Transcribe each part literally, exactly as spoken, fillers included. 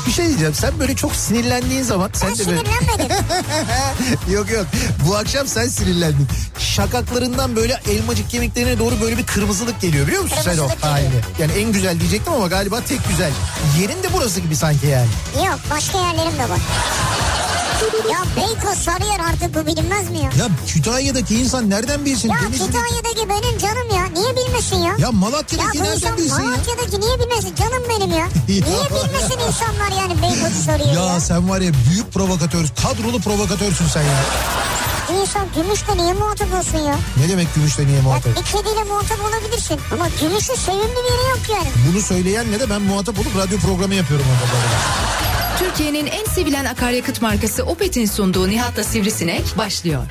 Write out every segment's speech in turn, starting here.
Bir şey diyeceğim, sen böyle çok sinirlendiğin zaman... Ben sen de böyle... sinirlenmedim. Yok yok, bu akşam sen sinirlendin. Şakaklarından böyle elmacık kemiklerine doğru böyle bir kırmızılık geliyor, biliyor musun sen o halini? Yani en güzel diyecektim ama galiba tek güzel. Yerin de burası gibi sanki yani. Yok, başka yerlerim de var. Ya Beykoz, Sarıyer, artık bu bilinmez mi ya? Ya Kütahya'daki insan nereden bilsin? Ya Denizli... Kütahya'daki benim canım ya. Niye bilmesin ya? Ya Malatya'daki ya nereden bilsin ya? Malatya'daki niye bilmesin? Canım benim ya. Niye bilmesin insanlar yani Beykoz'u Sarıyer ya? Ya sen var ya, büyük provokatör, kadrolu provokatörsün sen ya. İnsan gümüşle niye muhatap olsun ya? Ne demek gümüşle niye muhatap? Ya bir kediyle muhatap olabilirsin ama gümüşün sevimli bir yeri yok yani. Bunu söyleyenle de ben muhatap olup radyo programı yapıyorum orada. Türkiye'nin en sevilen akaryakıt markası Opet'in sunduğu Nihat'la Sivrisinek başlıyor.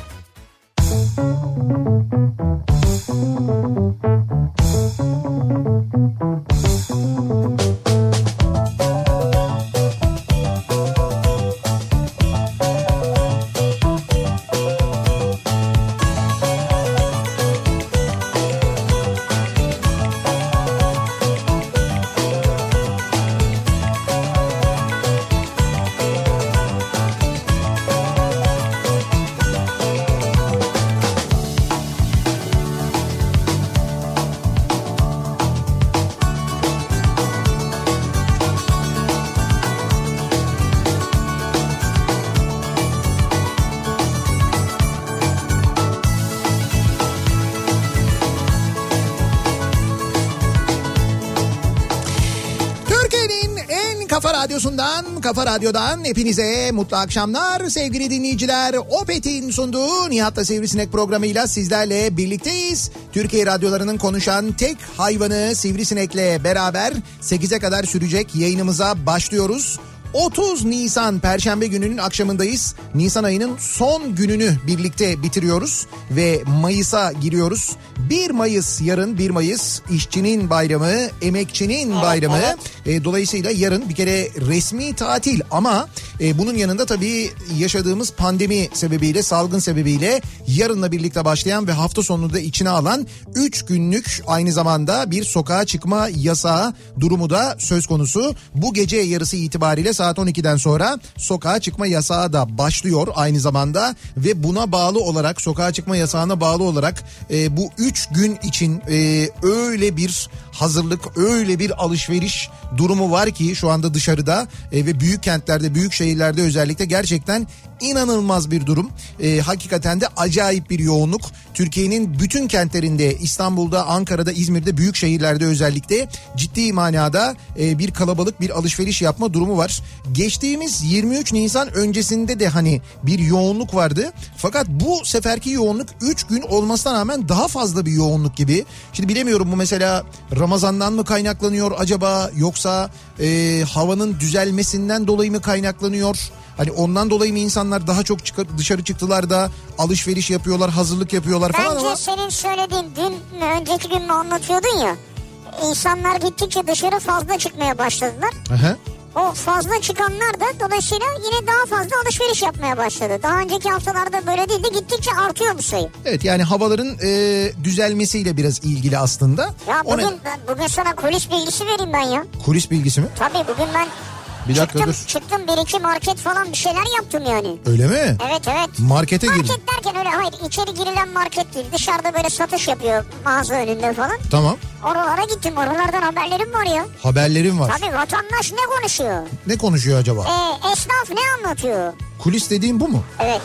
Kafa Radyo'dan hepinize mutlu akşamlar sevgili dinleyiciler. Opet'in sunduğu Nihat'la Sivrisinek programıyla sizlerle birlikteyiz. Türkiye radyolarının konuşan tek hayvanı Sivrisinek'le beraber sekize kadar sürecek yayınımıza başlıyoruz. otuz Nisan Perşembe gününün akşamındayız. Nisan ayının son gününü birlikte bitiriyoruz ve Mayıs'a giriyoruz. bir Mayıs yarın, bir Mayıs işçinin bayramı, emekçinin evet, bayramı. Evet. E, dolayısıyla yarın bir kere resmi tatil ama e, bunun yanında tabii yaşadığımız pandemi sebebiyle, salgın sebebiyle yarınla birlikte başlayan ve hafta sonunu da içine alan üç günlük aynı zamanda bir sokağa çıkma yasağı durumu da söz konusu. Bu gece yarısı itibariyle saat on ikiden sonra sokağa çıkma yasağı da başlıyor aynı zamanda ve buna bağlı olarak, sokağa çıkma yasağına bağlı olarak e, bu üç gün için e, öyle bir hazırlık, öyle bir alışveriş durumu var ki şu anda dışarıda e, ve büyük kentlerde, büyük şehirlerde özellikle gerçekten inanılmaz bir durum. E, hakikaten de acayip bir yoğunluk. Türkiye'nin bütün kentlerinde, İstanbul'da, Ankara'da, İzmir'de, büyük şehirlerde özellikle ciddi manada e, bir kalabalık, bir alışveriş yapma durumu var. Geçtiğimiz yirmi üç Nisan öncesinde de hani bir yoğunluk vardı. Fakat bu seferki yoğunluk üç gün olmasına rağmen daha fazla bir yoğunluk gibi. Şimdi bilemiyorum, bu mesela Ramazan'dan mı kaynaklanıyor acaba, yoksa e, havanın düzelmesinden dolayı mı kaynaklanıyor? Hani ondan dolayı mı insanlar daha çok çıkıp dışarı çıktılar da alışveriş yapıyorlar, hazırlık yapıyorlar falan Bence ama... Bence senin söylediğin dün mü önceki gün mü anlatıyordun ya. İnsanlar gittikçe dışarı fazla çıkmaya başladılar. Aha. O fazla çıkanlar da dolayısıyla yine daha fazla alışveriş yapmaya başladı. Daha önceki haftalarda böyle değildi, gittikçe artıyor bu sayı. Evet, yani havaların e, düzelmesiyle biraz ilgili aslında. Ya bugün, Ona... bugün sana kulis bilgisi vereyim ben ya. Kulis bilgisi mi? Tabii bugün ben... Bir dakika çıktım, dur. çıktım bir iki market falan bir şeyler yaptım yani. Öyle mi? Evet evet. Markete girdin. Market derken öyle, hayır, içeri girilen market değil. Dışarıda böyle satış yapıyor mağaza önünde falan. Tamam. Oralara gittim, oralardan haberlerim var ya. Haberlerim var. Tabii, vatandaş ne konuşuyor? Ne konuşuyor acaba? Ee, esnaf ne anlatıyor? Kulis dediğin bu mu? Evet.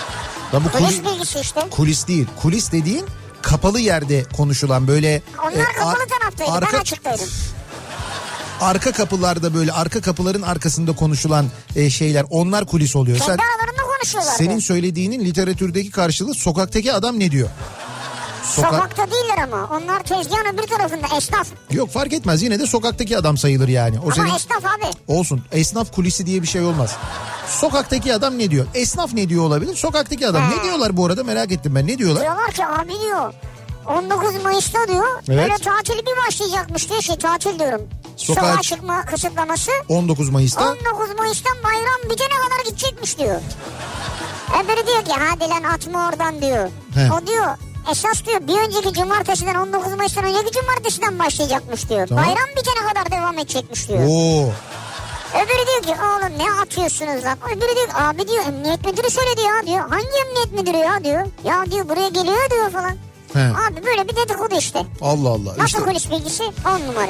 Ya bu kulis kuli... bilgisi işte. Kulis değil. Kulis dediğin kapalı yerde konuşulan böyle... Onlar e, kapalı ar- taraftaydı, arka... ben açıktaydım. Arka kapılarda, böyle arka kapıların arkasında konuşulan e, şeyler, onlar kulis oluyor. Kendi Sen, aralarında konuşuyorlar. senin söylediğinin literatürdeki karşılığı sokaktaki adam ne diyor? Soka... Sokakta değiller ama. Onlar tezgahın öbür tarafında, esnaf. Yok, fark etmez, yine de sokaktaki adam sayılır yani. O ama senin... esnaf abi. Olsun, esnaf kulisi diye bir şey olmaz. Sokaktaki adam ne diyor? Esnaf ne diyor olabilir? Sokaktaki adam He. ne diyorlar bu arada, merak ettim ben. Ne diyorlar? Diyorlar ki abi diyor, on dokuz Mayıs'ta diyor, evet, böyle tatili bir başlayacakmış diyor, şey tatil diyorum. Sokağa, Sokağa çıkma kısıtlaması. on dokuz Mayıs'ta. on dokuz Mayıs'tan bayram bitene kadar gidecekmiş diyor. Öbürü diyor ki hadi lan atma oradan diyor. He. O diyor esas diyor bir önceki cumartesiden, on dokuz Mayıs'tan önceki cumartesiden başlayacakmış diyor. Tamam. Bayram bitene kadar devam edecekmiş diyor. Oo. Öbürü diyor ki oğlum ne atıyorsunuz lan? Öbürü diyor ki abi diyor emniyet müdürü söyledi ya diyor. Hangi emniyet müdürü ya diyor. Ya diyor buraya geliyor diyor falan. He. Abi böyle bir dedikodu işte. Allah Allah. Nasıl işte... kulis bilgisi? On numara.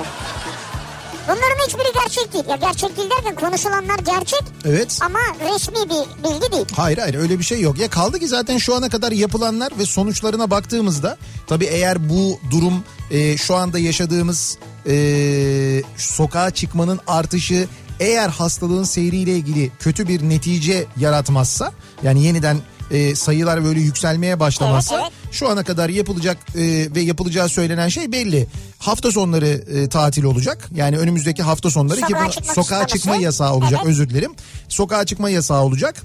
Bunların hiçbiri gerçek değil. Ya gerçek değil derken konuşulanlar gerçek. Evet. Ama resmi bir bilgi değil. Hayır hayır öyle bir şey yok. Ya kaldı ki zaten şu ana kadar yapılanlar ve sonuçlarına baktığımızda tabii eğer bu durum e, şu anda yaşadığımız e, sokağa çıkmanın artışı eğer hastalığın seyriyle ilgili kötü bir netice yaratmazsa yani yeniden e, sayılar böyle yükselmeye başlamazsa evet, evet. Şu ana kadar yapılacak e, ve yapılacağı söylenen şey belli. Hafta sonları e, tatil olacak. Yani önümüzdeki hafta sonları sokağa ki bu sokağa çıkma yasağı olacak. Evet. Özür dilerim. Sokağa çıkma yasağı olacak.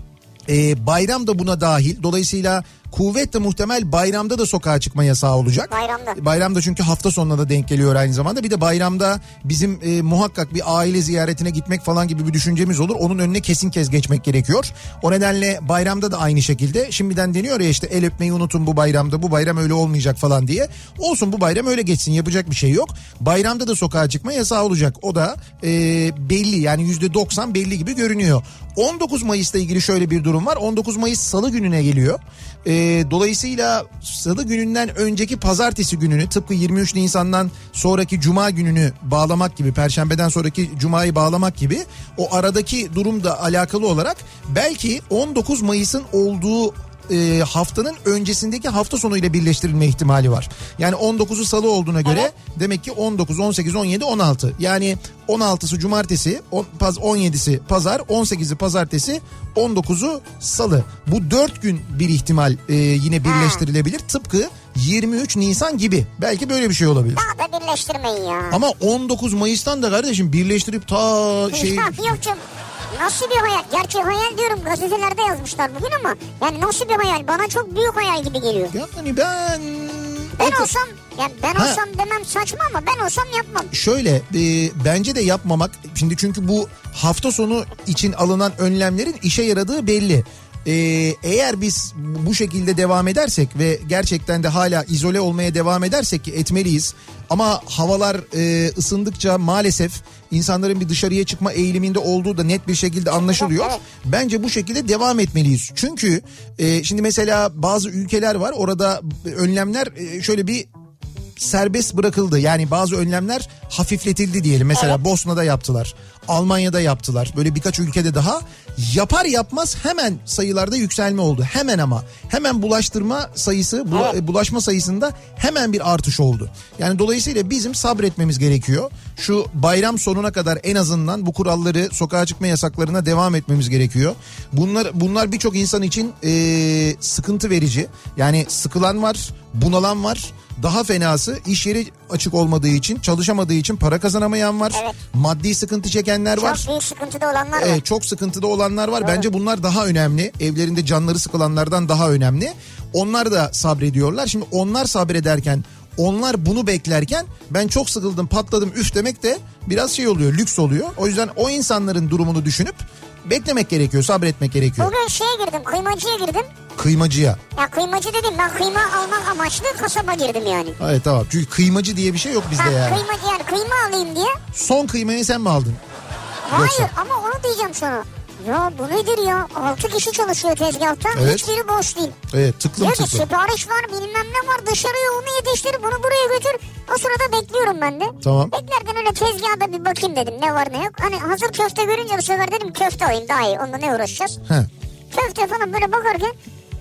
E, bayram da buna dahil. Dolayısıyla kuvvetle muhtemel bayramda da sokağa çıkma yasağı olacak. Bayramda. Bayramda çünkü hafta sonuna da denk geliyor aynı zamanda. Bir de bayramda bizim e, muhakkak bir aile ziyaretine gitmek falan gibi bir düşüncemiz olur. Onun önüne kesin kez geçmek gerekiyor. O nedenle bayramda da aynı şekilde. Şimdiden deniyor ya işte el öpmeyi unutun bu bayramda. Bu bayram öyle olmayacak falan diye. Olsun bu bayram öyle geçsin, yapacak bir şey yok. Bayramda da sokağa çıkma yasağı olacak. O da e, belli yani yüzde doksan belli gibi görünüyor. on dokuz Mayıs'la ilgili şöyle bir durum var. on dokuz Mayıs Salı gününe geliyor. E, dolayısıyla Salı gününden önceki pazartesi gününü tıpkı yirmi üç Nisan'dan sonraki Cuma gününü bağlamak gibi, Perşembeden sonraki Cuma'yı bağlamak gibi o aradaki durumla alakalı olarak belki on dokuz Mayıs'ın olduğu e, haftanın öncesindeki hafta sonu ile birleştirilme ihtimali var. Yani on dokuzu Salı olduğuna göre evet. Demek ki on dokuz, on sekiz, on yedi, on altı yani on altısı Cumartesi, on yedisi Pazar, on sekizi Pazartesi, on dokuzu Salı. Bu dört gün bir ihtimal e, yine birleştirilebilir. Ha. Tıpkı yirmi üç Nisan gibi. Belki böyle bir şey olabilir. Daha da birleştirmeyin ya. Ama on dokuz Mayıs'tan da kardeşim birleştirip ta şey... Yok canım. Nasıl bir hayal? Gerçi hayal diyorum, gazetelerde yazmışlar bugün ama yani nasıl bir hayal? Bana çok büyük hayal gibi geliyor. Yani ben... Ben o... olsam yani ben ha. olsam demem saçma ama ben olsam yapmam. Şöyle e, bence de yapmamak. Şimdi çünkü bu hafta sonu için alınan önlemlerin işe yaradığı belli. Ee, eğer biz bu şekilde devam edersek ve gerçekten de hala izole olmaya devam edersek ki etmeliyiz. Ama havalar e, ısındıkça maalesef insanların bir dışarıya çıkma eğiliminde olduğu da net bir şekilde anlaşılıyor. Evet, evet. Bence bu şekilde devam etmeliyiz. Çünkü e, şimdi mesela bazı ülkeler var, orada önlemler e, şöyle bir serbest bırakıldı. Yani bazı önlemler hafifletildi diyelim. Mesela evet. Bosna'da yaptılar. Almanya'da yaptılar. Böyle birkaç ülkede daha. Yapar yapmaz hemen sayılarda yükselme oldu. Hemen ama. Hemen bulaştırma sayısı, bu, bulaşma sayısında hemen bir artış oldu. Yani dolayısıyla bizim sabretmemiz gerekiyor. Şu bayram sonuna kadar en azından bu kuralları, sokağa çıkma yasaklarına devam etmemiz gerekiyor. Bunlar bunlar birçok insan için ee, sıkıntı verici. Yani sıkılan var, bunalan var. Daha fenası iş yeri açık olmadığı için, çalışamadığı için para kazanamayan var. Evet. Maddi sıkıntı çekenler var. Çok büyük sıkıntıda olanlar evet, var. Çok sıkıntıda olanlar var. Doğru. Bence bunlar daha önemli. Evlerinde canları sıkılanlardan daha önemli. Onlar da sabrediyorlar. Şimdi onlar sabrederken, onlar bunu beklerken ben çok sıkıldım, patladım, üf demek de biraz şey oluyor, lüks oluyor. O yüzden o insanların durumunu düşünüp beklemek gerekiyor, sabretmek gerekiyor. Bugün şeye girdim, kıymacıya girdim. Kıymacıya. Ya kıymacı dedim, ben kıyma almak amaçlı kasaba girdim yani. Evet tamam, çünkü kıymacı diye bir şey yok bizde ha, yani. Kıymacı yani kıyma alayım diye. Son kıymayı sen mi aldın? Hayır Yoksa? Ama onu diyeceğim sana. Ya bu nedir ya? altı kişi çalışıyor tezgahta. Evet. Hiçbiri boş değil. Evet, tıklım diyor tıklım. Diyor ki sipariş var, bilmem ne var, dışarıya onu yetiştir, bunu buraya götür. O sırada bekliyorum ben de. Tamam. Beklerken öyle tezgahda bir bakayım dedim, ne var ne yok. Hani hazır köfte görünce bu sefer dedim köfte alayım daha iyi, onunla ne uğraşacağız. He. Köfte falan böyle bakarken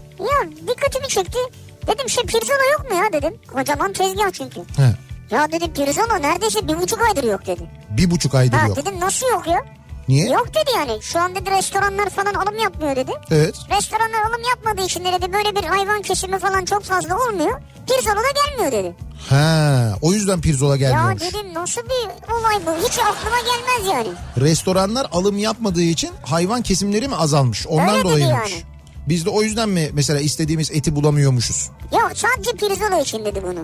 ya dikkatimi çekti. Dedim şey pirzola yok mu ya dedim. Kocaman tezgah çünkü. He. Ya dedim pirzola neredeyse bir buçuk aydır yok dedi. Bir buçuk aydır ha, yok. Dedim nasıl yok ya? Niye? Yok dedi yani. Şu an dedi restoranlar falan alım yapmıyor dedi. Evet. Restoranlar alım yapmadığı için dedi böyle bir hayvan kesimi falan çok fazla olmuyor. Pirzola da gelmiyor dedi. Ha, o yüzden pirzola gelmiyormuş. Ya dedim nasıl bir olay bu? Hiç aklıma gelmez yani. Restoranlar alım yapmadığı için hayvan kesimleri mi azalmış? Ondan öyle dolayıymış. Yani. Biz de o yüzden mi mesela istediğimiz eti bulamıyormuşuz? Yok sadece pirzola için dedi bunu.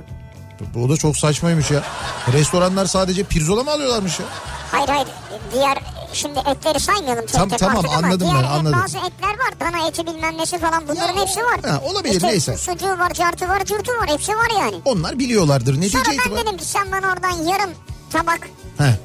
O da çok saçmaymış ya. Restoranlar sadece pirzola mı alıyorlarmış ya? Hayır hayır. Diğer şimdi etleri saymayalım. Tam, tamam anladım ben anladım. Bazı etler var. Dana eti bilmem nesi falan bunların ya, hepsi var. Ha, olabilir işte, neyse. Sucuğu var, cartı var, curtu var. Hepsi var yani. Onlar biliyorlardır. Netice Sonra ben itibar... dedim ki sen bana oradan yarım tabak. He.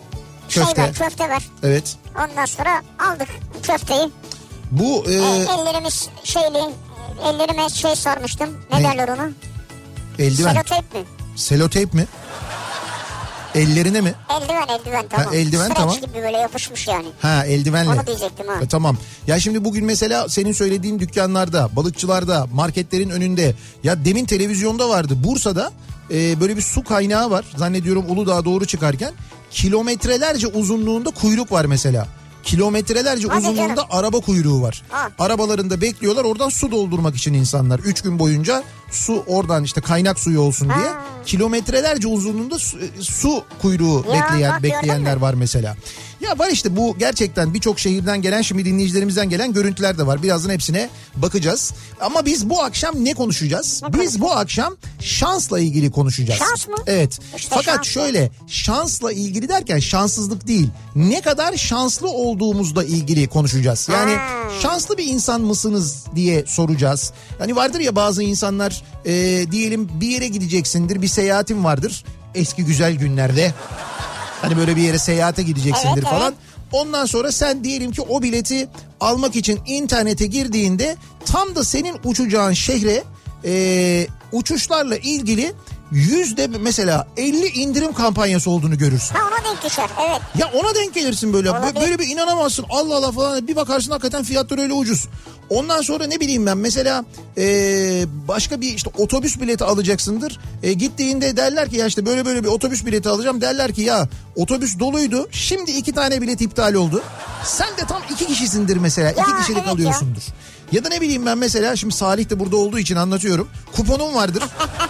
Köfte. Şey ver, köfte ver. Evet. Ondan sonra aldık köfteyi. Bu e... E, ellerimiz şeyli, ellerime şey sarmıştım. Ne, ne? derler ona? Eldiven. Seloteyp mi? Seloteyp mi? Ellerine mi? Eldiven eldiven tamam. Ha, eldiven Stretch tamam. gibi böyle yapışmış yani. Ha eldivenle. Onu diyecektim ha. E, tamam. Ya şimdi bugün mesela senin söylediğin dükkanlarda, balıkçılarda, marketlerin önünde, ya demin televizyonda vardı Bursa'da e, böyle bir su kaynağı var. Zannediyorum Uludağ'a doğru çıkarken kilometrelerce uzunluğunda kuyruk var mesela. Kilometrelerce Hadi uzunluğunda canım. araba kuyruğu var. Ha. Arabalarında bekliyorlar, oradan su doldurmak için insanlar. Üç gün boyunca su oradan işte kaynak suyu olsun diye. Ha. Kilometrelerce uzunluğunda su, su kuyruğu ya, bekleyen bak, bekleyenler var mesela. Ya var işte bu gerçekten birçok şehirden gelen, şimdi dinleyicilerimizden gelen görüntüler de var. Birazdan hepsine bakacağız. Ama biz bu akşam ne konuşacağız? Ne biz bu akşam şansla ilgili konuşacağız. Şans mı? Evet. İşte fakat şans şöyle mı? Şansla ilgili derken şanssızlık değil. Ne kadar şanslı olduğumuzla ilgili konuşacağız. Yani hmm. şanslı bir insan mısınız diye soracağız. Hani vardır ya bazı insanlar e, diyelim bir yere gideceksindir, bir seyahatin vardır eski güzel günlerde. Hani böyle bir yere seyahate gideceksindir evet, falan. Evet. Ondan sonra sen diyelim ki o bileti almak için internete girdiğinde tam da senin uçacağın şehre e, uçuşlarla ilgili yüzde mesela elli indirim kampanyası olduğunu görürsün. Ha ona denk düşer evet. Ya ona denk gelirsin böyle. Ona böyle denk... bir inanamazsın. Allah Allah falan, bir bakarsın hakikaten fiyatlar öyle ucuz. Ondan sonra ne bileyim ben mesela e, başka bir işte otobüs bileti alacaksındır. E, gittiğinde derler ki ya işte böyle böyle bir otobüs bileti alacağım. Derler ki ya otobüs doluydu. Şimdi iki tane bilet iptal oldu. Sen de tam iki kişisindir mesela. Ya, iki kişilik evet alıyorsundur. Ya. ya da ne bileyim ben mesela şimdi Salih de burada olduğu için anlatıyorum. Kuponum vardır.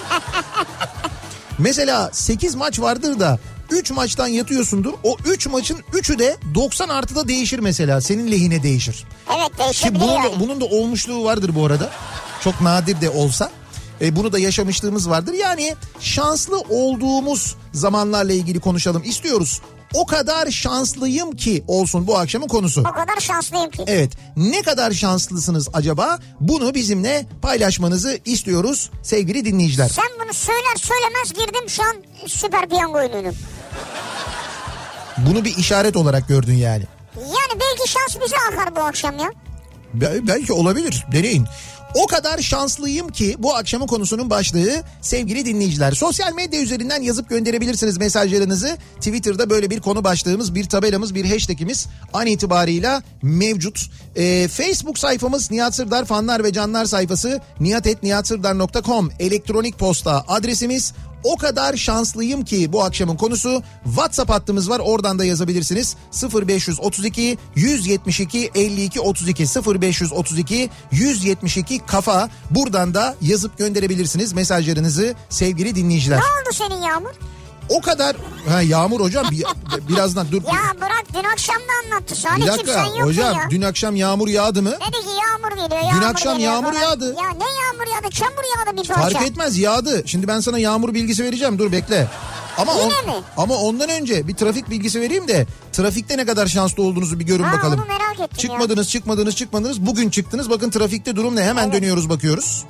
Mesela sekiz maç vardır da üç maçtan yatıyorsundur. O üç maçın üçü de doksan artıda değişir mesela. Senin lehine değişir. Evet değişebilir bunun yani. Da, bunun da olmuşluğu vardır bu arada. Çok nadir de olsa. E, bunu da yaşamışlığımız vardır. Yani şanslı olduğumuz zamanlarla ilgili konuşalım istiyoruz. O kadar şanslıyım ki olsun bu akşamın konusu. O kadar şanslıyım ki. Evet. Ne kadar şanslısınız acaba? Bunu bizimle paylaşmanızı istiyoruz sevgili dinleyiciler. Sen bunu söyler söylemez girdim şu an Süper Piyango oynuyorum. Bunu bir işaret olarak gördün yani. Yani belki şans bize akar bu akşam ya. Be- belki olabilir. Deneyin. O kadar şanslıyım ki bu akşamın konusunun başlığı sevgili dinleyiciler. Sosyal medya üzerinden yazıp gönderebilirsiniz mesajlarınızı. Twitter'da böyle bir konu başlığımız, bir tabelamız, bir hashtagimiz an itibarıyla mevcut. Ee, Facebook sayfamız Nihat Sırdar fanlar ve canlar sayfası nihat et nihat sırdar nokta com elektronik posta adresimiz. O kadar şanslıyım ki bu akşamın konusu. WhatsApp hattımız var, oradan da yazabilirsiniz. sıfır beş otuz iki yüz yetmiş iki elli iki otuz iki sıfır beş otuz iki yüz yetmiş iki kafa. Buradan da yazıp gönderebilirsiniz mesajlarınızı sevgili dinleyiciler. Ne oldu senin Yağmur? O kadar ha, Yağmur hocam bir, birazdan dur. Ya bırak, dün akşam da anlattı. Salih'cim bir dakika sen hocam ya. Dün akşam yağmur yağdı mı? Dedi ki yağmur geliyor yağmur Dün akşam geliyor yağmur falan. yağdı. Ya ne yağmur yağdı, çamur yağdı bir parça. Fark etmez, yağdı. Şimdi ben sana yağmur bilgisi vereceğim, dur bekle. Ama Yine on, mi? Ama ondan önce bir trafik bilgisi vereyim de trafikte ne kadar şanslı olduğunuzu bir görün ha, bakalım. Onu merak ettim çıkmadınız ya. çıkmadınız çıkmadınız bugün çıktınız, bakın trafikte durum ne, hemen evet. Dönüyoruz bakıyoruz.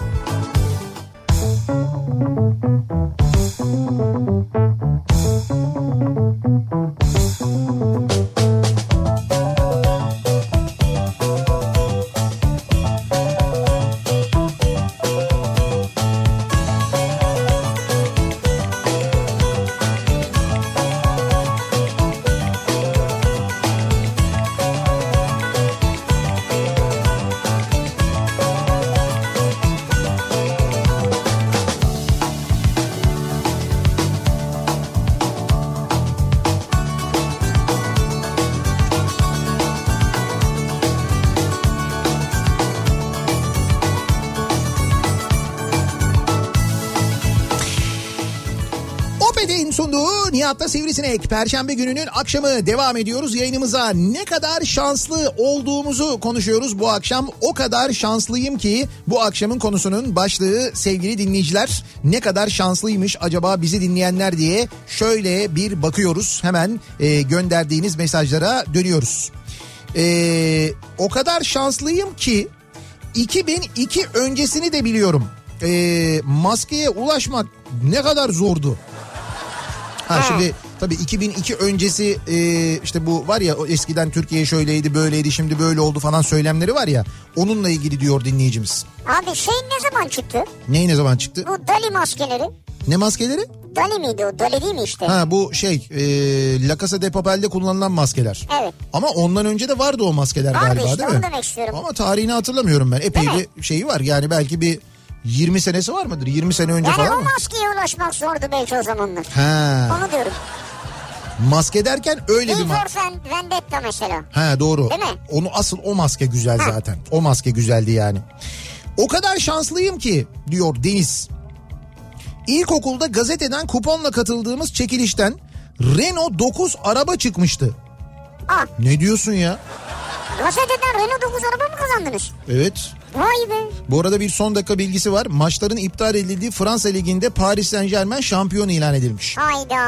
Nihat'ta Sivrisinek, Perşembe gününün akşamı devam ediyoruz yayınımıza. Ne kadar şanslı olduğumuzu konuşuyoruz bu akşam. O kadar şanslıyım ki bu akşamın konusunun başlığı sevgili dinleyiciler. Ne kadar şanslıymış acaba bizi dinleyenler diye şöyle bir bakıyoruz. Hemen e, gönderdiğiniz mesajlara dönüyoruz. E, o kadar şanslıyım ki iki bin iki öncesini de biliyorum. E, maskeye ulaşmak ne kadar zordu. Ha, şimdi tabii iki bin iki öncesi e, işte bu var ya, eskiden Türkiye şöyleydi böyleydi şimdi böyle oldu falan söylemleri var ya, onunla ilgili diyor dinleyicimiz. Abi şey ne zaman çıktı? Ney ne zaman çıktı? Bu Dali maskeleri. Ne maskeleri? Dali miydi o? Dali değil mi işte? Ha, bu şey e, La Casa de Papel'de kullanılan maskeler. Evet. Ama ondan önce de vardı o maskeler vardı galiba işte, değil mi? onu demek istiyorum. Ama tarihini hatırlamıyorum ben. Epey bir şeyi var yani, belki bir yirmi senesi var mıdır? yirmi sene önce yani falan o mı? maskeye ulaşmak zordu belki o zamanlar. Ha. Onu diyorum. Maske derken öyle bir maske. V for Vendetta mesela. Ha, doğru. Değil mi? Onu asıl o maske güzel ha. zaten. O maske güzeldi yani. O kadar şanslıyım ki diyor Deniz. İlkokulda gazeteden kuponla katıldığımız çekilişten Renault dokuz araba çıkmıştı. Aa. Ne diyorsun ya? Gazeteden Renault dokuz araba mı kazandınız? Evet. Vay be. Bu arada bir son dakika bilgisi var. Maçların iptal edildiği Fransa Ligi'nde Paris Saint-Germain şampiyon ilan edilmiş. Hayda.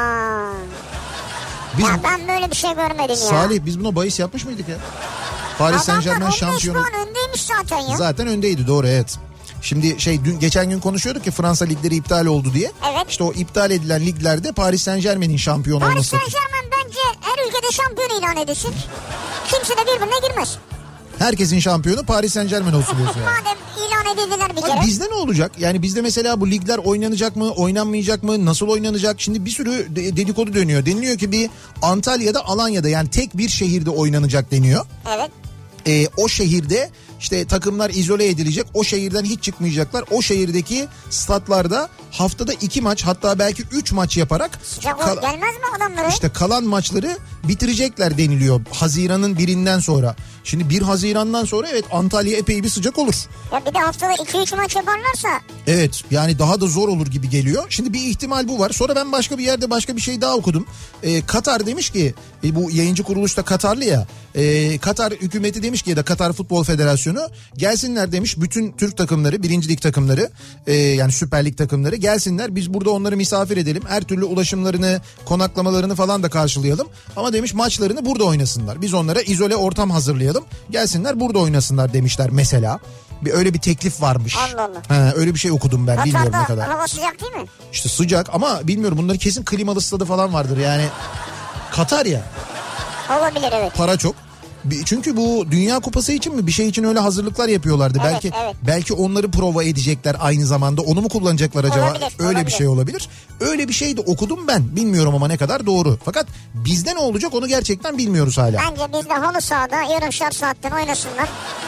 Biz, ya ben böyle bir şey görmedim ya. Salih, biz buna bahis yapmış mıydık ya? Paris Saint-Germain şampiyonu. Adamlar on beş puan öndeymiş zaten ya. Zaten öndeydi, doğru, evet. Şimdi şey dün, geçen gün konuşuyorduk ki Fransa ligleri iptal oldu diye. Evet. İşte o iptal edilen liglerde Paris Saint-Germain'in şampiyon Paris olması. Paris Saint-Germain bence her ülkede şampiyon ilan edilsin. Kimse de birbirine girmez. Herkesin şampiyonu Paris Saint-Germain olsun diyorsun yani. Madem ilan edildiler bir Abi kere. bizde ne olacak? Yani bizde mesela bu ligler oynanacak mı, oynanmayacak mı, nasıl oynanacak? Şimdi bir sürü dedikodu dönüyor. Deniliyor ki bir Antalya'da, Alanya'da, yani tek bir şehirde oynanacak deniyor. Evet. Ee, o şehirde işte takımlar izole edilecek, o şehirden hiç çıkmayacaklar. O şehirdeki statlarda haftada iki maç, hatta belki üç maç yaparak Sıcak kal- gelmez mi adamları? İşte kalan maçları bitirecekler deniliyor Haziran'ın birinden sonra. Şimdi bir Haziran'dan sonra evet Antalya epey bir sıcak olur. Ya bir de haftada iki üç maç yaparlarsa. Evet, yani daha da zor olur gibi geliyor. Şimdi bir ihtimal bu var. Sonra ben başka bir yerde başka bir şey daha okudum. Ee, Katar demiş ki, e, bu yayıncı kuruluşta Katarlı ya. E, Katar hükümeti demiş ki, ya da Katar Futbol Federasyonu gelsinler demiş, bütün Türk takımları, birinci lig takımları, e, yani Süper Lig takımları gelsinler. Biz burada onları misafir edelim. Her türlü ulaşımlarını, konaklamalarını falan da karşılayalım. Ama demiş maçlarını burada oynasınlar. Biz onlara izole ortam hazırlayalım. Gelsinler burada oynasınlar demişler mesela. Bir öyle bir teklif varmış. Allah Allah. Ha, öyle bir şey okudum ben. Katar'da bilmiyorum ne kadar. hava sıcak değil mi? İşte sıcak ama bilmiyorum, bunların kesin klimalı stadı falan vardır yani. Katar ya. Olabilir, evet. Para çok. Çünkü bu Dünya Kupası için mi bir şey için öyle hazırlıklar yapıyorlardı. Evet, belki evet. belki onları prova edecekler aynı zamanda. Onu mu kullanacaklar acaba? Olabilir, öyle olabilir. bir şey olabilir. Öyle bir şey de okudum ben. Bilmiyorum ama ne kadar doğru. Fakat bizde ne olacak onu gerçekten bilmiyoruz hala. Bence bizde halı sahada yarımşar saatten oynasınlar.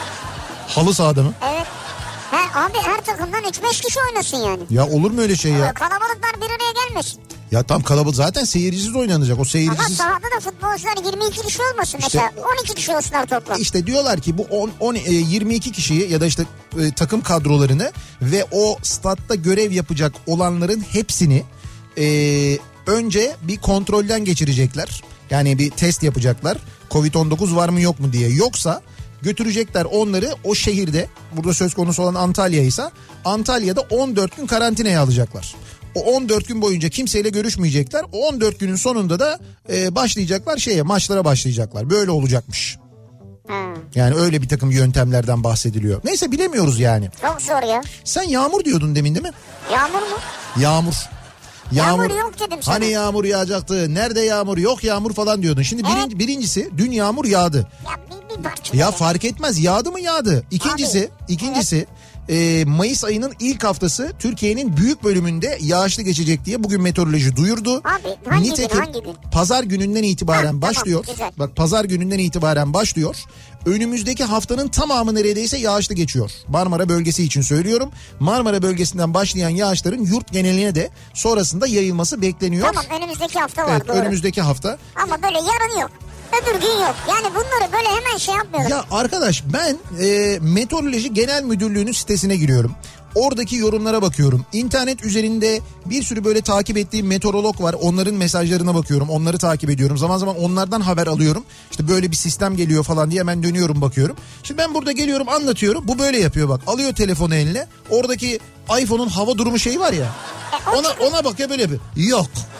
Halı sahada mı? Evet. He, abi her takımdan üç beş kişi oynasın yani. Ya olur mu öyle şey ya? Kalabalıklar bir araya gelmesin. Ya tam kalabalık, zaten seyircisiz oynanacak. O Ama seyircisiz. sahada da futbolcular yirmi iki kişi olmasın İşte- mesela. on iki kişi olsunlar toplam. İşte diyorlar ki bu on, on, e, yirmi iki kişiyi ya da işte e, takım kadrolarını ve o statta görev yapacak olanların hepsini e, önce bir kontrolden geçirecekler. Yani bir test yapacaklar. covid on dokuz var mı yok mu diye. Yoksa götürecekler onları o şehirde, burada söz konusu olan Antalya ise Antalya'da on dört gün karantinaya alacaklar. O on dört gün boyunca kimseyle görüşmeyecekler. O on dört günün sonunda da e, başlayacaklar şeye, maçlara başlayacaklar. Böyle olacakmış. Hmm. Yani öyle bir takım yöntemlerden bahsediliyor. Neyse bilemiyoruz yani. Çok zor ya. Sen yağmur diyordun demin değil mi? Yağmur mu? Yağmur. Yağmur yok dedim sana. Hani yağmur yağacaktı? Nerede yağmur? Yok yağmur falan diyordun. Şimdi Evet. birinci, birincisi dün yağmur yağdı. Ya bir, bir parça. Ya böyle. fark etmez, yağdı mı yağdı. İkincisi, Abi, ikincisi e, Mayıs ayının ilk haftası Türkiye'nin büyük bölümünde yağışlı geçecek diye bugün meteoroloji duyurdu. Abi hangi gün, hangi gün? Pazar gününden itibaren Ha, tamam, başlıyor. güzel. Bak pazar gününden itibaren başlıyor. Önümüzdeki haftanın tamamı neredeyse yağışlı geçiyor. Marmara bölgesi için söylüyorum. Marmara bölgesinden başlayan yağışların yurt geneline de sonrasında yayılması bekleniyor. Tamam, önümüzdeki hafta var, Evet, doğru. önümüzdeki hafta. Ama böyle yarın yok. Öbür gün yok. Yani bunları böyle hemen şey yapmıyorum. Ya arkadaş ben e, Meteoroloji Genel Müdürlüğü'nün sitesine giriyorum. Oradaki yorumlara bakıyorum. İnternet üzerinde bir sürü böyle takip ettiğim meteorolog var. Onların mesajlarına bakıyorum. Onları takip ediyorum. Zaman zaman onlardan haber alıyorum. İşte böyle bir sistem geliyor falan diye hemen dönüyorum bakıyorum. Şimdi ben burada geliyorum anlatıyorum. Bu böyle yapıyor bak. Alıyor telefonu eline. Oradaki iPhone'un hava durumu şeyi var ya. E, o Ona çıkıyor. ona bakıyor böyle yapıyor. Yok.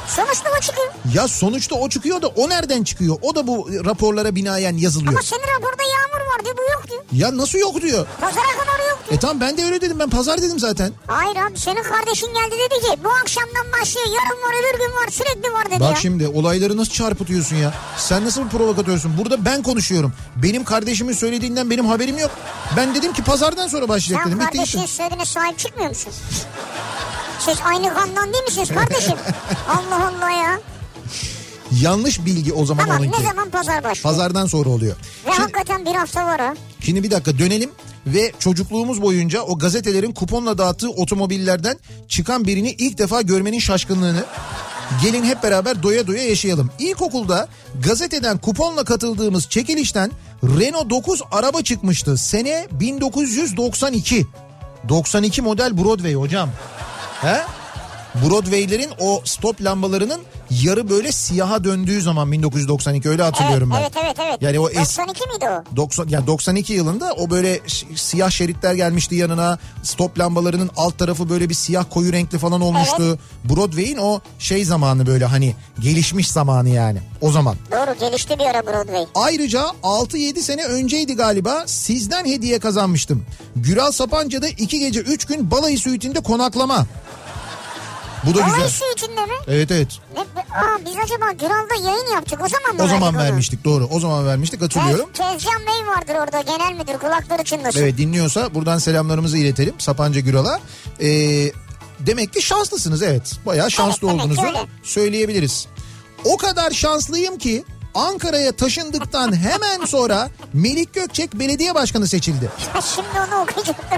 Sonuçta o çıkıyor. Ya sonuçta o çıkıyor da o nereden çıkıyor? O da bu raporlara binaen yazılıyor. Ama senin raporda yağmur var diyor, bu yok diyor. Ya nasıl yok diyor. Pazara kadar yok diyor. E tamam ben de öyle dedim, ben pazar dedim zaten. Hayır abi, senin kardeşin geldi dedi ki bu akşamdan başlıyor, yarın var, öbür gün var, sürekli var dedi. Bak ya. şimdi olayları nasıl çarpıtıyorsun ya? Sen nasıl bir provokatörsün? Burada ben konuşuyorum. Benim kardeşimin söylediğinden benim haberim yok. Ben dedim ki pazardan sonra başlayacak Sen dedim. Bitti kardeşinin gitti. söylediğine sahip çıkmıyor musun? Siz aynı kandan değil misiniz kardeşim? Allah Allah ya. Yanlış bilgi o zaman Tamam, onunki. ne zaman pazar başlıyor? Pazardan sonra oluyor. Ve Şimdi, hakikaten bir hafta var ha. şimdi bir dakika dönelim ve çocukluğumuz boyunca o gazetelerin kuponla dağıttığı otomobillerden çıkan birini ilk defa görmenin şaşkınlığını gelin hep beraber doya doya yaşayalım. İlkokulda gazeteden kuponla katıldığımız çekilişten Renault dokuz araba çıkmıştı. Sene bin dokuz yüz doksan iki. doksan iki model Broadway hocam. He? Broadway'lerin o stop lambalarının yarı böyle siyaha döndüğü zaman bin dokuz yüz doksan iki, öyle hatırlıyorum evet, ben. Evet evet evet. Yani o es- doksan iki miydi o? doksan yani doksan iki yılında o böyle siyah şeritler gelmişti yanına. Stop lambalarının alt tarafı böyle bir siyah koyu renkli falan olmuştu. Evet. Broadway'in o şey zamanı, böyle hani gelişmiş zamanı yani o zaman. Doğru, gelişti bir ara Broadway. Ayrıca altı yedi sene önceydi galiba, sizden hediye kazanmıştım. Güral Sapanca'da iki gece üç gün balayı suite'inde konaklama. Bu da Balayı güzel. suite'inde mi? Evet evet. Ne, aa, biz acaba Güral'da yayın yaptık, o zaman mı O zaman verdik vermiştik onu? Doğru, o zaman vermiştik, hatırlıyorum. Tez, Tezcan Bey vardır orada, genel müdür, kulakları çınlasın. Evet, dinliyorsa buradan selamlarımızı iletelim Sapanca Güral'a. Ee, demek ki şanslısınız, evet. Bayağı şanslı evet, olduğunuzu öyle söyleyebiliriz. O kadar şanslıyım ki Ankara'ya taşındıktan hemen sonra Melik Gökçek belediye başkanı seçildi. Şimdi onu okuyacaktım.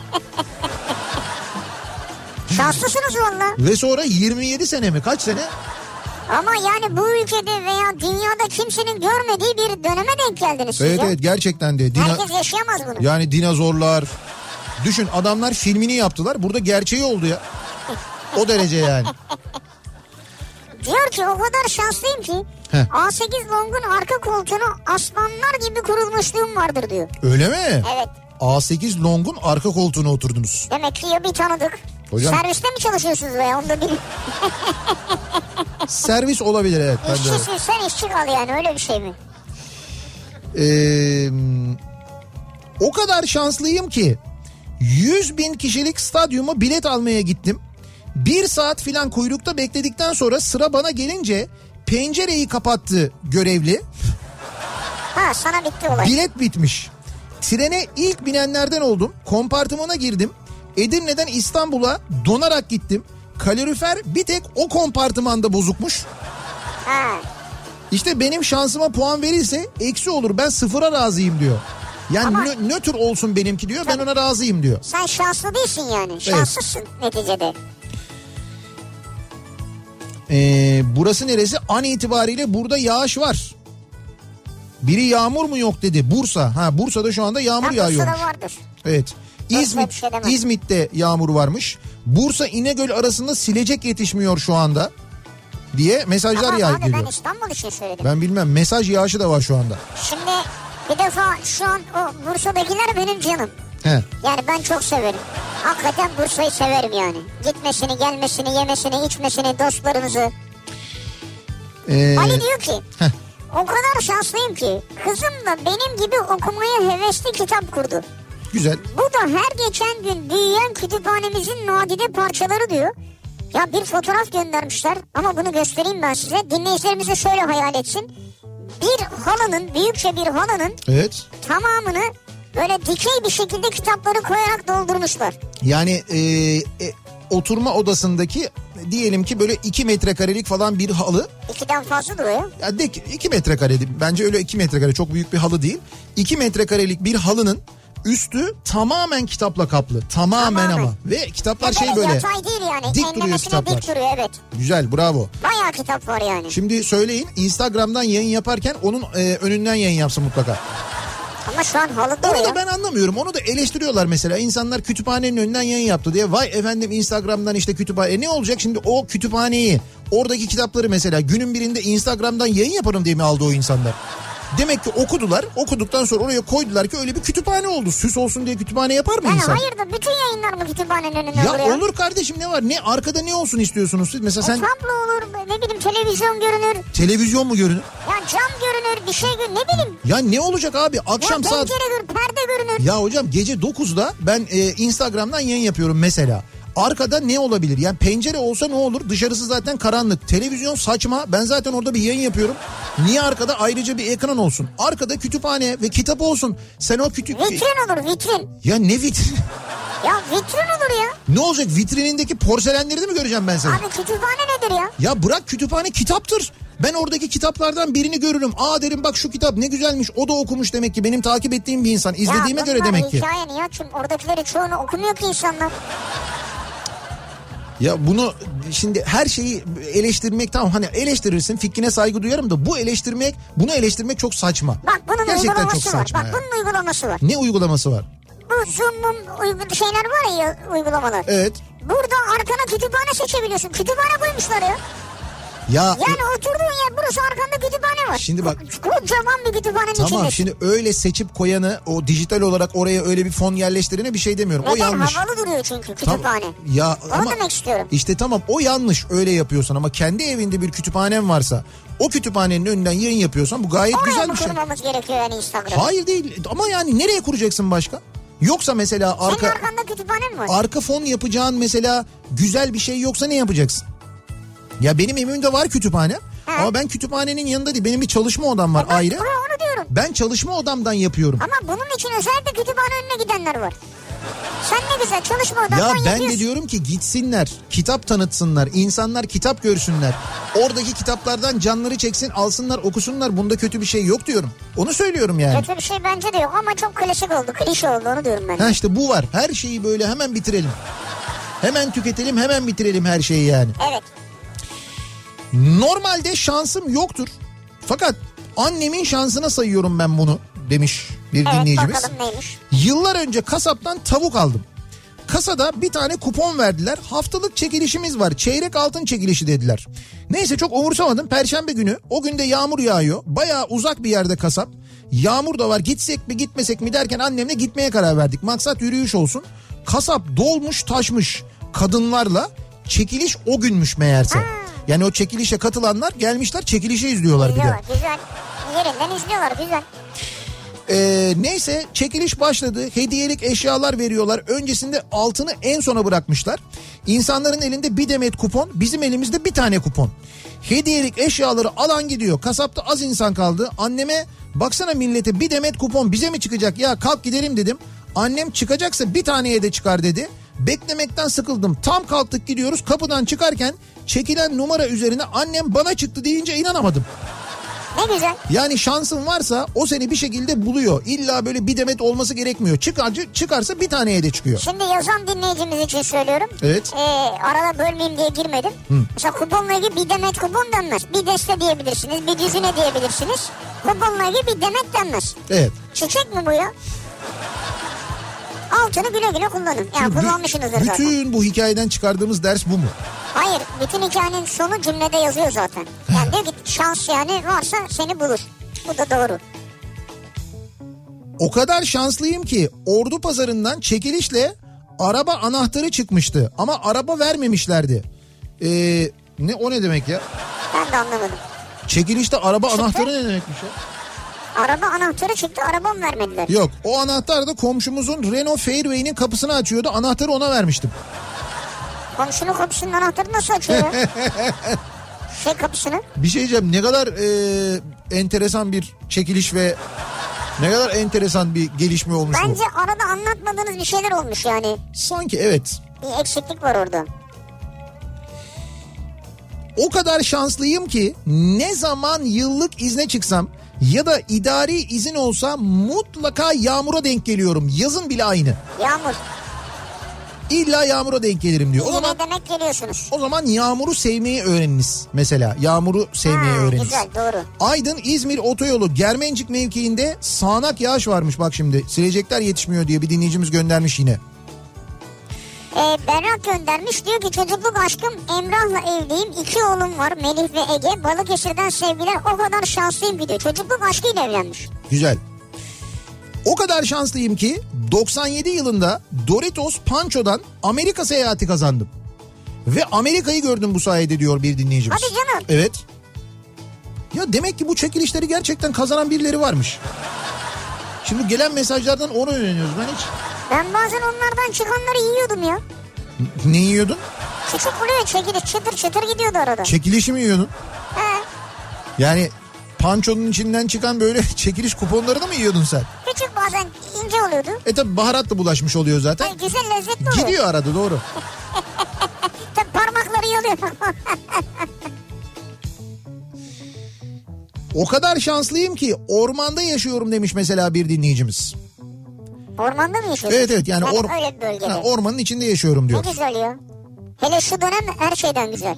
Şanslısınız valla. Ve sonra yirmi yedi sene mi, kaç sene? Ama yani bu ülkede veya dünyada kimsenin görmediği bir döneme denk geldiniz siz Evet ya. evet, gerçekten de. Dina... Herkes yaşayamaz bunu. Yani dinozorlar. Düşün, adamlar filmini yaptılar. Burada gerçeği oldu ya. O derece yani. Diyor ki o kadar şanslıyım ki Heh. A sekiz Long'un arka koltuğuna aslanlar gibi kurulmuşluğum vardır diyor. Öyle mi? Evet. A sekiz Long'un arka koltuğuna oturdunuz. Demek ki ya bir tanıdık. Hocam... Serviste mi çalışıyorsunuz veya onu da bilmiyorum. Servis olabilir, evet. Ben de... İşçisin sen, işçi kal yani, öyle bir şey mi? Ee, o kadar şanslıyım ki yüz bin kişilik stadyuma bilet almaya gittim. Bir saat filan kuyrukta bekledikten sonra sıra bana gelince pencereyi kapattı görevli. Ha, sana bitti olay. Bilet bitmiş. Trene ilk binenlerden oldum. Kompartımana girdim. Edirne'den İstanbul'a donarak gittim. Kalorifer bir tek o kompartımanda bozukmuş. Ha. İşte benim şansıma puan verilse eksi olur. Ben sıfıra razıyım diyor. Yani Ama... nö- nötr olsun benimki diyor. Ben ona razıyım diyor. Sen şanslı değilsin yani. Şanslısın evet. Neticede. Ee, burası neresi? An itibariyle burada yağış var. Biri yağmur mu yok dedi. Bursa. Ha, Bursa'da şu anda yağmur ya, yağıyormuş. Bursa'da vardır. Evet. İzmit, şey İzmit'te yağmur varmış. Bursa İnegöl arasında silecek yetişmiyor şu anda diye mesajlar ama yağ abi, geliyor. Ben İstanbul için söyledim. Ben bilmem, mesaj yağışı da var şu anda. Şimdi bir defa şu an o Bursa'dakiler benim canım. He. Yani ben çok severim. Hakikaten Bursa'yı severim yani. Gitmesini, gelmesini, yemesini, içmesini, dostlarımızı. Ee... Ali diyor ki Heh. o kadar şanslıyım ki kızım da benim gibi okumaya hevesli kitap kurdu. Güzel. Bu da her geçen gün büyüyen kütüphanemizin nadide parçaları diyor. Ya bir fotoğraf göndermişler ama bunu göstereyim ben size. Dinleyicilerimiz de şöyle hayal etsin. Bir halının, büyükçe bir halının evet. tamamını böyle dikey bir şekilde kitapları koyarak doldurmuşlar. Yani e, e, oturma odasındaki diyelim ki böyle iki metrekarelik falan bir halı. İkiden fazla duruyor. Ya de iki metrekare, bence öyle iki metrekare, çok büyük bir halı değil. iki metrekarelik bir halının üstü tamamen kitapla kaplı. Tamamen, tamamen. Ama. Ve kitaplar ya şey böyle. Yatay değil yani. Dik duruyor kitaplar. Dik duruyor, evet. Güzel, bravo. Bayağı kitap var yani. Şimdi söyleyin, Instagram'dan yayın yaparken onun e, önünden yayın yapsın mutlaka. Ama şu an halı duruyor. Onu da ben anlamıyorum. Onu da eleştiriyorlar mesela. İnsanlar kütüphanenin önünden yayın yaptı diye. Vay efendim, Instagram'dan işte kütüphane. E ne olacak şimdi o kütüphaneyi, oradaki kitapları mesela günün birinde Instagram'dan yayın yaparım diye mi aldı o insanlar? Demek ki okudular. Okuduktan sonra oraya koydular ki öyle bir kütüphane oldu. Süs olsun diye kütüphane yapar mı yani insan? Hayır da bütün yayınlar mı kütüphanenin önünde ya olur ya? Ya olur kardeşim, ne var? Ne arkada ne olsun istiyorsunuz siz? Mesela e, sen... tablo olur, ne bileyim televizyon görünür. Televizyon mu görünür? Ya cam görünür, bir şey görünür, ne bileyim. Ya ne olacak abi? Akşam ya saat... pencere görünür, perde görünür. Ya hocam gece dokuzda ben e, Instagram'dan yayın yapıyorum mesela. Arkada ne olabilir? Yani pencere olsa ne olur? Dışarısı zaten karanlık. Televizyon saçma. Ben zaten orada bir yayın yapıyorum. Niye arkada ayrıca bir ekran olsun? Arkada kütüphane ve kitap olsun. Sen o kütüp... Vitrin olur, vitrin. Ya ne vitrin? Ya vitrin olur ya. Ne olacak? Vitrinindeki porselenleri de mi göreceğim ben seni? Abi kütüphane nedir ya? Ya bırak, kütüphane kitaptır. Ben oradaki kitaplardan birini görürüm. Aa derim, bak şu kitap ne güzelmiş. O da okumuş demek ki. Benim takip ettiğim bir insan. İzlediğime ya göre demek ki. Ya hikaye Nihat'cığım, oradakileri çoğunu okumuyor ki insanlar. Ya bunu şimdi her şeyi eleştirmek, tamam hani eleştirirsin, fikrine saygı duyarım da bu eleştirmek, bunu eleştirmek çok saçma. Bak bunun gerçekten uygulaması çok var. saçma Bak ya. bunun uygulaması var. Ne uygulaması var? Bu Zoom'un uygu- şeyler var ya, uygulamalar. Evet. Burada arkana kütüphane seçebiliyorsun. Kütüphane koymuşlar ya. Ya Yani oturduğun yer burası, arkanda kütüphane var. Şimdi bak. Kocaman bir kütüphanenin tamam içindesin. şimdi öyle seçip koyanı, o dijital olarak oraya öyle bir fon yerleştirene bir şey demiyorum. Neden? O yanlış. Havalı duruyor çünkü Tam, kütüphane. ya Onu ama demek istiyorum. İşte tamam, o yanlış öyle yapıyorsan, ama kendi evinde bir kütüphanen varsa, o kütüphanenin önünden yayın yapıyorsan bu gayet Oraya güzel mı bir şey. kurmamız gerekiyor yani Instagram? Hayır değil, ama yani nereye kuracaksın başka? Yoksa mesela arka... Senin arkanda kütüphane mi var? Arka fon yapacağın mesela güzel bir şey yoksa ne yapacaksın? Ya benim evimde var kütüphane. He. Ama ben kütüphanenin yanında değil. Benim bir çalışma odam var ben, ayrı. Onu diyorum. Ben çalışma odamdan yapıyorum. Ama bunun için özellikle kütüphane önüne gidenler var. Sen ne güzel çalışma odandan ya yapıyorsun. ben de diyorum ki gitsinler, kitap tanıtsınlar, insanlar kitap görsünler. Oradaki kitaplardan canları çeksin, alsınlar, okusunlar. Bunda kötü bir şey yok diyorum. Onu söylüyorum yani. Kötü bir şey bence de yok ama çok klasik oldu, klişe oldu, onu diyorum ben. Ha işte bu var. Her şeyi böyle hemen bitirelim. Hemen tüketelim, hemen bitirelim her şeyi yani. Evet. Normalde şansım yoktur. Fakat annemin şansına sayıyorum ben bunu demiş bir evet, dinleyicimiz. Evet, bakalım neymiş. Yıllar önce kasaptan tavuk aldım. Kasada bir tane kupon verdiler. Haftalık çekilişimiz var. Çeyrek altın çekilişi dediler. Neyse çok umursamadım. Perşembe günü, o günde yağmur yağıyor. Bayağı uzak bir yerde kasap. Yağmur da var. Gitsek mi gitmesek mi derken annemle gitmeye karar verdik. Maksat yürüyüş olsun. Kasap dolmuş taşmış kadınlarla. Çekiliş o günmüş meğerse. Ha. Yani o çekilişe katılanlar gelmişler, çekilişi izliyorlar bir de. Güzel. Yerinden izliyorlar, güzel. Ee, neyse çekiliş başladı. Hediyelik eşyalar veriyorlar. Öncesinde altını en sona bırakmışlar. İnsanların elinde bir demet kupon, bizim elimizde bir tane kupon. Hediyelik eşyaları alan gidiyor. Kasapta az insan kaldı. Anneme baksana millete, bir demet kupon bize mi çıkacak? Ya kalk gidelim dedim. Annem çıkacaksa bir taneye de çıkar dedi. Beklemekten sıkıldım. Tam kalktık gidiyoruz. Kapıdan çıkarken çekilen numara üzerine annem bana çıktı deyince inanamadım. Ne güzel. Yani şansın varsa o seni bir şekilde buluyor. İlla böyle bir demet olması gerekmiyor. Çıkarcı çıkarsa bir taneye de çıkıyor. Şimdi yazan dinleyicimiz için söylüyorum. Evet. Ee, arada bölmeyeyim diye girmedim. Hı. Mesela kuponla ilgili bir demet kupon denmez. Bir deste diyebilirsiniz, bir düzine diyebilirsiniz. Kuponla ilgili bir demet denmez. Evet. Çiçek mi bu ya? Altını güle güle kullanın. Yani B- kullanmışsınızdır bütün zaten. Bütün bu hikayeden çıkardığımız ders bu mu? Hayır, bütün hikayenin sonu cümlede yazıyor zaten. Yani diyor ki şans yani varsa seni bulur. Bu da doğru. O kadar şanslıyım ki Ordu Pazarı'ndan çekilişle araba anahtarı çıkmıştı. Ama araba vermemişlerdi. Ee, ne o ne demek ya? Ben de anlamadım. Çekilişte araba Çıktı. Anahtarı ne demekmiş ya? Araba anahtarı çıktı, araba mı vermediler? Yok, o anahtar da komşumuzun Renault Fairway'nin kapısını açıyordu. Anahtarı ona vermiştim. Komşunun kapısının anahtarı nasıl açıyor ya? Şey kapısını. Bir şey diyeceğim, ne kadar e, enteresan bir çekiliş ve ne kadar enteresan bir gelişme olmuş Bence bu. Bence arada anlatmadığınız bir şeyler olmuş yani. Sanki evet. Bir eksiklik var orada. O kadar şanslıyım ki ne zaman yıllık izne çıksam ya da idari izin olsa mutlaka yağmura denk geliyorum. Yazın bile aynı. Yağmur. İlla yağmura denk gelirim diyor. İyi, o zaman demek geliyorsunuz. O zaman yağmuru sevmeyi öğreniniz mesela. Yağmuru sevmeyi ha, öğreniniz. Güzel, doğru. Aydın İzmir otoyolu Germencik mevkiinde sağanak yağış varmış bak şimdi. Silecekler yetişmiyor diye bir dinleyicimiz göndermiş yine. Ee, Berrak göndermiş, diyor ki çocukluk aşkım Emrah'la evliyim. İki oğlum var, Melih ve Ege. Balıkesir'den sevgiler, o kadar şanslıyım ki diyor. Çocukluk aşkıyla evlenmiş. Güzel. O kadar şanslıyım ki doksan yedi yılında Doritos Pancho'dan Amerika seyahati kazandım. Ve Amerika'yı gördüm bu sayede diyor bir dinleyicimiz. Hadi canım. Evet. Ya demek ki bu çekilişleri gerçekten kazanan birileri varmış. Şimdi gelen mesajlardan onu öğreniyoruz ben hiç. Ben bazen onlardan çıkanları yiyordum ya. Ne yiyordun? Küçük oluyor çekiliş, çıtır çıtır gidiyordu arada. Çekilişi mi yiyordun? He. Yani Pancho'nun içinden çıkan böyle çekiliş kuponlarını mı yiyordun sen? Küçük, bazen ince oluyordu. E tabi baharat da bulaşmış oluyor zaten. Ay, güzel, lezzetli oluyor. Gidiyor arada, doğru. Tabii parmakları yalıyor. O kadar şanslıyım ki ormanda yaşıyorum demiş mesela bir dinleyicimiz. Ormanda mı yaşıyorsun? Evet evet yani, yani or- öyle bir bölgede. ha, ormanın içinde yaşıyorum diyor. Ne güzel ya. Hele şu dönem her şeyden güzel.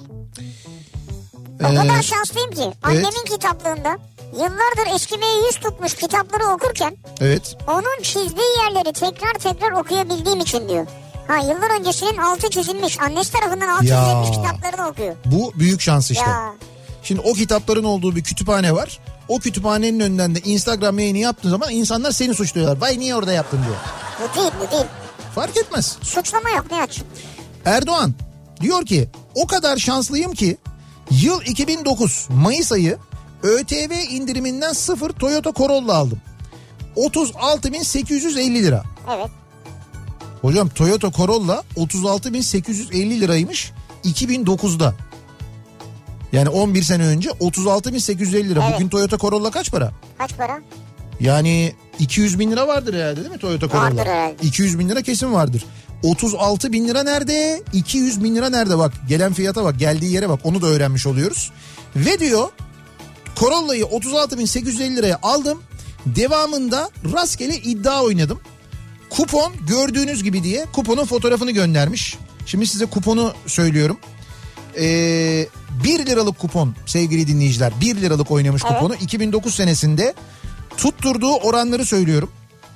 O Ee, kadar şanslıyım ki annemin evet. kitaplığında yıllardır eskimeye yüz tutmuş kitapları okurken Evet. onun çizdiği yerleri tekrar tekrar okuyabildiğim için diyor. Ha, yıllar öncesinin altı çizilmiş, annesi tarafından altı Ya. çizilmiş kitaplarını okuyor. Bu büyük şans işte. Ya. Şimdi o kitapların olduğu bir kütüphane var. O kütüphanenin önünden de Instagram yayını yaptığın zaman insanlar seni suçluyorlar. Vay niye orada yaptın diyor. Bu değil, bu değil. Fark etmez. Suçlama yok, ne aç? Erdoğan diyor ki o kadar şanslıyım ki yıl iki bin dokuz Mayıs ayı ÖTV indiriminden sıfır Toyota Corolla aldım. otuz altı bin sekiz yüz elli lira. Evet. Hocam Toyota Corolla otuz altı bin sekiz yüz elli liraymış iki bin dokuzda. Yani on bir sene önce otuz altı bin sekiz yüz elli lira. Evet. Bugün Toyota Corolla kaç para? Kaç para? Yani iki yüz bin lira vardır herhalde değil mi Toyota Corolla? Vardır herhalde. iki yüz bin lira kesin vardır. otuz altı bin lira nerede? iki yüz bin lira nerede? Bak gelen fiyata bak, geldiği yere bak, onu da öğrenmiş oluyoruz. Ve diyor Corolla'yı otuz altı bin sekiz yüz elli liraya aldım. Devamında rastgele iddia oynadım. Kupon gördüğünüz gibi diye kuponun fotoğrafını göndermiş. Şimdi size kuponu söylüyorum. Ee, bir liralık kupon sevgili dinleyiciler. bir liralık oynamış evet. kuponu. iki bin dokuz senesinde tutturduğu oranları söylüyorum.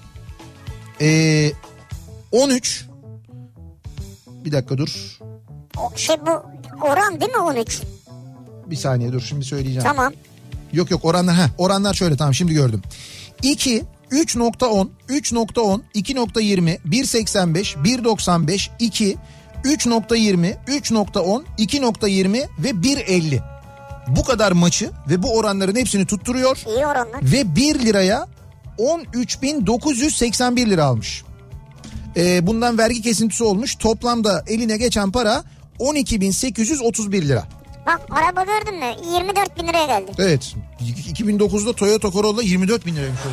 Ee, on üç. Bir dakika dur. O, şey bu oran değil mi on üç? Bir saniye dur şimdi söyleyeceğim. Tamam. Yok yok oranlar heh, oranlar şöyle, tamam şimdi gördüm. iki, üç nokta on, üç nokta on, iki nokta yirmi, bir nokta seksen beş, bir nokta doksan beş, iki, üç nokta yirmi, üç nokta on, iki nokta yirmi ve bir nokta elli. Bu kadar maçı ve bu oranların hepsini tutturuyor. İyi oranlar. Ve bir liraya on üç bin dokuz yüz seksen bir lira almış. Ee, bundan vergi kesintisi olmuş. Toplamda eline geçen para on iki bin sekiz yüz otuz bir lira. Bak araba gördün mü? yirmi dört bin liraya geldi. Evet. iki bin dokuzda Toyota Corolla yirmi dört bin liraymış.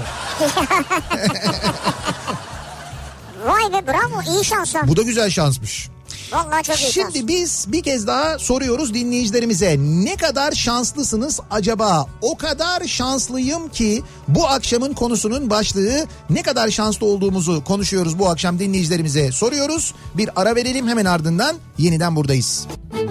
Vay be, bravo, iyi şans ha. Bu da güzel şansmış. Vallahi çok iyi şans. Şimdi biz bir kez daha soruyoruz dinleyicilerimize. Ne kadar şanslısınız acaba? O kadar şanslıyım ki bu akşamın konusunun başlığı, ne kadar şanslı olduğumuzu konuşuyoruz bu akşam, dinleyicilerimize soruyoruz. Bir ara verelim, hemen ardından yeniden buradayız.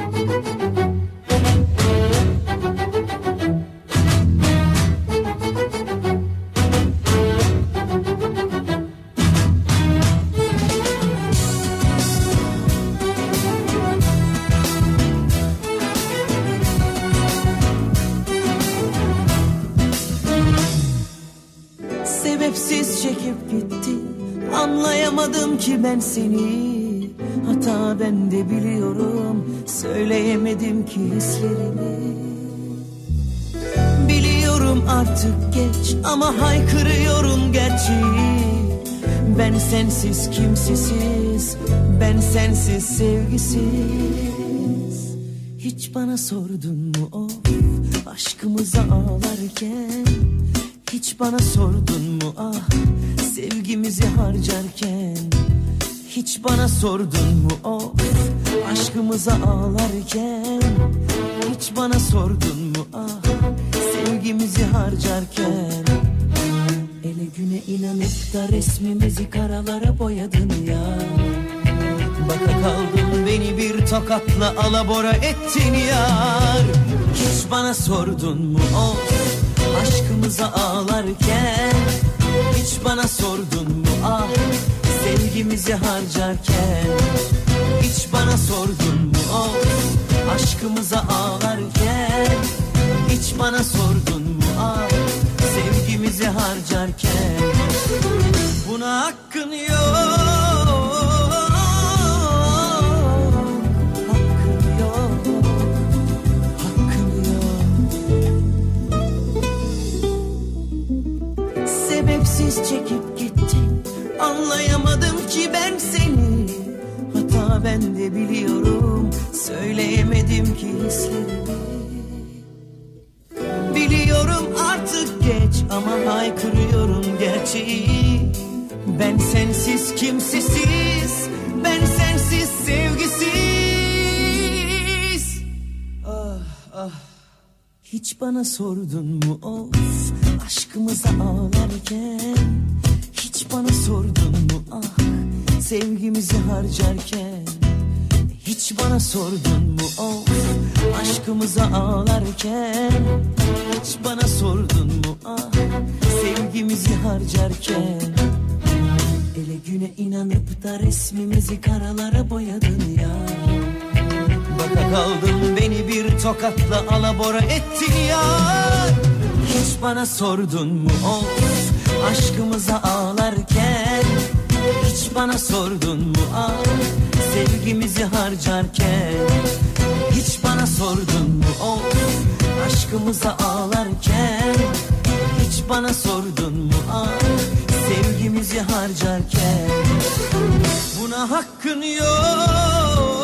Sebepsiz çekip gitti, anlayamadım ki ben seni. Hata bende biliyorum, söyleyemedim ki hislerimi. Biliyorum artık geç ama haykırıyorum gerçeği. Ben sensiz kimsesiz, ben sensiz sevgisiz. Hiç bana sordun mu of, aşkımıza ağlarken? Hiç bana sordun mu ah, sevgimizi harcarken? Hiç bana sordun mu of, aşkımıza ağlarken? Hiç bana sordun mu ah, sevgimizi harcarken? Ele güne inanıp da resmimizi karalara boyadın ya. Baka kaldım, beni bir tokatla alabora ettin yar. Hiç bana sordun mu of, aşkımıza ağlarken? Hiç bana sordun mu ah, sevgimizi harcarken? hiç bana sordun mu of, aşkımıza ağlarken hiç bana sordun mu ah, sevgimizi harcarken. Buna hakkın yok, hakkın yok, hakkın yok. Sebepsiz çekip gittin, anlayamadım ki ben seni. Hata ben de biliyorum, söyleyemedim ki hislerimi. Biliyorum artık geç ama haykırıyorum gerçeği. Ben sensiz kimsesiz, ben sensiz sevgisiz. Ah ah. Hiç bana sordun mu of, aşkımıza ağlarken hiç bana sordun mu ah, sevgimizi harcarken. Hiç bana sordun mu of, aşkımıza ağlarken hiç bana sordun mu ah, sevgimizi harcarken. Ele güne inanıp da resmimizi karalara boyadın ya. Baka kaldım beni bir tokatla alabora ettin ya. Hiç bana sordun mu of, aşkımıza ağlarken hiç bana sordun mu ah, sevgimizi harcarken. Hiç bana sordun mu of, aşkımıza ağlarken hiç bana sordun mu ah, sevgimizi harcarken. Buna hakkın yok,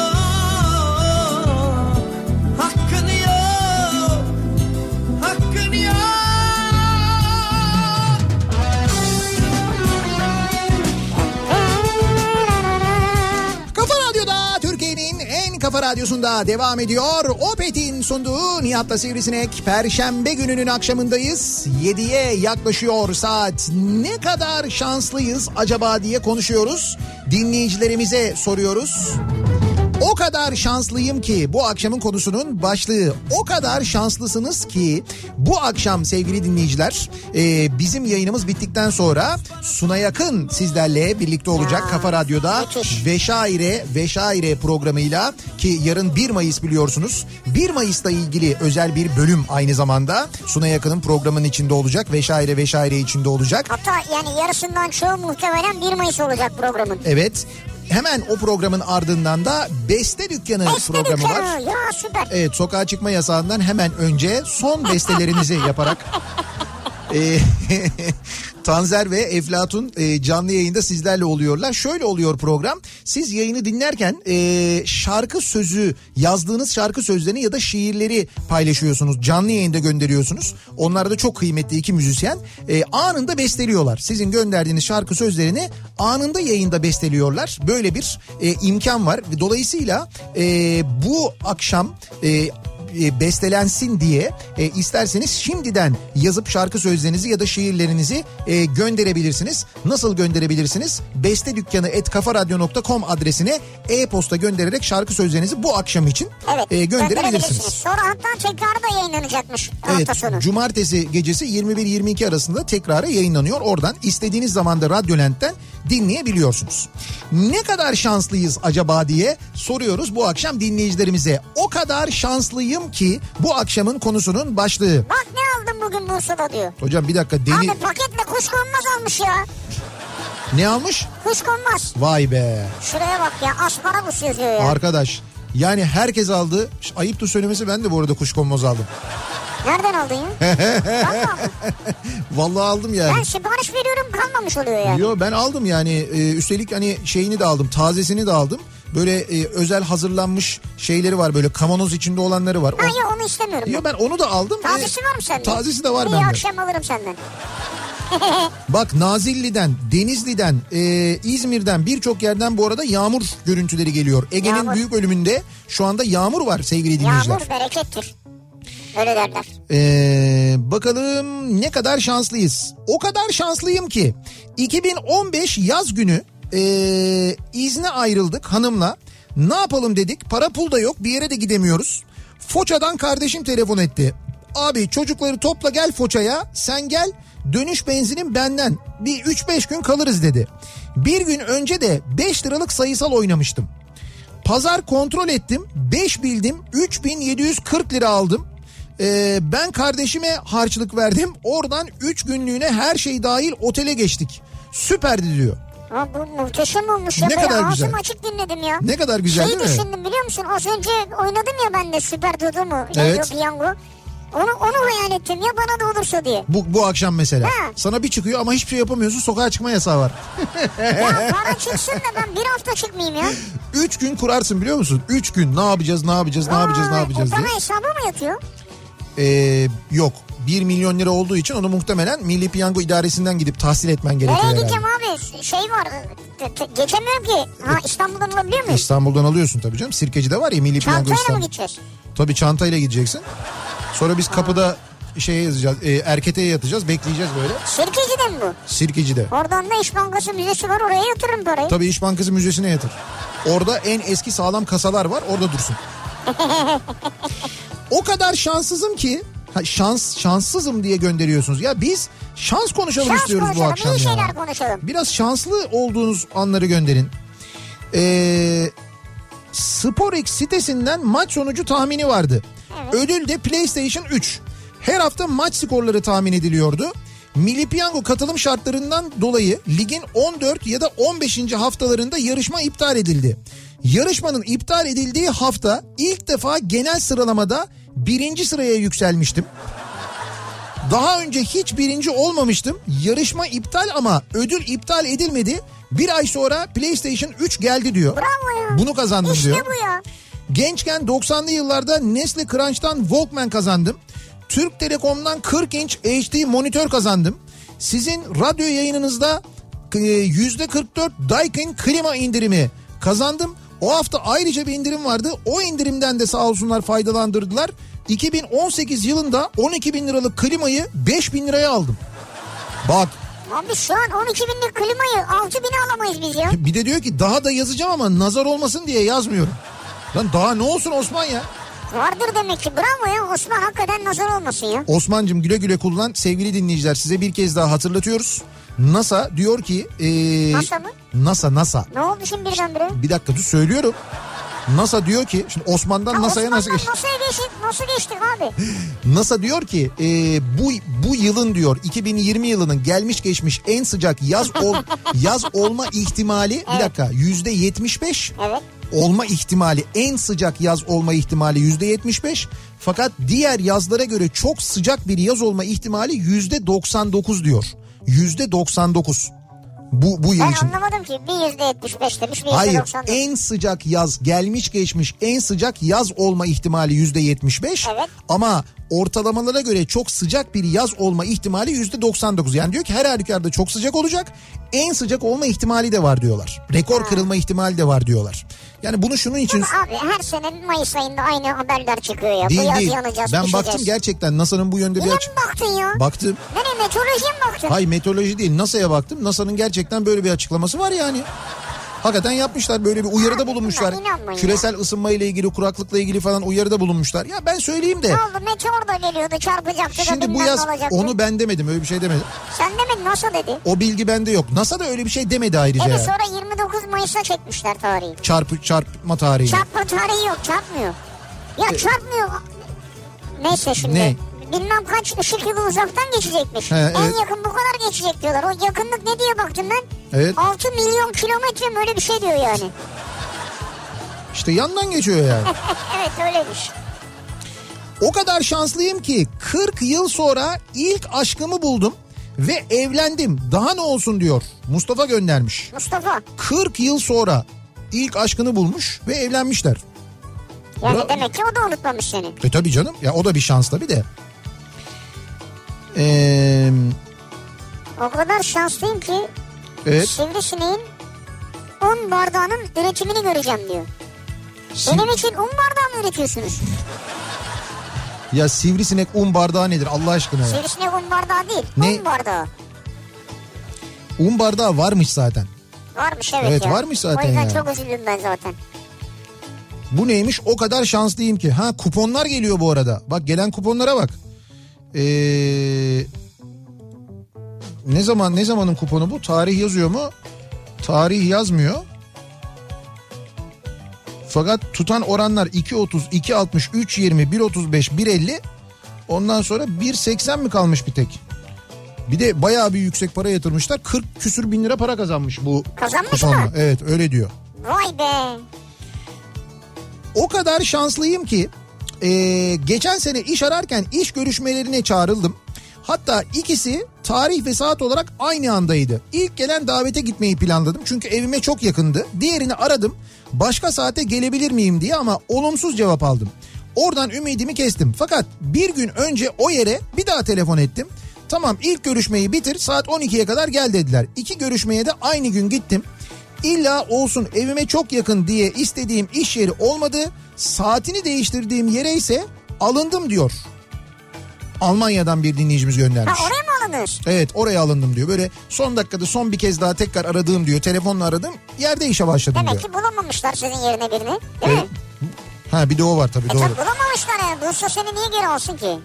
hakkın yok, hakkın yok. Kafa Radyosu'nda devam ediyor. Opet'in sunduğu Nihat'la Sivrisinek. Perşembe gününün akşamındayız. yediye yaklaşıyor saat. Ne kadar şanslıyız acaba diye konuşuyoruz. Dinleyicilerimize soruyoruz. O kadar şanslıyım ki bu akşamın konusunun başlığı. O kadar şanslısınız ki bu akşam sevgili dinleyiciler e, bizim yayınımız bittikten sonra Suna Yakın sizlerle birlikte olacak ya, Kafa Radyo'da Veşaire Veşaire programıyla, ki yarın bir Mayıs biliyorsunuz. bir Mayıs'la ilgili özel bir bölüm aynı zamanda Suna Yakın'ın programının içinde olacak. Veşaire Veşaire içinde olacak. Hatta yani yarısından çoğu muhtemelen bir Mayıs olacak programın. Evet. Hemen o programın ardından da Beste Dükkanı Beste programı Dükkanı. var. Ya süper. Evet, sokağa çıkma yasağından hemen önce son bestelerinizi yaparak e, Tanzer ve Eflatun e, canlı yayında sizlerle oluyorlar. Şöyle oluyor program. Siz yayını dinlerken e, şarkı sözü, yazdığınız şarkı sözlerini ya da şiirleri paylaşıyorsunuz. Canlı yayında gönderiyorsunuz. Onlar da çok kıymetli iki müzisyen. E, anında besteliyorlar. Sizin gönderdiğiniz şarkı sözlerini anında yayında besteliyorlar. Böyle bir e, imkan var. Dolayısıyla e, bu akşam E, bestelensin diye e, isterseniz şimdiden yazıp şarkı sözlerinizi ya da şiirlerinizi e, gönderebilirsiniz. Nasıl gönderebilirsiniz? bestedükkanı at kafaradyo nokta com adresine e-posta göndererek şarkı sözlerinizi bu akşam için evet, e, gönderebilirsiniz. Sonra hatta tekrarı da yayınlanacakmış evet, hafta sonu. Cumartesi gecesi yirmi bir yirmi iki arasında tekrarı yayınlanıyor. Oradan istediğiniz zaman da Radyolent'ten dinleyebiliyorsunuz. Ne kadar şanslıyız acaba diye soruyoruz bu akşam dinleyicilerimize. O kadar şanslıyım ki bu akşamın konusunun başlığı. Bak ne aldım bugün Bursa'da diyor. Hocam bir dakika deli... Abi paketle kuşkonmaz almış ya. Ne almış? Kuşkonmaz. Vay be. Şuraya bak ya, asparagus yazıyor ya. Arkadaş yani herkes aldı. Ayıptır söylemesi, ben de bu arada kuşkonmaz aldım. Nereden aldın ya? Vallahi. Vallahi aldım yani. Ben sipariş veriyorum, kalmamış oluyor yani. Yo ben aldım yani e, üstelik hani şeyini de aldım, tazesini de aldım. Böyle e, özel hazırlanmış şeyleri var, böyle kavanoz içinde olanları var. Ha yok, onu istemiyorum. Yo ben onu da aldım. Tazesi e, var mı sende? Tazesi de var İyi, bende. akşam alırım senden. Bak Nazilli'den, Denizli'den, e, İzmir'den birçok yerden bu arada yağmur görüntüleri geliyor. Ege'nin büyük bölümünde şu anda yağmur var sevgili dinleyiciler. Yağmur berekettir. Öyle derler. Ee, bakalım ne kadar şanslıyız. O kadar şanslıyım ki iki bin on beş yaz günü e, izne ayrıldık hanımla. Ne yapalım dedik, para pul da yok, bir yere de gidemiyoruz. Foça'dan kardeşim telefon etti. Abi çocukları topla gel Foça'ya, sen gel, dönüş benzinin benden, bir üç beş gün kalırız dedi. Bir gün önce de beş liralık sayısal oynamıştım. Pazar kontrol ettim. beş bildim. üç bin yedi yüz kırk lira aldım. Ee, ben kardeşime harçlık verdim. Oradan üç günlüğüne her şey dahil otele geçtik. Süperdi diyor. Ha, bu muhteşem olmuş ya. Ne Böyle kadar ağzım güzel. açık dinledim ya. Ne kadar güzel Şeyi değil mi? düşündüm biliyor musun? Az önce oynadım ya ben de Süper Dudu mu? Evet. Piyango. Onu, onu hayal ettim ya bana da olursa diye. Bu, bu akşam mesela. Ha. Sana bir çıkıyor ama hiçbir şey yapamıyorsun. Sokağa çıkma yasağı var. Ya para çıksın da ben bir hafta çıkmayayım ya. Üç gün kurarsın biliyor musun? Üç gün ne yapacağız ne yapacağız ne Vay, yapacağız ne yapacağız o diye. bana hesaba mı yatıyor? Ee, yok. bir milyon lira olduğu için onu muhtemelen Milli Piyango İdaresi'nden gidip tahsil etmen gerekiyor Nereye herhalde. gideceğim abi? Şey var. te- te- Geçemiyorum ki. Ha İstanbul'dan alabiliyor muyum? İstanbul'dan alıyorsun tabii canım. Sirkeci'de var ya Milli Piyango Çantayla mı İstanbul. gideceğiz? Tabii çantayla gideceksin. Sonra biz kapıda şeye yazacağız. E, erketeye yatacağız. Bekleyeceğiz böyle. Sirkeci'de mi bu? Sirkeci'de. Oradan da İş Bankası müzesi var oraya yatırırım parayı. Tabii İş Bankası Müzesi'ne yatır. Orada en eski sağlam kasalar var. Orada dursun. O kadar şanssızım ki ha, şans şanssızım diye gönderiyorsunuz. Ya biz şans konuşalım Şans istiyoruz bu konuşalım, akşam iyi ya. şeyler konuşalım. Biraz şanslı olduğunuz anları gönderin. Ee, SporX sitesinden maç sonucu tahmini vardı. Evet. Ödül de PlayStation üç. Her hafta maç skorları tahmin ediliyordu. Milli Piyango katılım şartlarından dolayı ligin on dört ya da on beşinci haftalarında yarışma iptal edildi. Yarışmanın iptal edildiği hafta ilk defa genel sıralamada birinci sıraya yükselmiştim. Daha önce hiç birinci olmamıştım. Yarışma iptal ama ödül iptal edilmedi. Bir ay sonra PlayStation üç geldi diyor. Bravo ya. Bunu kazandım İşte diyor. İşte bu ya. Gençken doksanlı yıllarda Nestle Crunch'tan Walkman kazandım. Türk Telekom'dan kırk inç H D monitör kazandım. Sizin radyo yayınınızda yüzde kırk dört Daikin klima indirimi kazandım. O hafta ayrıca bir indirim vardı. O indirimden de sağ olsunlar faydalandırdılar. iki bin on sekiz yılında on iki bin liralık klimayı beş bin liraya aldım. Bak. Abi şu an on iki binlik klimayı altı bine alamayız biz ya. Bir de diyor ki daha da yazacağım ama nazar olmasın diye yazmıyorum. Lan daha ne olsun Osman ya? Vardır demek ki, bravo ya Osman, hakikaten nazar olmasın ya. Osman'cığım güle güle kullan. Sevgili dinleyiciler, size bir kez daha hatırlatıyoruz. NASA diyor ki... Ee, NASA mı? NASA NASA. Ne oldu şimdi birdenbire? Bir dakika dur söylüyorum. NASA diyor ki, şimdi Osman'dan Ha, NASA'ya nasıl Osman'dan geçtik? NASA'ya geçtik, nasıl geçtik abi? NASA diyor ki e, bu bu yılın diyor iki bin yirmi yılının gelmiş geçmiş en sıcak yaz ol, yaz olma ihtimali Evet. bir dakika yüzde yetmiş beş. Evet. Olma ihtimali, en sıcak yaz olma ihtimali yüzde yetmiş beş. Fakat diğer yazlara göre çok sıcak bir yaz olma ihtimali yüzde doksan dokuz diyor. Yüzde doksan dokuz. Bu, bu yıl Ben için. anlamadım ki, bir yüzde yetmiş beş demiş, bir yüzde Hayır, doksan dokuz. en sıcak yaz, gelmiş geçmiş en sıcak yaz olma ihtimali yüzde yetmiş beş. Evet. Ama ortalamalara göre çok sıcak bir yaz olma ihtimali yüzde doksan dokuz. Yani diyor ki her halükarda çok sıcak olacak, en sıcak olma ihtimali de var diyorlar. Rekor Ha. kırılma ihtimali de var diyorlar. Yani bunu şunun için... Abi her sene Mayıs ayında aynı haberler çıkıyor ya. Değil Bu yaz değil. yanacağız, Ben pişeceğiz. baktım gerçekten NASA'nın bu yönde Yine bir mi açık... baktın ya? Baktım. Nereye, meteorolojiye mi baktın? Hayır, meteoroloji değil, NASA'ya baktım. NASA'nın gerçekten böyle bir açıklaması var yani. Hakikaten yapmışlar, böyle bir uyarıda Abi, bulunmuşlar. inanmayın Küresel ısınma ile ilgili, kuraklıkla ilgili falan uyarıda bulunmuşlar. Ya ben söyleyeyim de. Ne oldu, meteor da geliyordu, çarpacaktı da Şimdi bu bilmem yaz ne olacaktı. onu ben demedim, öyle bir şey demedim. Sen demedin, NASA dedi. O bilgi bende yok. NASA da öyle bir şey demedi ayrıca. Evet, yani. sonra yirmi dokuz Mayıs'a çekmişler tarihi. Çarpı, çarpma tarihi. Çarpma tarihi yok, çarpmıyor. Ya çarpmıyor. Neyse şimdi. Ne? Bilmem kaç ışık yılı uzaktan geçecekmiş. He, en evet. yakın bu kadar geçecek diyorlar. O yakınlık ne diye baktım ben? Evet. altı milyon kilometre mi, öyle bir şey diyor yani. İşte yandan geçiyor yani. Evet, öyleymiş. O kadar şanslıyım ki kırk yıl sonra ilk aşkımı buldum ve evlendim. Daha ne olsun diyor. Mustafa göndermiş. Mustafa. kırk yıl sonra ilk aşkını bulmuş ve evlenmişler. Yani Ya- demek ki o da unutmamış seni. E tabii canım. Ya o da bir şans tabii de. Ee, O kadar şanslıyım ki evet. sivrisineğin un bardağının üretimini göreceğim diyor. Siv- Benim için un bardağı mı üretiyorsunuz? Ya sivrisinek un bardağı nedir Allah aşkına ya? Sivrisinek un bardağı değil. Ne? Un bardağı. Un bardağı varmış zaten. Varmış evet, Evet, ya. varmış zaten O yüzden yani. çok üzüldüm ben zaten. Bu neymiş? O kadar şanslıyım ki. Ha, kuponlar geliyor bu arada. Bak gelen kuponlara bak. Ee, ne zaman ne zamanın kuponu bu? Tarih yazıyor mu? Tarih yazmıyor. Fakat tutan oranlar iki otuz, iki altmış, üç yirmi, bir otuz beş, bir elli. Ondan sonra bir seksen mi kalmış bir tek? Bir de bayağı bir yüksek para yatırmışlar. kırk küsür bin lira para kazanmış bu. Kazanmış kuponla. mı? Evet, öyle diyor. Vay be. O kadar şanslıyım ki e, geçen sene iş ararken iş görüşmelerine çağrıldım. Hatta ikisi tarih ve saat olarak aynı andaydı. İlk gelen davete gitmeyi planladım çünkü evime çok yakındı. Diğerini aradım, başka saate gelebilir miyim diye, ama olumsuz cevap aldım. Oradan ümidimi kestim. Fakat bir gün önce o yere bir daha telefon ettim. Tamam, ilk görüşmeyi bitir, saat on ikiye kadar gel dediler. İki görüşmeye de aynı gün gittim. İlla olsun evime çok yakın diye istediğim iş yeri olmadı. Saatini değiştirdiğim yere ise alındım diyor. Almanya'dan bir dinleyicimiz göndermiş. Ha, oraya mı alındınız? Evet, oraya alındım diyor. Böyle son dakikada son bir kez daha tekrar aradığım diyor. Telefonla aradım, yerde işe başladım Demek diyor. ki bulamamışlar sizin yerine birini, değil Evet. mi? Ha, bir de o var tabii, E doğru. tabii bulamamışlar yani. Bulsa seni niye geri alsın ki?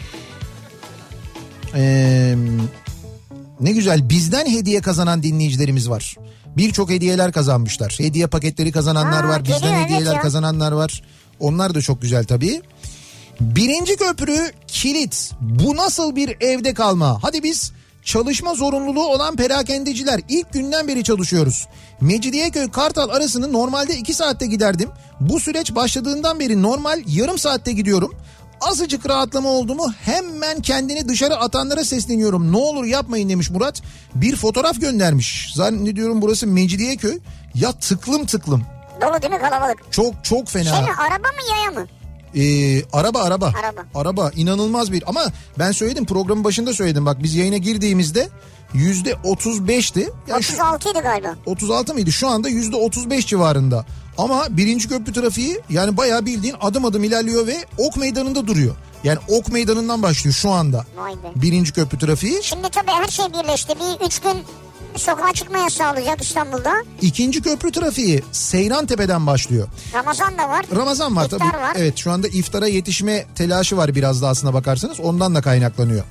Ee, ne güzel, bizden hediye kazanan dinleyicilerimiz var. Birçok hediyeler kazanmışlar. Hediye paketleri kazananlar Aa, var. Bizden geliyor, evet hediyeler ya. kazananlar var. Onlar da çok güzel tabii. Birinci köprü kilit. Bu nasıl bir evde kalma? Hadi biz çalışma zorunluluğu olan perakendeciler ilk günden beri çalışıyoruz. Mecidiyeköy Kartal arasını normalde iki saatte giderdim. Bu süreç başladığından beri normal yarım saatte gidiyorum. Azıcık rahatlama oldu mu hemen kendini dışarı atanlara sesleniyorum. Ne olur yapmayın demiş Murat. Bir fotoğraf göndermiş. Zannediyorum burası Mecidiyeköy. Ya tıklım tıklım. Dolu değil mi, kalabalık? Çok çok fena. Şey mi, araba mı yaya mı? Ee, araba araba. Araba. Araba inanılmaz bir, ama ben söyledim, programın başında söyledim, bak biz yayına girdiğimizde yüzde otuz beşti. Yani şu- otuz altıydı galiba. otuz altı mıydı? Şu anda yüzde otuz beş civarında. Ama birinci köprü trafiği yani bayağı bildiğin adım adım ilerliyor ve Ok Meydanı'nda duruyor. Yani Ok Meydanı'ndan başlıyor şu anda. Vay be. Birinci köprü trafiği. Şimdi tabii her şey birleşti. Bir üç gün sokağa çıkma yasağı olacak İstanbul'da. İkinci köprü trafiği Seyrantepe'den başlıyor. Ramazan da var. Ramazan var İftar tabii. var. Evet, şu anda iftara yetişme telaşı var biraz da aslına bakarsanız. Ondan da kaynaklanıyor.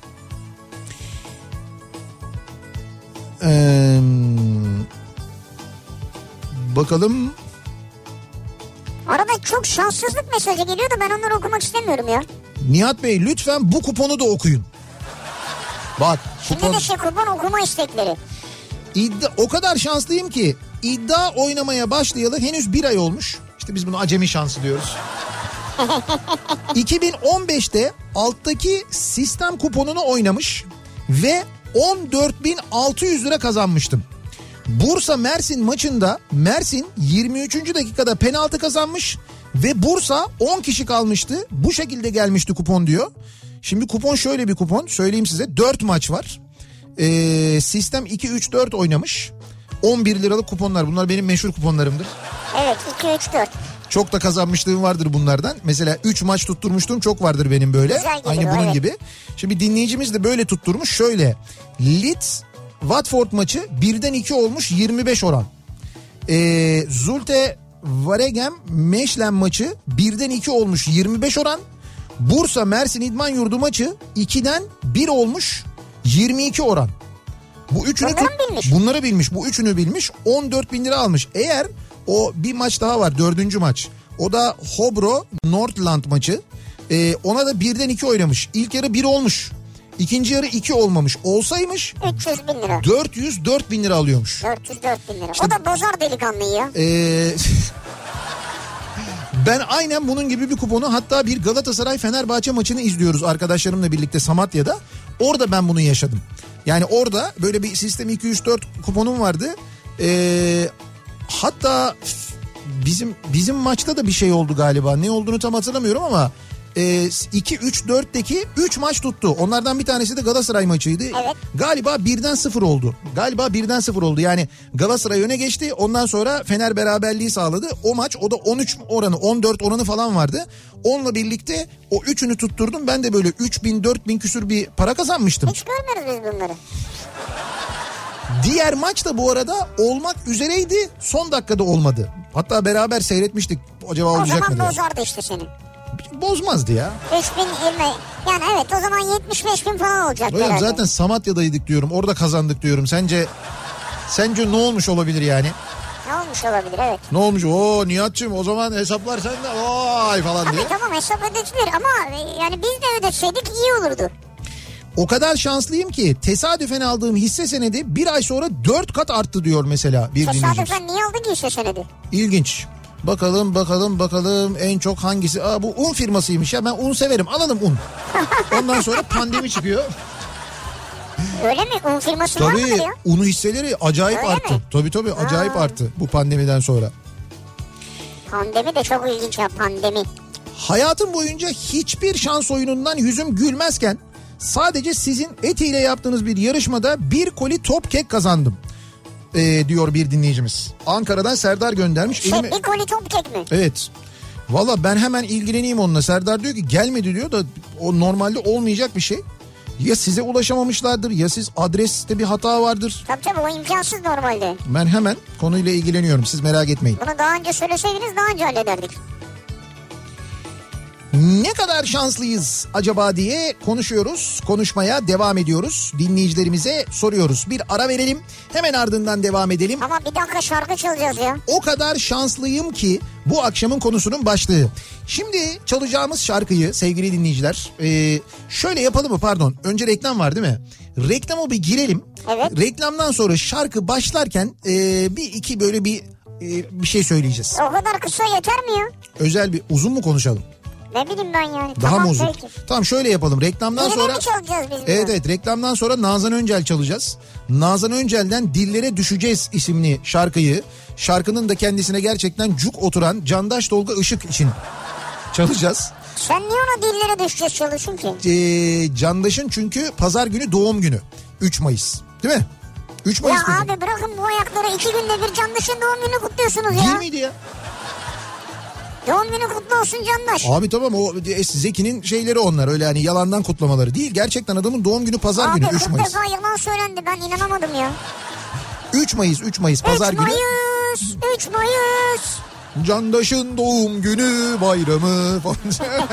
Ee, bakalım. Arada çok şanssızlık mesajı geliyor da ben onları okumak istemiyorum ya. Nihat Bey lütfen bu kuponu da okuyun. Bak Şimdi kupon. de şey, kupon okuma istekleri. İddia, o kadar şanslıyım ki iddia oynamaya başlayalı henüz bir ay olmuş. İşte biz bunu acemi şansı diyoruz. iki bin on beşte alttaki sistem kuponunu oynamış ve on dört bin altı yüz lira kazanmıştım. Bursa Mersin maçında Mersin yirmi üçüncü dakikada penaltı kazanmış ve Bursa on kişi kalmıştı. Bu şekilde gelmişti kupon diyor. Şimdi kupon şöyle bir kupon, söyleyeyim size, dört maç var. Ee, sistem iki üç dört oynamış. on bir liralık kuponlar, bunlar benim meşhur kuponlarımdır. Evet, iki üç dört. Çok da kazanmışlığım vardır bunlardan. Mesela üç maç tutturmuştum, çok vardır benim böyle. Güzel gelir Aynı o, bunun evet. gibi. Şimdi dinleyicimiz de böyle tutturmuş. Şöyle, Leeds Watford maçı birden iki olmuş, yirmi beş oran. Ee, Zulte Waregem Meşlen maçı birden iki olmuş, yirmi beş oran. Bursa Mersin İdman Yurdu maçı ikiden bir olmuş, yirmi iki oran. Bu üçünü Bunları tut, bilmiş. bunları bilmiş. Bu üçünü bilmiş. on dört bin lira almış. Eğer o bir maç daha var, dördüncü maç. O da Hobro Nordland maçı. Ee, ona da birden iki oynamış. İlk yarı bir olmuş. İkinci yarı iki olmamış. Olsaymış üç yüz bin lira. dört yüz dört bin lira alıyormuş. dört yüz dört bin lira. İşte- O da bozar delikanlıyı ya. Ee, ben aynen bunun gibi bir kuponu, hatta bir Galatasaray Fenerbahçe maçını izliyoruz arkadaşlarımla birlikte Samatya'da. Orada ben bunu yaşadım. Yani orada böyle bir sistem iki üç dört kuponum vardı. Ee, hatta bizim bizim maçta da bir şey oldu galiba. Ne olduğunu tam hatırlamıyorum ama e, iki üç dörtteki üç maç tuttu. Onlardan bir tanesi de Galatasaray maçıydı. Evet. Galiba birden sıfır oldu. Galiba birden sıfır oldu. Yani Galatasaray öne geçti. Ondan sonra Fener beraberliği sağladı. O maç, o da on üç oranı, on dört oranı falan vardı. Onunla birlikte o üçünü tutturdum. Ben de böyle üç bin dört bin küsür bir para kazanmıştım. Hiç görmüyoruz biz bunları. Diğer maç da bu arada olmak üzereydi. Son dakikada olmadı. Hatta beraber seyretmiştik. Acaba O olacak mı zaman diye. bozardı işte seni. Bozmazdı ya. üç bin yirmi. Yani evet, o zaman yetmiş beş bin falan olacak Hocam herhalde. zaten Samatya'daydık diyorum. Orada kazandık diyorum. Sence sence ne olmuş olabilir yani? Ne olmuş olmuş olabilir, evet. Ne olmuş? Oo Nihat'cığım o zaman hesaplar sende. Vay falan diye. Tabii tamam, hesap ödetilir ama yani biz de ödetseydik iyi olurdu. O kadar şanslıyım ki tesadüfen aldığım hisse senedi bir ay sonra dört kat arttı diyor mesela bir dinleyicimiz. Tesadüfen niye aldın ki hisse senedi? İlginç. Bakalım bakalım bakalım en çok hangisi? Aa, bu un firmasıymış ya, ben un severim, alalım un. Ondan sonra pandemi çıkıyor. Öyle mi? Un firması var mıdır Tabii ya? unu hisseleri acayip Öyle arttı. mi? Tabii tabii acayip Ha. arttı bu pandemiden sonra. Pandemi de çok ilginç ya, pandemi. Hayatım boyunca hiçbir şans oyunundan yüzüm gülmezken sadece sizin etiyle yaptığınız bir yarışmada bir koli top kek kazandım. Ee, diyor bir dinleyicimiz. Ankara'dan Serdar göndermiş. Şey, Elime... bir koli top kek mi? Evet. Valla ben hemen ilgileneyim onunla. Serdar diyor ki gelmedi diyor da o normalde olmayacak bir şey. Ya size ulaşamamışlardır ya siz adreste bir hata vardır. Tabii tabii, o imkansız normalde. Ben hemen konuyla ilgileniyorum, siz merak etmeyin. Bunu daha önce söyleseydiniz daha önce hallederdik. Ne kadar şanslıyız acaba diye konuşuyoruz. Konuşmaya devam ediyoruz. Dinleyicilerimize soruyoruz. Bir ara verelim. Hemen ardından devam edelim. Ama bir dakika, şarkı çalacağız ya. O kadar şanslıyım ki bu akşamın konusunun başlığı. Şimdi çalacağımız şarkıyı sevgili dinleyiciler e, şöyle yapalım mı, pardon. Önce reklam var değil mi? Reklama bir girelim. Evet. Reklamdan sonra şarkı başlarken e, bir iki böyle bir e, bir şey söyleyeceğiz. O kadar kısa yeter mi ya? Özel bir, uzun mu konuşalım? Ne bileyim ben yani. Daha tamam, mı uzun? Peki. Tamam şöyle yapalım. Reklamdan Birine sonra... mi çalacağız biz? Evet bunu? evet, reklamdan sonra Nazan Öncel çalacağız. Nazan Öncel'den Dillere Düşeceğiz isimli şarkıyı, şarkının da kendisine gerçekten cuk oturan Candaş Tolga Işık için çalacağız. Sen niye ona dillere düşeceğiz çalışın ki? Ee, Candaş'ın çünkü pazar günü doğum günü. üç Mayıs değil mi? üç Mayıs Ya mıydı? abi bırakın bu ayakları, iki günde bir Candaş'ın doğum günü kutluyorsunuz ya. Değil miydi ya? Doğum günü kutlu olsun Candaş. Abi tamam, o Zeki'nin şeyleri onlar, öyle hani yalandan kutlamaları değil. Gerçekten adamın doğum günü pazar Abi günü üç kırk Mayıs. defa yalan söylendi, ben inanamadım ya. üç Mayıs üç Mayıs pazar üç günü. Mayıs, üç Mayıs. Candaş'ın doğum günü bayramı falan.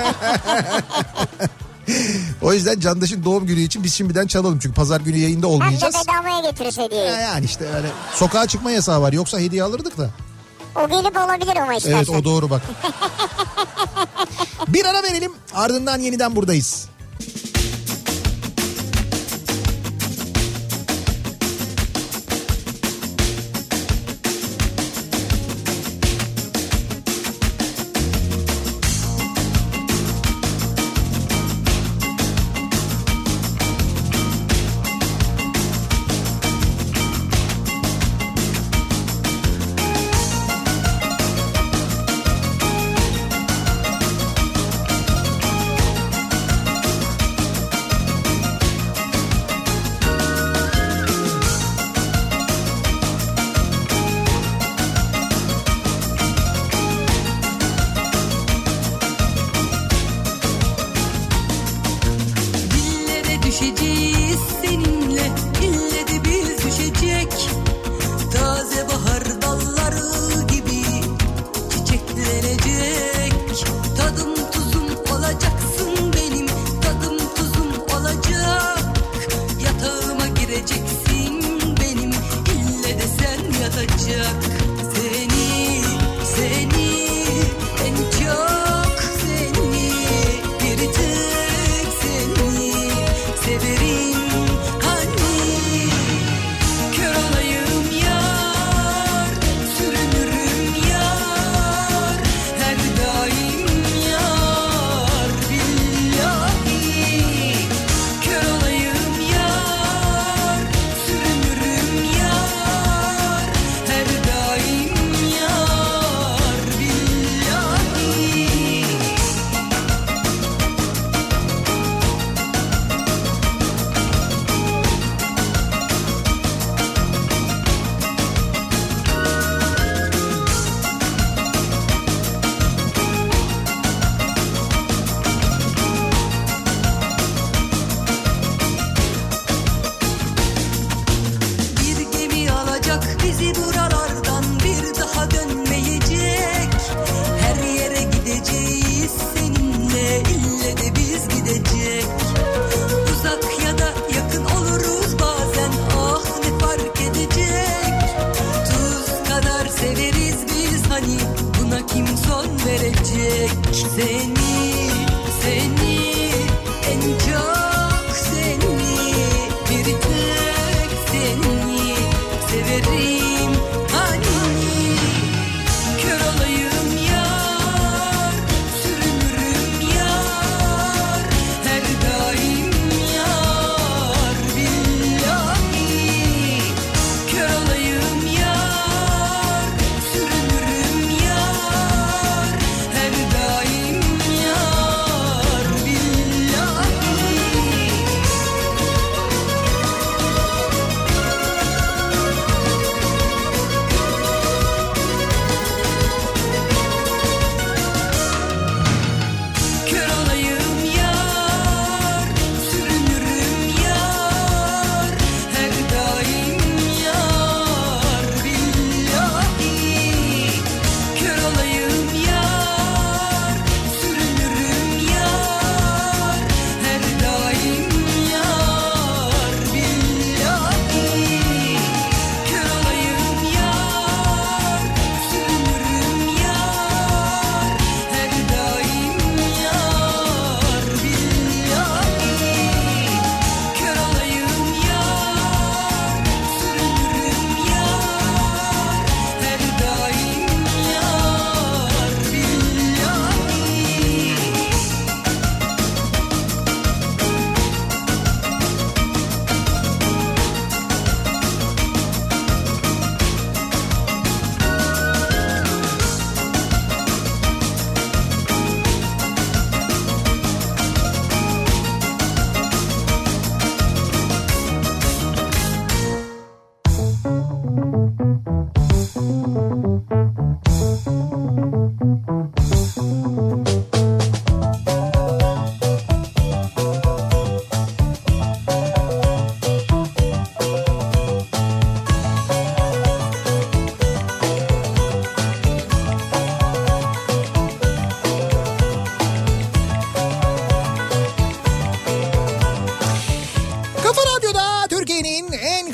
O yüzden Candaş'ın doğum günü için biz şimdiden çalalım. Çünkü pazar günü yayında olmayacağız. Hem de bedavaya getiririz hediyeyi. Yani işte öyle sokağa çıkma yasağı var. Yoksa hediye alırdık da. O gelip olabilir ama istersen. Evet, o doğru bak. Bir ara verelim, ardından yeniden buradayız. Severim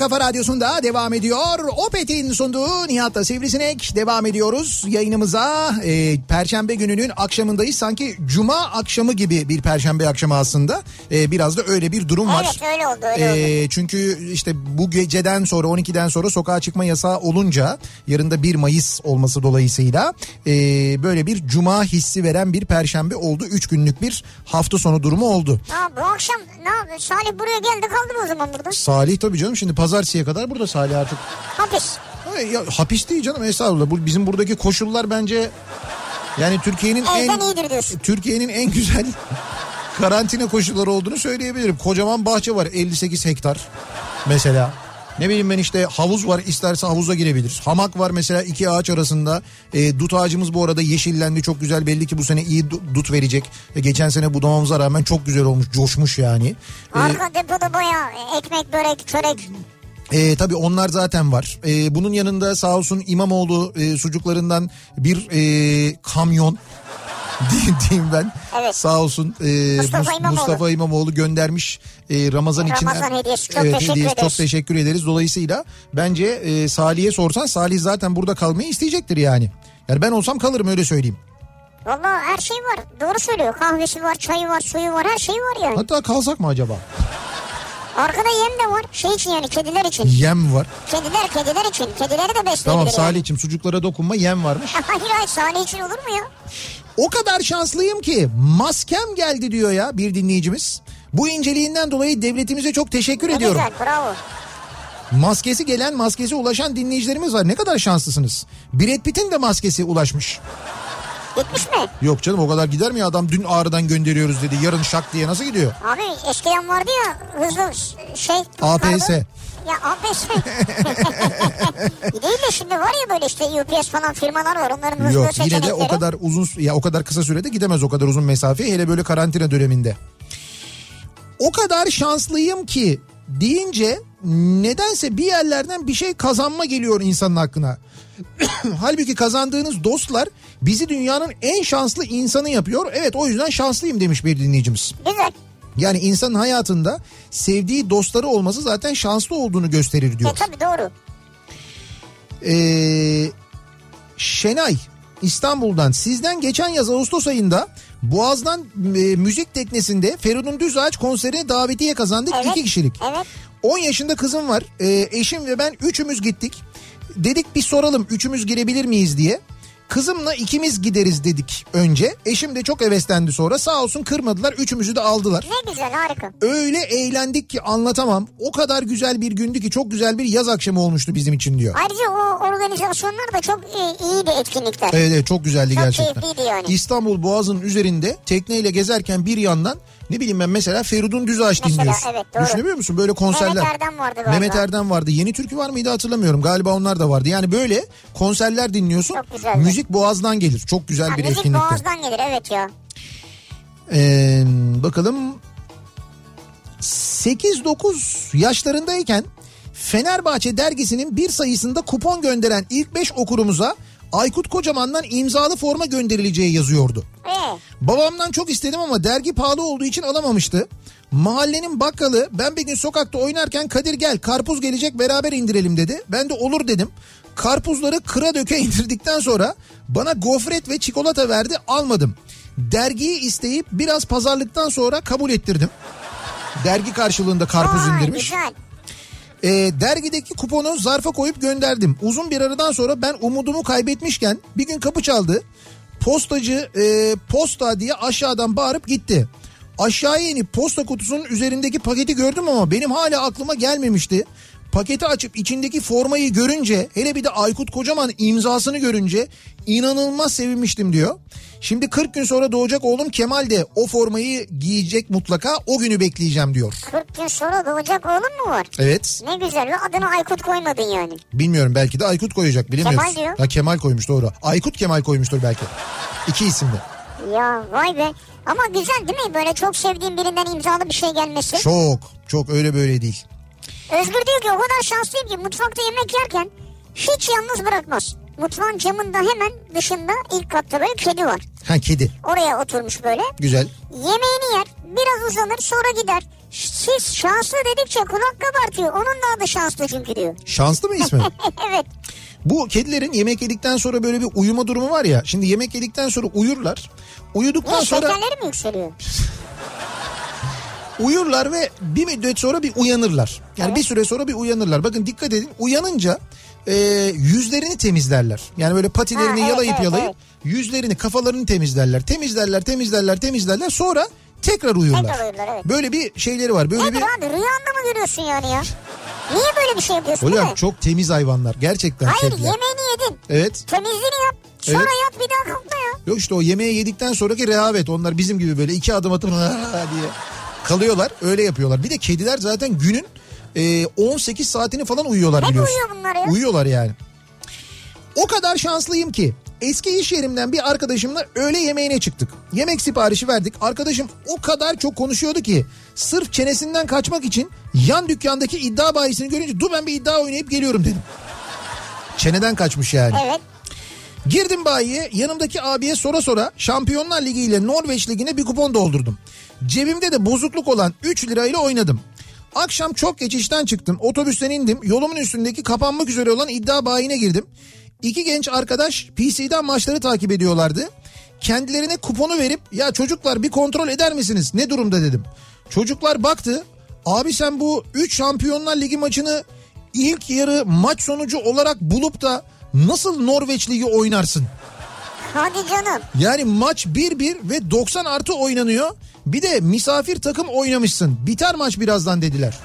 Kafa Radyosu'nda devam ediyor. Opet'in sunduğu Nihat'la Sivrisinek devam ediyoruz yayınımıza. Ee, Perşembe gününün akşamındayız. Sanki Cuma akşamı gibi bir Perşembe akşamı aslında. Ee, biraz da öyle bir durum var. Evet öyle oldu öyle ee, oldu. Çünkü işte bu geceden sonra on ikiden sonra sokağa çıkma yasağı olunca yarın da bir Mayıs olması dolayısıyla e, böyle bir Cuma hissi veren bir Perşembe oldu. Üç günlük bir hafta sonu durumu oldu. Ha, bu akşam ne yapıyor? Salih buraya geldi kaldı mı o zaman burada? Salih tabii canım, şimdi pazartesiye kadar burada Salih artık. Hapis. Hayır, ya, hapis değil canım, estağfurullah. Bu, bizim buradaki koşullar bence yani Türkiye'nin Evden en iyidir diyorsun. Türkiye'nin en güzel karantina koşulları olduğunu söyleyebilirim. Kocaman bahçe var, elli sekiz hektar mesela. Ne bileyim ben, işte havuz var, isterse havuza girebilir. Hamak var mesela iki ağaç arasında. E, dut ağacımız bu arada yeşillendi, çok güzel, belli ki bu sene iyi dut verecek. E, geçen sene budamamıza rağmen çok güzel olmuş, coşmuş yani. E, Arka depoda bayağı ekmek, börek, çörek. E, tabii onlar zaten var. E, bunun yanında sağ olsun İmamoğlu e, sucuklarından bir e, kamyon diyeyim ben. Evet. Sağ olsun e, Mustafa Mus- İmamoğlu. Mustafa İmamoğlu göndermiş e, Ramazan için. Ramazan hediyesi, çok evet, teşekkür hediyesi, ederiz. çok teşekkür ederiz. Dolayısıyla bence e, Salih'e sorsan, Salih zaten burada kalmayı isteyecektir yani. Yani ben olsam kalırım, öyle söyleyeyim. Valla her şey var. Doğru söylüyor. Kahvesi var, çayı var, suyu var, her şey var yani. Hatta kalsak mı acaba? Arkada yem de var. Şey için yani, kediler için. Yem var. Kediler, kediler için. Kedileri de besleyebilir. Tamam yani. Salih'cim, sucuklara dokunma, yem varmış. Hayır hayır, Salih için olur mu ya? O kadar şanslıyım ki maskem geldi diyor ya bir dinleyicimiz. Bu inceliğinden dolayı devletimize çok teşekkür Ne ediyorum. güzel, bravo. Maskesi gelen, maskesi ulaşan dinleyicilerimiz var. Ne kadar şanslısınız. Brad Pitt'in de maskesi ulaşmış. Gitmiş mi? Yok canım, o kadar gider mi ya, adam dün Ağrı'dan gönderiyoruz dedi. Yarın şak diye nasıl gidiyor? Abi eskiden vardı ya hızlı şey. A P S. Kargo. Ya A P S. Değil de şimdi var ya böyle işte U P S falan firmalar var, onların hızlı Yok, seçenekleri. yine de o kadar uzun, ya o kadar kısa sürede gidemez o kadar uzun mesafeye, hele böyle karantina döneminde. O kadar şanslıyım ki deyince nedense bir yerlerden bir şey kazanma geliyor insanın aklına. Halbuki kazandığınız dostlar bizi dünyanın en şanslı insanı yapıyor. Evet, o yüzden şanslıyım demiş bir dinleyicimiz. Güzel. Yani insanın hayatında sevdiği dostları olması zaten şanslı olduğunu gösterir diyor. E tabii doğru. Ee, Şenay İstanbul'dan, sizden geçen yaz Ağustos ayında Boğaz'dan e, müzik teknesinde Feridun Düzağaç konserine davetiye kazandık. Evet, iki kişilik. evet. on yaşında kızım var. Ee, eşim ve ben üçümüz gittik. Dedik bir soralım üçümüz girebilir miyiz diye. Kızımla ikimiz gideriz dedik önce. Eşim de çok heveslendi sonra. Sağ olsun kırmadılar. Üçümüzü de aldılar. Ne güzel, harika. Öyle eğlendik ki anlatamam. O kadar güzel bir gündü ki, çok güzel bir yaz akşamı olmuştu bizim için diyor. Ayrıca o organizasyonlar da çok iyi, iyiydi, etkinlikler. Evet, evet, çok güzeldi çok gerçekten. Çok keyifliydi yani. İstanbul Boğazı'nın üzerinde tekneyle gezerken bir yandan ne bileyim ben mesela Feridun Düzağaç Mesela, dinliyorsun. evet, doğru. Düşünebiliyor musun böyle konserler? Mehmet Erdem vardı galiba. Mehmet Erdem vardı. Yeni Türkü var mıydı hatırlamıyorum. Galiba onlar da vardı. Yani böyle konserler dinliyorsun. Çok güzeldi. Müzik boğazdan gelir. Çok güzel Ha, bir müzik etkinlikti. boğazdan gelir, evet ya. Ee, bakalım sekiz dokuz yaşlarındayken Fenerbahçe dergisinin bir sayısında kupon gönderen ilk beş okurumuza Aykut Kocaman'dan imzalı forma gönderileceği yazıyordu. Ee? Babamdan çok istedim ama dergi pahalı olduğu için alamamıştı. Mahallenin bakkalı ben bir gün sokakta oynarken Kadir gel karpuz gelecek beraber indirelim dedi. Ben de olur dedim. Karpuzları kıra döke indirdikten sonra bana gofret ve çikolata verdi, almadım. Dergiyi isteyip biraz pazarlıktan sonra kabul ettirdim. Dergi karşılığında karpuz Vay, indirmiş. Güzel. E, dergideki kuponu zarfa koyup gönderdim. Uzun bir aradan sonra ben umudumu kaybetmişken bir gün kapı çaldı. Postacı e, posta diye aşağıdan bağırıp gitti. Aşağıya inip posta kutusunun üzerindeki paketi gördüm ama benim hala aklıma gelmemişti. Paketi açıp içindeki formayı görünce, hele bir de Aykut Kocaman imzasını görünce inanılmaz sevinmiştim diyor. Şimdi kırk gün sonra doğacak oğlum Kemal de o formayı giyecek mutlaka, o günü bekleyeceğim diyor. kırk gün sonra doğacak oğlum mu var? Evet. Ne güzel, ve adını Aykut koymadın yani. Bilmiyorum, belki de Aykut koyacak, bilemiyoruz. Kemal diyor. Ha, Kemal koymuş, doğru. Aykut Kemal koymuştur belki. İki isimli. Ya vay be. Ama güzel değil mi? Böyle çok sevdiğin birinden imzalı bir şey gelmesi. Çok çok öyle böyle değil. Özgür diyor ki o kadar şanslıyım ki mutfakta yemek yerken hiç yalnız bırakmaz. Mutfağın camında hemen dışında ilk katta böyle kedi var. Ha, kedi. Oraya oturmuş böyle. Güzel. Yemeğini yer, biraz uzanır, sonra gider. Siz şanslı dedikçe kulak kabartıyor. Onun da adı şanslı çünkü diyor. Şanslı mı ismi? Evet. Bu kedilerin yemek yedikten sonra böyle bir uyuma durumu var ya. Şimdi yemek yedikten sonra uyurlar. Uyuduktan Niye, sonra... şekerleri mi yükseliyor? Uyurlar ve bir müddet sonra bir uyanırlar. Yani evet. Bir süre sonra bir uyanırlar. Bakın dikkat edin, uyanınca e, yüzlerini temizlerler. Yani böyle patilerini ha, evet, yalayıp evet, yalayıp evet. yüzlerini, kafalarını temizlerler. Temizlerler, temizlerler, temizlerler. Sonra tekrar uyurlar. Tekrar uyurlar, evet. Böyle bir şeyleri var. Böyle Nedir bir... abi, rüyanda mı görüyorsun yani ya? Niye böyle bir şey yapıyorsun? Hocam çok temiz hayvanlar gerçekten. Hayır, kediler. Yemeğini yedin. Evet. Temizliğini yap. Sonra evet. Yat, bir daha kalkma ya. Yok işte o yemeği yedikten sonraki rehavet. Onlar bizim gibi böyle iki adım atıp diye kalıyorlar. Öyle yapıyorlar. Bir de kediler zaten günün e, on sekiz saatini falan uyuyorlar, hep biliyorsun. Hep uyuyor bunlar ya. Uyuyorlar yani. O kadar şanslıyım ki eski iş yerimden bir arkadaşımla öğle yemeğine çıktık. Yemek siparişi verdik. Arkadaşım o kadar çok konuşuyordu ki sırf çenesinden kaçmak için yan dükkandaki iddia bayisini görünce dur ben bir iddia oynayıp geliyorum dedim. Çeneden kaçmış yani. Evet. Girdim bayiye, yanımdaki abiye sora sora Şampiyonlar Ligi ile Norveç Ligi'ne bir kupon doldurdum. Cebimde de bozukluk olan üç lirayla oynadım. Akşam çok geç işten çıktım. Otobüsten indim. Yolumun üstündeki kapanmak üzere olan iddia bayine girdim. İki genç arkadaş P C'den maçları takip ediyorlardı. Kendilerine kuponu verip ya çocuklar bir kontrol eder misiniz? Ne durumda dedim. Çocuklar baktı. Abi sen bu üç Şampiyonlar Ligi maçını ilk yarı maç sonucu olarak bulup da nasıl Norveç Ligi oynarsın? Hadi canım. Yani maç bir bir ve doksan artı oynanıyor. Bir de misafir takım oynamışsın. Biter maç birazdan dediler.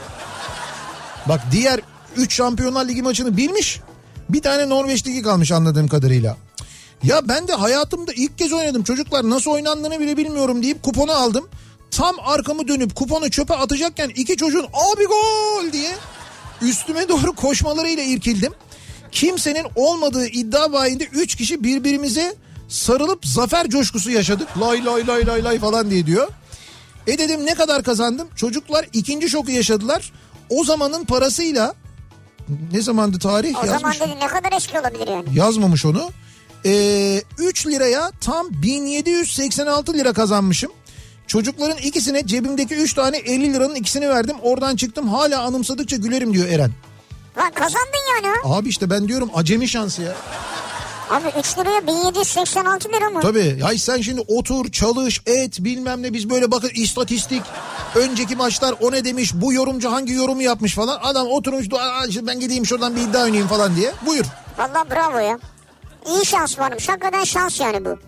Bak diğer üç Şampiyonlar Ligi maçını bilmiş. Bir tane Norveç Ligi kalmış anladığım kadarıyla. Ya ben de hayatımda ilk kez oynadım. Çocuklar nasıl oynandığını bile bilmiyorum deyip kuponu aldım. Tam arkamı dönüp kuponu çöpe atacakken iki çocuğun abi gol diye üstüme doğru koşmalarıyla irkildim. Kimsenin olmadığı iddia bayinde üç kişi birbirimize sarılıp zafer coşkusu yaşadık. Lay lay lay lay lay falan diye diyor. E dedim ne kadar kazandım? Çocuklar ikinci şoku yaşadılar. O zamanın parasıyla ne zamandı tarih? O yazmış. zaman dedi ne kadar eski olabilir yani? Yazmamış onu. Ee, üç liraya tam bin yedi yüz seksen altı lira kazanmışım. Çocukların ikisine cebimdeki üç tane elli liranın ikisini verdim. Oradan çıktım, hala anımsadıkça gülerim diyor Eren. Lan kazandın yani. Abi işte ben diyorum acemi şansı ya. Abi üç liraya bin yedi yüz seksen altı lira mı? Tabii. Ay sen şimdi otur, çalış, et bilmem ne, biz böyle bakın istatistik. Önceki maçlar o ne demiş, bu yorumcu hangi yorumu yapmış falan. Adam oturmuş, ben gideyim şuradan bir iddia oynayayım falan diye. Buyur. Vallahi bravo ya. İyi şans varmış. Hakikaten şans yani bu.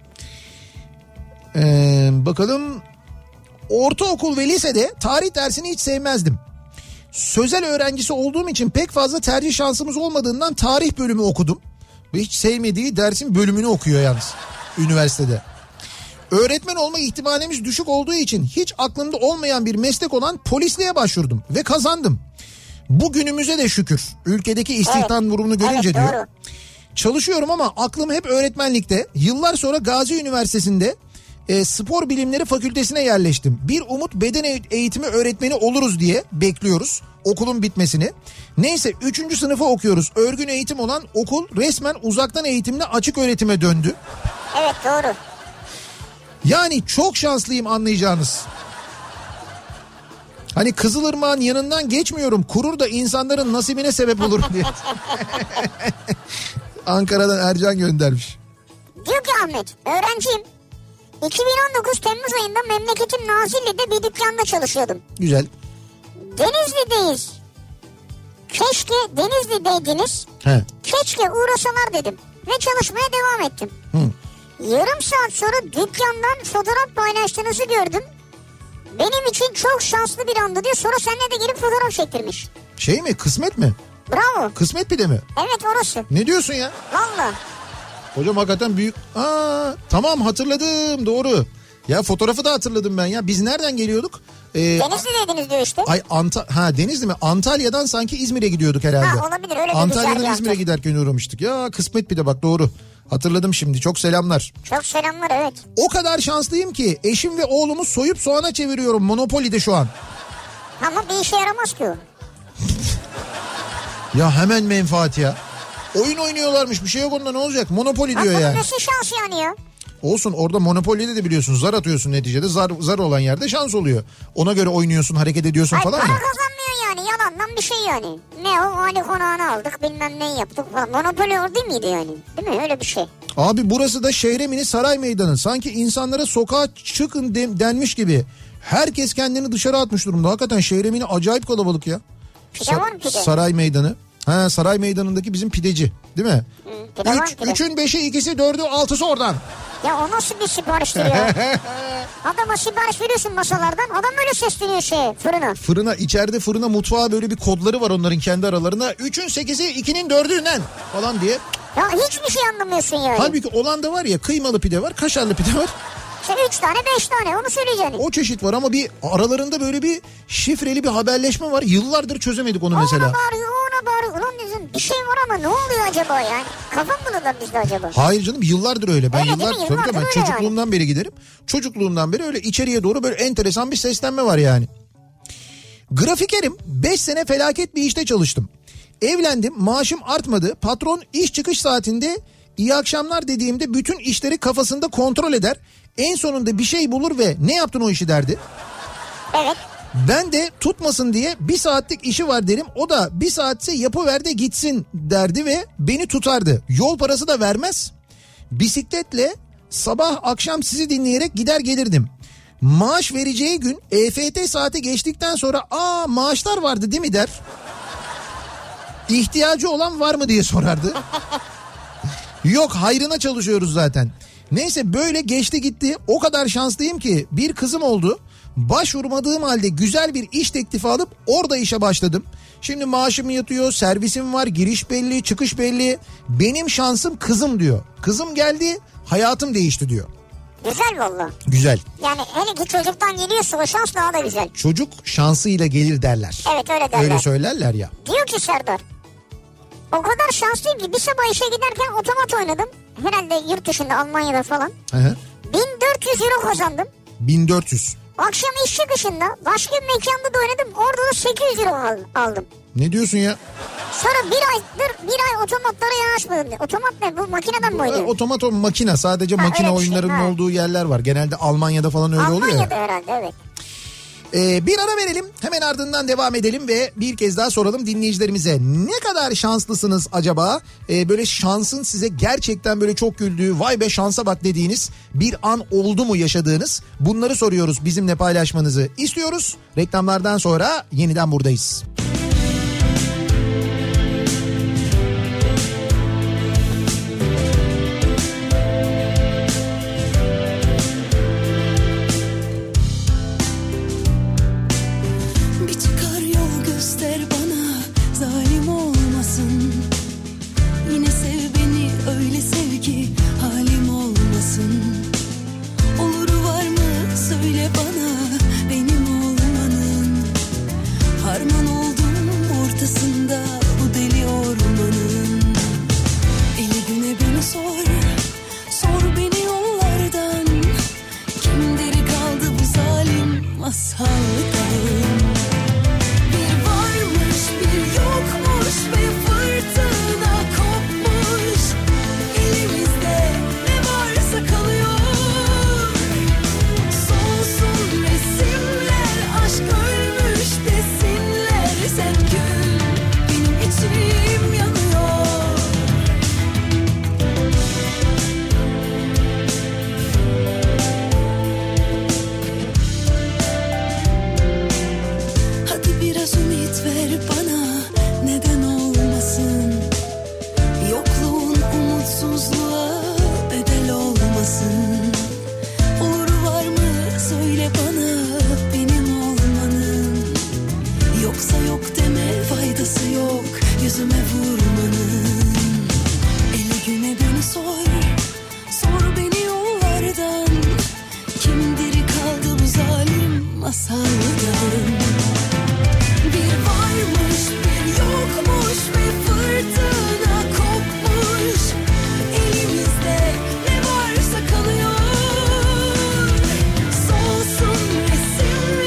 Ee, bakalım. Ortaokul ve lisede tarih dersini hiç sevmezdim. Sözel öğrencisi olduğum için pek fazla tercih şansımız olmadığından tarih bölümü okudum. Ve hiç sevmediği dersin bölümünü okuyor yalnız üniversitede. Öğretmen olma ihtimalimiz düşük olduğu için hiç aklımda olmayan bir meslek olan polisliğe başvurdum ve kazandım. Bugünümüze de şükür. Ülkedeki istihdam evet. durumunu görünce evet, diyor. Doğru. Çalışıyorum ama aklım hep öğretmenlikte. Yıllar sonra Gazi Üniversitesi'nde e, spor bilimleri fakültesine yerleştim. Bir umut beden eğitimi öğretmeni oluruz diye bekliyoruz okulun bitmesini. Neyse üçüncü sınıfı okuyoruz. Örgün eğitim olan okul resmen uzaktan eğitimle açık öğretime döndü. Evet doğru. Yani çok şanslıyım anlayacağınız. Hani Kızılırmak'ın yanından geçmiyorum. Kurur da insanların nasibine sebep olur diye. Ankara'dan Ercan göndermiş. Diyor ki Ahmet, öğrenciyim. iki bin on dokuz Temmuz ayında memleketim Nazilli'de bir dükkanda çalışıyordum. Güzel. Denizli'deyiz. Keşke Denizli'deydiniz. He. Keşke uğrasalar dedim. Ve çalışmaya devam ettim. Hı. Yarım saat sonra dükkandan fotoğraf paylaştığınızı gördüm. Benim için çok şanslı bir andı diyor. Sonra seninle de gelip fotoğraf çektirmiş. Şey mi, kısmet mi? Bravo. Kısmet bir de mi? Evet orası. Ne diyorsun ya? Valla. Hocam hakikaten büyük. Aa, tamam hatırladım, doğru. Ya fotoğrafı da hatırladım ben ya. Biz nereden geliyorduk? Ee, Denizli'deydiniz diyor işte. Ay Anta ha Denizli mi? Antalya'dan sanki İzmir'e gidiyorduk herhalde. Ha olabilir, öyle bir Antalya'dan İzmir'e giderken uğramıştık. Ya kısmet bir de bak, doğru. Hatırladım şimdi. Çok selamlar. Çok selamlar, evet. O kadar şanslıyım ki eşim ve oğlumu soyup soğana çeviriyorum Monopoly'de şu an. Ama bir işe yaramaz ki o. Ya hemen menfaat ya. Oyun oynuyorlarmış, bir şey yok onda, ne olacak? Monopoly diyor ha, yani. Nasıl şans yani ya? Olsun, orada Monopoly'de de biliyorsun zar atıyorsun neticede. Zar, zar olan yerde şans oluyor. Ona göre oynuyorsun, hareket ediyorsun Hayır, falan para ya. kazanmıyor yani, yalandan bir şey yani. Ne o, Ali Konağı'nı aldık bilmem neyi yaptık falan. Monopoly o değil miydi yani? Değil mi, öyle bir şey. Abi burası da Şehremini Saray Meydanı. Sanki insanlara sokağa çıkın de, denmiş gibi. Herkes kendini dışarı atmış durumda. Hakikaten Şehremini acayip kalabalık ya. Pide var mı pide? Saray Meydanı. Ha, Saray Meydanı'ndaki bizim pideci değil mi? Hı, pide var, Üç, pide. üçün beşi, ikisi, dördü, altısı oradan. Ya o nasıl bir sipariştir ya? Adama sipariş veriyorsun masalardan, adam böyle sesleniyor şeye, fırına. Fırına, içeride fırına, mutfağa böyle bir kodları var onların kendi aralarında. Üçün sekizi, ikinin dördünden falan diye. Ya hiçbir şey anlamıyorsun yani. Halbuki olan da var ya, kıymalı pide var, kaşarlı pide var. İşte üç tane beş tane onu söyleyeceksin. O çeşit var ama bir aralarında böyle bir şifreli bir haberleşme var. Yıllardır çözemedik onu mesela. Ona bağırıyor, ona bağırıyor. Ulan bizim bir şey var ama ne oluyor acaba yani? Kafam bulunan bizde acaba. Hayır canım, yıllardır öyle. Ben Öyle yıllar, değil mi? tabii Yıllardır tabii ben öyle çocukluğumdan yani. beri giderim. Çocukluğumdan beri öyle içeriye doğru böyle enteresan bir seslenme var yani. Grafikerim, beş sene felaket bir işte çalıştım. Evlendim, maaşım artmadı. Patron iş çıkış saatinde iyi akşamlar dediğimde bütün işleri kafasında kontrol eder. En sonunda bir şey bulur ve ne yaptın o işi derdi. Evet. Ben de tutmasın diye bir saatlik işi var derim. O da bir saatse yapıver de gitsin derdi ve beni tutardı. Yol parası da vermez. Bisikletle sabah akşam sizi dinleyerek gider gelirdim. Maaş vereceği gün E F T saati geçtikten sonra aa maaşlar vardı değil mi der. İhtiyacı olan var mı diye sorardı. Yok, hayrına çalışıyoruz zaten. Neyse böyle geçti gitti. O kadar şanslıyım ki bir kızım oldu. Başvurmadığım halde güzel bir iş teklifi alıp orada işe başladım. Şimdi maaşım yatıyor, servisim var, giriş belli, çıkış belli. Benim şansım kızım diyor. Kızım geldi, hayatım değişti diyor. Güzel valla. Güzel. Yani hele ki çocuktan geliyorsa o şans daha da güzel. Çocuk şansıyla gelir derler. Evet, öyle derler. Öyle söylerler ya. Diyor ki Serdar, o kadar şanslıyım ki bir sabah işe giderken otomat oynadım. Herhalde yurt dışında, Almanya'da falan. Hı hı. bin dört yüz euro kazandım. bin dört yüz. Akşam iş çıkışında başka bir mekanda da oynadım. Orada da sekiz yüz euro aldım. Ne diyorsun ya? Sonra bir aydır bir ay otomatlara yanaşmadım. Otomat ne? Bu makineden mi oynuyor? Otomat o makine. Sadece Ha, makine öyle bir şey, oyunlarının ha. olduğu yerler var. Genelde Almanya'da falan öyle oluyor ya. Almanya'da herhalde, evet. Ee, bir ara verelim, hemen ardından devam edelim ve bir kez daha soralım dinleyicilerimize. Ne kadar şanslısınız acaba? Ee, böyle şansın size gerçekten böyle çok güldüğü, vay be şansa bak dediğiniz bir an oldu mu yaşadığınız? Bunları soruyoruz, bizimle paylaşmanızı istiyoruz. Reklamlardan sonra yeniden buradayız.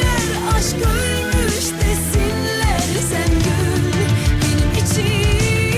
Aşk ölmüş desinler, sen gül benim için.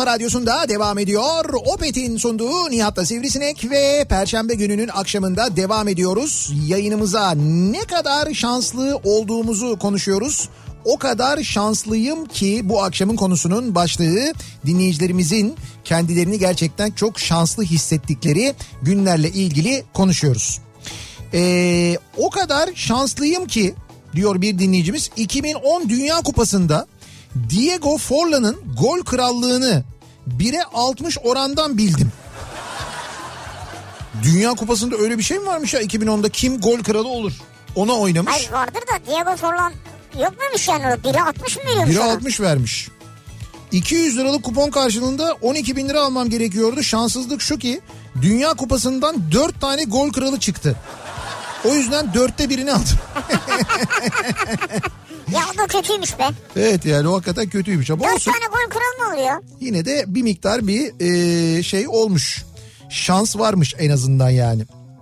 Kafa Radyosu'nda devam ediyor. Opet'in sunduğu Nihat'la Sivrisinek ve Perşembe gününün akşamında devam ediyoruz. Yayınımıza ne kadar şanslı olduğumuzu konuşuyoruz. O kadar şanslıyım ki bu akşamın konusunun başlığı dinleyicilerimizin kendilerini gerçekten çok şanslı hissettikleri günlerle ilgili konuşuyoruz. Ee, o kadar şanslıyım ki diyor bir dinleyicimiz, iki bin on Dünya Kupası'nda Diego Forlan'ın gol krallığını bire altmış orandan bildim. Dünya Kupası'nda öyle bir şey mi varmış ya, iki bin onda kim gol kralı olur? Ona oynamış. Hayır vardır da Diego Forlan yok muymuş yani, bire altmış mı veriyormuş? bire altmış vermiş. iki yüz liralık kupon karşılığında on iki bin lira almam gerekiyordu. Şanssızlık şu ki Dünya Kupası'ndan dört tane gol kralı çıktı. O yüzden dörtte birini aldım. Ya o da kötüymüş be. Evet yani o hakikaten kötüymüş. Ama Dört olsun. tane gol kralı mı oluyor? Yine de bir miktar bir e, şey olmuş. Şans varmış en azından yani.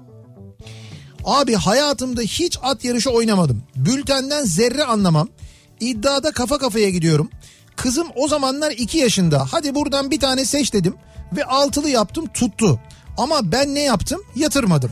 Abi hayatımda hiç at yarışı oynamadım. Bültenden zerre anlamam. İddiada kafa kafaya gidiyorum. Kızım o zamanlar iki yaşında. Hadi buradan bir tane seç dedim. Ve altılı yaptım, tuttu. Ama ben ne yaptım? Yatırmadım.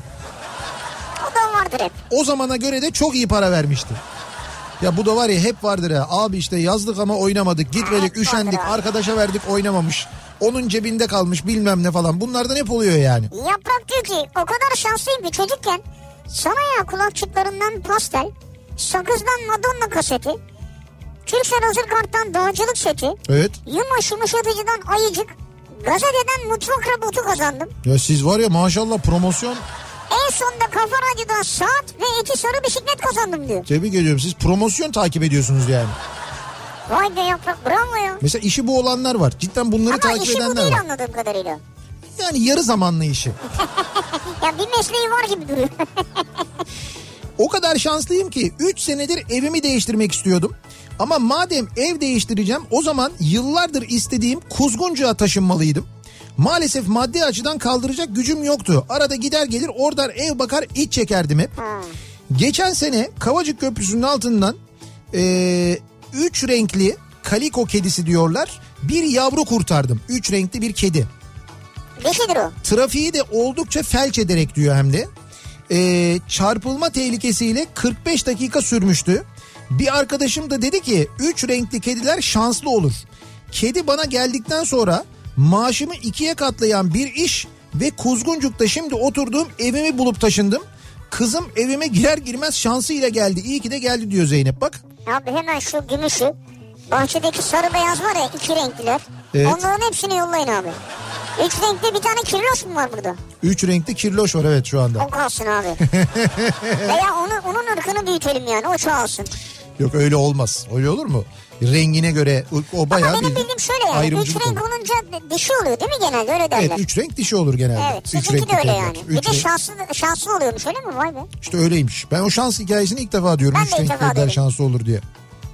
O da vardır hep. O zamana göre de çok iyi para vermiştim. Ya bu da var ya, hep vardır ha. Abi işte yazdık ama oynamadık. Gitmedik, evet, üşendik. Arkadaşa verdik, oynamamış. Onun cebinde kalmış bilmem ne falan. Bunlardan hep oluyor yani. Yaprak diyor ki o kadar şanslıyım ki çocukken sana ya kulakçıklarından pastel, sakızdan Madonna kaseti, Türksel hazır karttan dağcılık seti, Evet. Yumaş yumuşatıcıdan ayıcık, gazeteden mutfak robotu kazandım. Ya siz var ya maşallah promosyon. En sonunda Kafa Radyo'dan saat ve iki sarı bisiklet kazandım diyor. Tebrik ediyorum, siz promosyon takip ediyorsunuz yani. Vay be Yaprak, bravo ya. Mesela işi bu olanlar var. Cidden bunları Ama takip işi bu edenler değil var. anladığım kadarıyla. Yani yarı zamanlı işi. Ya bir mesleği var gibi duruyor. O kadar şanslıyım ki üç senedir evimi değiştirmek istiyordum. Ama madem ev değiştireceğim, o zaman yıllardır istediğim Kuzguncu'ya taşınmalıydım. Maalesef maddi açıdan kaldıracak gücüm yoktu. Arada gider gelir oradan ev bakar iç çekerdim hep. Hmm. Geçen sene Kavacık Köprüsü'nün altından e, üç renkli kaliko kedisi diyorlar. Bir yavru kurtardım. Üç renkli bir kedi. Nedir o? Trafiği de oldukça felç ederek diyor hem de. E, çarpılma tehlikesiyle kırk beş dakika sürmüştü. Bir arkadaşım da dedi ki üç renkli kediler şanslı olur. Kedi bana geldikten sonra maaşımı ikiye katlayan bir iş ve Kuzguncuk'ta şimdi oturduğum evimi bulup taşındım. Kızım evime girer girmez şansıyla geldi. İyi ki de geldi diyor Zeynep bak. Abi hemen şu gümüşü, bahçedeki sarı beyaz var ya, iki renkliler. Evet. Onların hepsini yollayın abi. Üç renkli bir tane kirloş mu var burada? Üç renkli kirloş var evet şu anda. O kalsın abi. Veya onu, onun ırkını büyütelim yani, o çoğalsın. Yok öyle olmaz. Öyle olur mu? Rengine göre o bayağı Ama benim bir bildiğim şöyle yani. Üç ayrımcılık renk olur. olunca dişi oluyor değil mi genelde, öyle derler. Evet üç renk dişi olur genelde. Evet, Üç sizinki renkli de öyle kediler. yani. Üç Bir de renk- şanslı, şanslı oluyormuş öyle mi? Vay be. İşte öyleymiş. Ben o şans hikayesini ilk defa diyorum. Ben Üç de ilk renk defa kediler duydum. şanslı olur diye.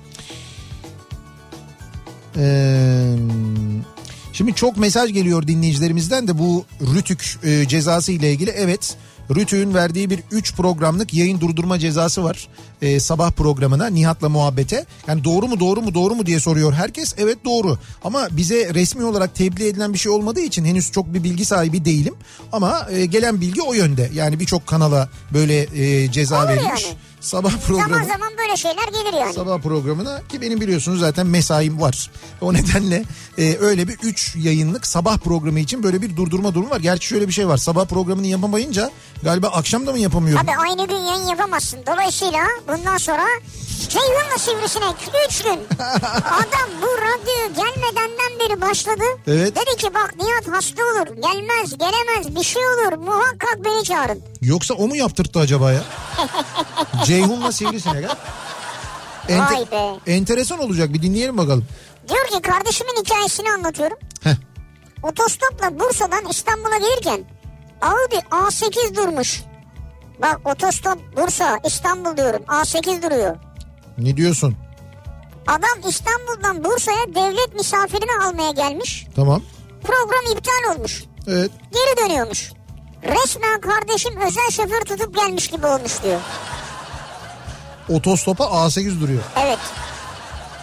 Ee, şimdi çok mesaj geliyor dinleyicilerimizden de bu Rütük e, cezası ile ilgili. Evet, Rütük'ün verdiği bir üç programlık yayın durdurma cezası var. E, sabah programına, Nihat'la muhabbete. Yani doğru mu doğru mu doğru mu diye soruyor herkes. Evet doğru. Ama bize resmi olarak tebliğ edilen bir şey olmadığı için henüz çok bir bilgi sahibi değilim. Ama e, gelen bilgi o yönde. Yani birçok kanala böyle e, ceza Olur verilmiş. yani. Sabah programı. Zaman zaman böyle şeyler gelir yani. Sabah programına, ki benim biliyorsunuz zaten mesaim var. O nedenle e, öyle bir üç yayınlık sabah programı için böyle bir durdurma durumu var. Gerçi şöyle bir şey var, sabah programını yapamayınca galiba akşam da mı yapamıyorum? Tabii aynı gün yayın yapamazsın. Dolayısıyla bundan sonra Ceyhun'la Sivrisinek üç gün. Adam bu radyo gelmedenden beri başladı. Evet. Dedi ki bak Nihat hasta olur, gelmez, gelemez, bir şey olur, muhakkak beni çağırın. Yoksa o mu yaptırttı acaba ya? Ceyhun'la Sivrisinek ha? Ente- Vay be. Enteresan olacak, bir dinleyelim bakalım. Diyor ki kardeşimin hikayesini anlatıyorum. Heh. Otostopla Bursa'dan İstanbul'a gelirken Audi A sekiz durmuş. Bak otostop Bursa, İstanbul diyorum, A sekiz duruyor. Ne diyorsun? Adam İstanbul'dan Bursa'ya devlet misafirini almaya gelmiş. Tamam. Program iptal olmuş. Evet. Geri dönüyormuş. Resmen kardeşim özel şoför tutup gelmiş gibi olmuş diyor. Otostopa A sekiz duruyor. Evet.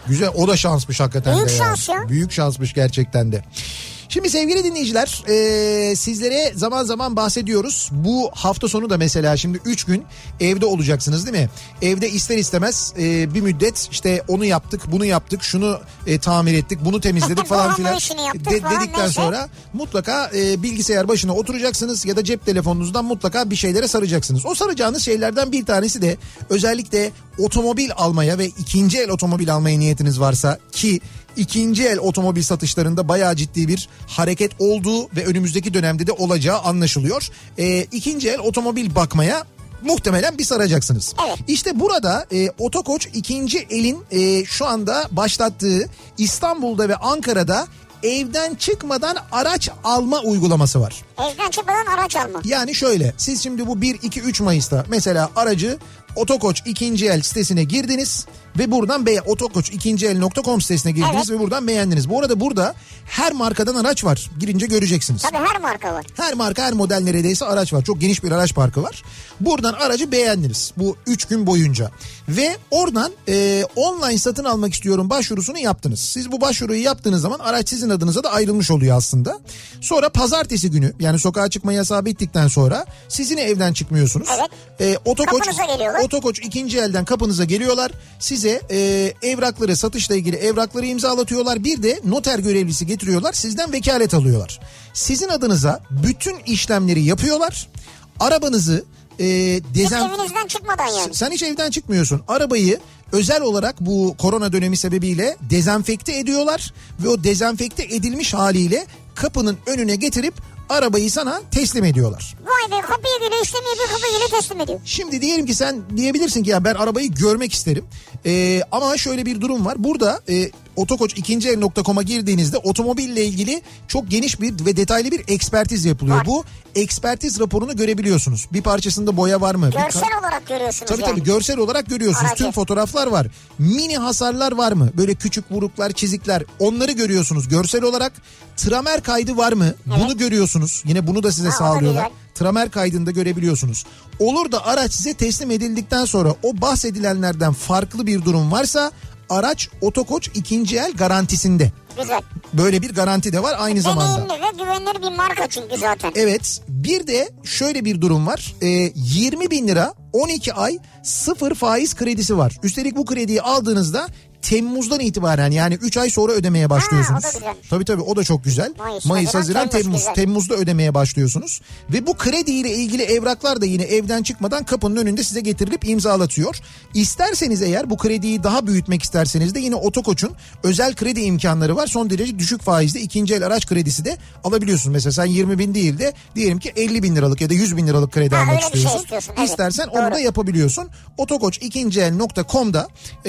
Güzel, o da şansmış hakikaten Büyük de ya. şans ya. Büyük şansmış gerçekten de. Şimdi sevgili dinleyiciler e, sizlere zaman zaman bahsediyoruz. Bu hafta sonu da mesela şimdi üç gün evde olacaksınız değil mi? Evde ister istemez e, bir müddet işte onu yaptık, bunu yaptık, şunu e, tamir ettik, bunu temizledik falan filan de, dedikten sonra mutlaka e, bilgisayar başına oturacaksınız ya da cep telefonunuzdan mutlaka bir şeylere saracaksınız. O saracağınız şeylerden bir tanesi de özellikle otomobil almaya ve ikinci el otomobil almaya niyetiniz varsa ki İkinci el otomobil satışlarında bayağı ciddi bir hareket olduğu ve önümüzdeki dönemde de olacağı anlaşılıyor. E, ikinci el otomobil bakmaya muhtemelen bir saracaksınız. Evet. İşte burada e, Otokoç ikinci elin e, şu anda başlattığı İstanbul'da ve Ankara'da evden çıkmadan araç alma uygulaması var. Evden çıkmadan araç alma. Yani şöyle, siz şimdi bu bir, iki, üç Mayıs'ta mesela aracı Otokoç ikinci el sitesine girdiniz ve buradan be otokoç ikinci el nokta com sitesine girdiniz evet. ve buradan beğendiniz. Bu arada burada her markadan araç var. Girince göreceksiniz. Tabii her marka var. Her marka, her model neredeyse araç var. Çok geniş bir araç parkı var. Buradan aracı beğendiniz bu üç gün boyunca. Ve oradan e, online satın almak istiyorum başvurusunu yaptınız. Siz bu başvuruyu yaptığınız zaman araç sizin adınıza da ayrılmış oluyor aslında. Sonra pazartesi günü, yani sokağa çıkma yasağı bittikten sonra siz yine evden çıkmıyorsunuz. Evet. E, Otokoç, kapınıza geliyorlar. Otokoç ikinci elden kapınıza geliyorlar. Size e, evrakları, satışla ilgili evrakları imzalatıyorlar. Bir de noter görevlisi getiriyorlar. Sizden vekalet alıyorlar. Sizin adınıza bütün işlemleri yapıyorlar. Arabanızı e, dezen... Hiç evinizden çıkmadan yani. Sen hiç evden çıkmıyorsun. Arabayı özel olarak bu korona dönemi sebebiyle dezenfekte ediyorlar. Ve o dezenfekte edilmiş haliyle kapının önüne getirip arabayı sana teslim ediyorlar. Vay be, kapıya göre işlemi yapıyor, kapıya göre teslim ediyor. Şimdi diyelim ki sen diyebilirsin ki ya ben arabayı görmek isterim. Ee, ama şöyle bir durum var. Burada e, otokoç ikinci el nokta com'a girdiğinizde otomobille ilgili çok geniş bir ve detaylı bir ekspertiz yapılıyor. Var. Bu ekspertiz raporunu görebiliyorsunuz. Bir parçasında boya var mı? Görsel bir... olarak görüyorsunuz tabii yani. Tabii görsel olarak görüyorsunuz. Aracı. Tüm fotoğraflar var. Mini hasarlar var mı? Böyle küçük vuruklar, çizikler, onları görüyorsunuz görsel olarak. Tramer kaydı var mı? Evet. Bunu görüyorsunuz. Yine bunu da size ha, sağlıyorlar. Tramer kaydını da görebiliyorsunuz. Olur da araç size teslim edildikten sonra o bahsedilenlerden farklı bir durum varsa araç Otokoç ikinci el garantisinde. Güzel. Böyle bir garanti de var aynı Deneyimli zamanda. Deneyimli ve güvenilir bir marka çünkü zaten. Evet, bir de şöyle bir durum var. Ee, yirmi bin lira on iki ay sıfır faiz kredisi var. Üstelik bu krediyi aldığınızda Temmuz'dan itibaren, yani üç ay sonra ödemeye başlıyorsunuz. Ha, o da güzel. Tabii tabii, o da çok güzel. Mayıs, Mayıs Haziran, Temmuz. Temmuz Temmuz'da ödemeye başlıyorsunuz. Ve bu krediyle ilgili evraklar da yine evden çıkmadan kapının önünde size getirilip imzalatıyor. İsterseniz eğer bu krediyi daha büyütmek isterseniz de yine Otokoç'un özel kredi imkanları var. Son derece düşük faizli ikinci el araç kredisi de alabiliyorsunuz. Mesela sen yirmi bin değil de diyelim ki elli bin liralık ya da yüz bin liralık kredi ha, almak istiyorsun. Şey istiyorsun. Evet, İstersen doğru. Onu da yapabiliyorsun. otokoç ikinci el nokta com'da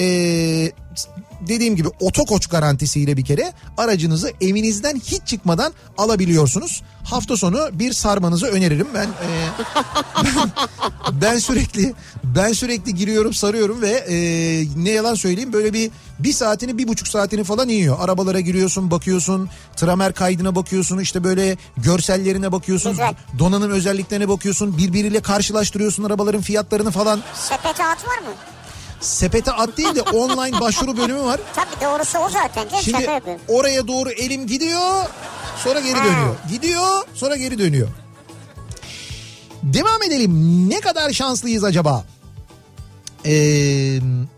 eee dediğim gibi Otokoç garantisiyle bir kere aracınızı evinizden hiç çıkmadan alabiliyorsunuz. Hafta sonu bir sarmanızı öneririm. Ben e, ben, ben sürekli ben sürekli giriyorum, sarıyorum ve e, ne yalan söyleyeyim böyle bir bir saatini bir buçuk saatini falan yiyor. Arabalara giriyorsun, bakıyorsun, tramer kaydına bakıyorsun, işte böyle görsellerine bakıyorsun, güzel. Donanım özelliklerine bakıyorsun, birbiriyle karşılaştırıyorsun arabaların fiyatlarını falan. Sepete at var mı? Sepete at değil de online başvuru bölümü var. Tabii doğrusu o zaten. Şimdi oraya doğru elim gidiyor, sonra geri ha. dönüyor. Gidiyor, sonra geri dönüyor. Devam edelim. Ne kadar şanslıyız acaba? Ee,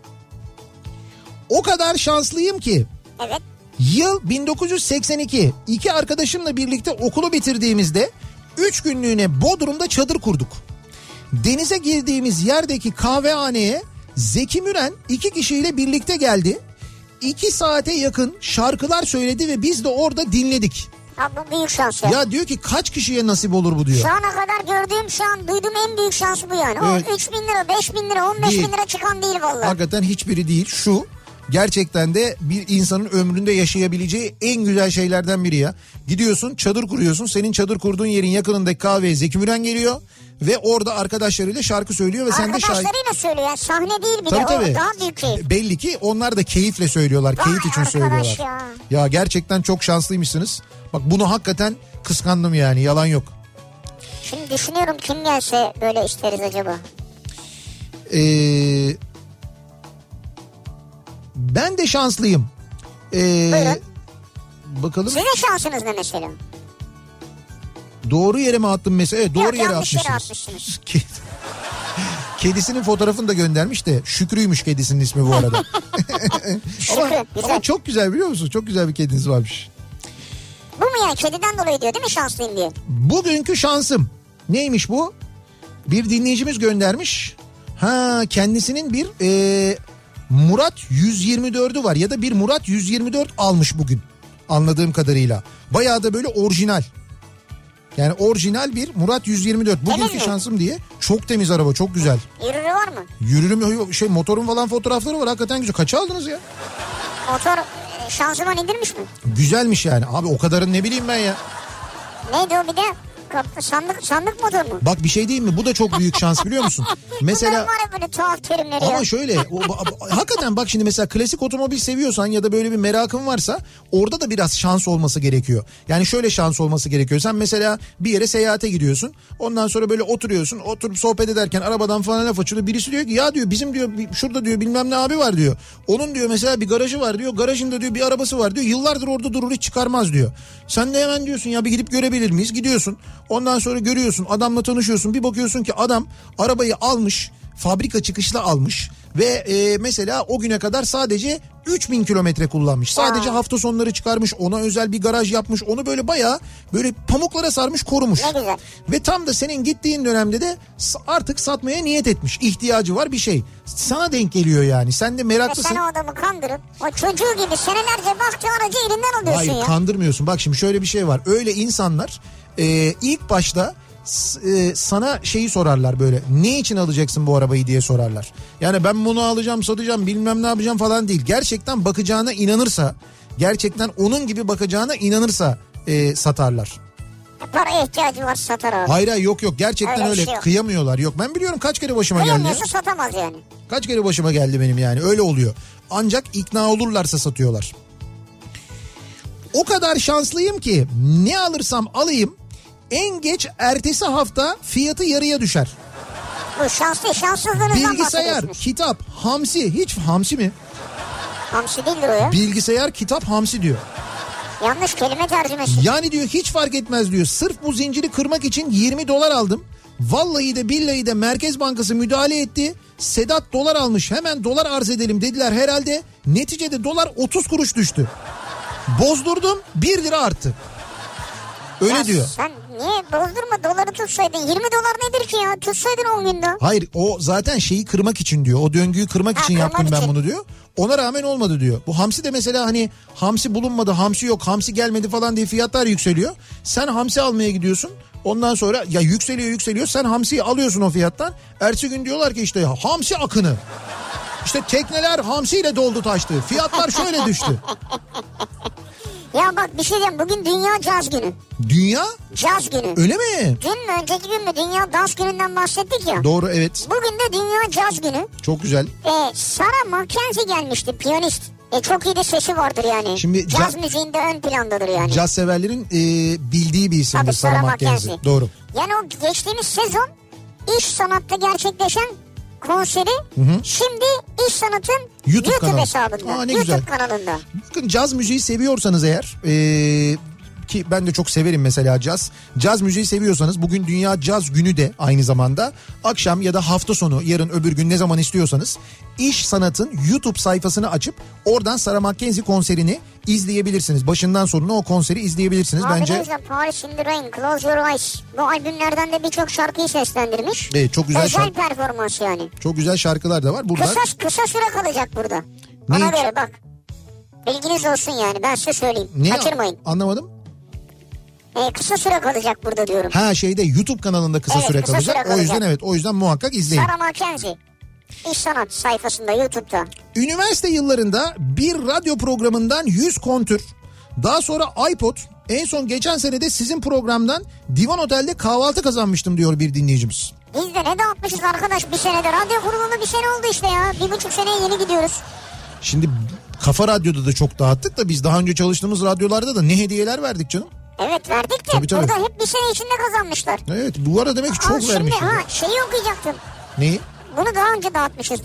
o kadar şanslıyım ki. Evet. Yıl bin dokuz yüz seksen iki. İki arkadaşımla birlikte okulu bitirdiğimizde üç günlüğüne Bodrum'da çadır kurduk. Denize girdiğimiz yerdeki kahvehaneye Zeki Müren iki kişiyle birlikte geldi. İki saate yakın şarkılar söyledi ve biz de orada dinledik. Ya bu büyük şans ya. Ya diyor ki kaç kişiye nasip olur bu diyor. Şu ana kadar gördüğüm, şu an duyduğum en büyük şans bu yani. Evet. O üç bin lira, beş bin lira, on beş değil. bin lira çıkan değil vallahi. Hakikaten hiçbiri değil. Şu gerçekten de bir insanın ömründe yaşayabileceği en güzel şeylerden biri ya. Gidiyorsun, çadır kuruyorsun. Senin çadır kurduğun yerin yakınındaki kahveye Zeki Müren geliyor. Ve orada arkadaşlarıyla şarkı söylüyor ve sen de şahit. Arkadaşlarıyla söylüyor yani, sahne değil bir tabii, de tabii. O daha büyük keyif. Belli ki onlar da keyifle söylüyorlar. Vay keyif için söylüyorlar. Ya. ya gerçekten çok şanslıymışsınız. Bak bunu hakikaten kıskandım yani, yalan yok. Şimdi düşünüyorum kim gelse böyle isteriz acaba. Eee... Ben de şanslıyım. Ee, Buyurun. Bakalım. Sizin şansınız ne mesela? Doğru yere mi attım mesela? Evet, doğru Yok, yere yanlış yere atmışsınız. atmışsınız. Kedisinin fotoğrafını da göndermiş de Şükrü'ymüş kedisinin ismi bu arada. Şükrü, ama, güzel. ama çok güzel, biliyor musun? Çok güzel bir kediniz varmış. Bu mu yani, kediden dolayı diyor değil mi şanslıyım diye? Bugünkü şansım neymiş bu? Bir dinleyicimiz göndermiş. Ha, kendisinin bir e, Murat yüz yirmi dördü var ya da bir Murat yüz yirmi dört almış bugün anladığım kadarıyla. Bayağı da böyle orijinal. Yani orijinal bir Murat yüz yirmi dört. Bugünkü şansım diye. Çok temiz araba, çok güzel. Yürürü var mı? Yürürüm, şey, motorun falan fotoğrafları var, hakikaten güzel. Kaça aldınız ya? Motor e, şanzıman indirmiş mi? Güzelmiş yani. Abi o kadarın ne bileyim ben ya. Neydi o bir de? Kap- Sandık, sandık motor mu? Bak bir şey değil mi? Bu da çok büyük şans, biliyor musun? Mesela Bunların var ya böyle tuhaf terimleri ama ya. şöyle o, hakikaten bak şimdi mesela klasik otomobil seviyorsan ya da böyle bir merakın varsa orada da biraz şans olması gerekiyor. Yani şöyle şans olması gerekiyor. Sen mesela bir yere seyahate gidiyorsun. Ondan sonra böyle oturuyorsun. Oturup sohbet ederken arabadan falan laf açılıyor. Birisi diyor ki ya diyor bizim diyor şurada diyor bilmem ne abi var diyor. Onun diyor mesela bir garajı var diyor. Garajında diyor bir arabası var diyor. Yıllardır orada durur, hiç çıkarmaz diyor. Sen de hemen diyorsun ya bir gidip görebilir miyiz? Gidiyorsun. Ondan sonra görüyorsun, adamla tanışıyorsun. Bir bakıyorsun ki adam arabayı almış, fabrika çıkışlı almış ve e, mesela o güne kadar sadece üç bin kilometre kullanmış. Sadece hafta sonları çıkarmış, ona özel bir garaj yapmış. Onu böyle bayağı böyle pamuklara sarmış, korumuş. Ne güzel. Ve tam da senin gittiğin dönemde de artık satmaya niyet etmiş. İhtiyacı var bir şey. Sana denk geliyor yani. Sen de meraklısın. Ve sen o adamı kandırıp o çocuğu gibi senelerce baktığı aracı elinden alıyorsun Hayır, ya. kandırmıyorsun. Bak şimdi şöyle bir şey var. Öyle insanlar e, ilk başta e, sana şeyi sorarlar böyle. Ne için alacaksın bu arabayı diye sorarlar. Yani ben bunu alacağım, satacağım, bilmem ne yapacağım falan değil. Gerçekten bakacağına inanırsa, gerçekten onun gibi bakacağına inanırsa e, satarlar. Paraya ihtiyacı var, satar abi. Hayır hayır, yok yok, gerçekten Öyle bir öyle şey yok. kıyamıyorlar. Yok, ben biliyorum, kaç kere başıma geldi. Kıyamıyorsa satamaz yani. Kaç kere başıma geldi benim yani, öyle oluyor. Ancak ikna olurlarsa satıyorlar. O kadar şanslıyım ki ne alırsam alayım en geç ertesi hafta fiyatı yarıya düşer. Bu şanslı, şanssızlığınızdan Bilgisayar, bahsediyorsunuz. kitap, hamsi, hiç hamsi mi? Hamsi değildir o ya. Bilgisayar, kitap, hamsi diyor. Yanlış kelime tercümesi. Yani diyor hiç fark etmez diyor. Sırf bu zinciri kırmak için yirmi dolar aldım. Vallahi de billahi de Merkez Bankası müdahale etti. Sedat dolar almış, hemen dolar arz edelim dediler herhalde. Neticede dolar otuz kuruş düştü. Bozdurdum, bir lira arttı. Öyle Ya diyor. Sen niye bozdurma, doları tutsaydın? yirmi dolar nedir ki ya? Tutsaydın on günde. Hayır, o zaten şeyi kırmak için diyor. O döngüyü kırmak Ha, için kırmak yaptım ben için. bunu diyor. Ona rağmen olmadı diyor. Bu hamsi de mesela hani hamsi bulunmadı, hamsi yok, hamsi gelmedi falan diye fiyatlar yükseliyor. Sen hamsi almaya gidiyorsun. Ondan sonra ya yükseliyor yükseliyor. Sen hamsiyi alıyorsun o fiyattan. Ertesi gün diyorlar ki işte hamsi akını. İşte tekneler hamsiyle doldu taştı. Fiyatlar şöyle düştü. Ya bak bir şey diyeyim, bugün Dünya Caz Günü. Dünya? Caz Günü. Öyle mi? Dün mü önceki gün mü Dünya Dans Günü'nden bahsettik ya. Doğru, evet. Bugün de Dünya Caz Günü. Çok güzel. Ee, Sarah Mackenzie gelmişti, piyanist. E, çok iyi de sesi vardır yani. Şimdi caz ca- müziğinde ön plandadır yani. Caz severlerin e, bildiği bir isimdir Tabii, Sarah Sarah Mackenzie. Mackenzie. Doğru. Yani o geçtiğimiz sezon İş Sanat'ta gerçekleşen konseri şimdi İş Sanat'ın YouTube YouTube, kanalı. hesabında. Aa, ne YouTube güzel. kanalında. Bakın, caz müziği seviyorsanız eğer ee, ki ben de çok severim mesela caz. Caz müziği seviyorsanız bugün Dünya Caz Günü de aynı zamanda. Akşam ya da hafta sonu, yarın öbür gün, ne zaman istiyorsanız İş Sanat'ın YouTube sayfasını açıp oradan Sarah Mackenzie konserini izleyebilirsiniz. Başından sonuna o konseri izleyebilirsiniz. Abi Bence ne güzel, Paris in the Rain, Close Your Eyes. Bu albümlerden de birçok şarkıyı seslendirmiş. evet, çok güzel Özel şarkı, performans yani. çok güzel şarkılar da var. Buradan Kısa, kısa süre kalacak burada. Ne Ona için? göre bak. Bilginiz olsun yani, ben size söyleyeyim. ne Kaçırmayın. anlamadım. Ee, kısa süre kalacak burada diyorum. Ha, şeyde YouTube kanalında kısa Evet, süre kısa kalacak. süre O kalacak. yüzden evet, o yüzden muhakkak izleyin. Sarah Mackenzie. İş Sanat sayfasında, YouTube'da. Üniversite yıllarında bir radyo programından yüz kontür, daha sonra iPod, en son geçen sene de sizin programdan Divan Otel'de kahvaltı kazanmıştım diyor bir dinleyicimiz. Biz de ne dağıtmışız arkadaş bir senede. Radyo kurulunu bir sene oldu işte ya. Bir buçuk seneye yeni gidiyoruz. Şimdi Kafa Radyo'da da çok dağıttık da biz daha önce çalıştığımız radyolarda da ne hediyeler verdik canım. Evet, verdik de Tabii, tabii. burada hep bir sene içinde kazanmışlar. Evet, bu ara demek ki Aa, çok şimdi, vermişiz. ha, şeyi okuyacaktım. Neyi? Bunu daha önce dağıtmışızdır.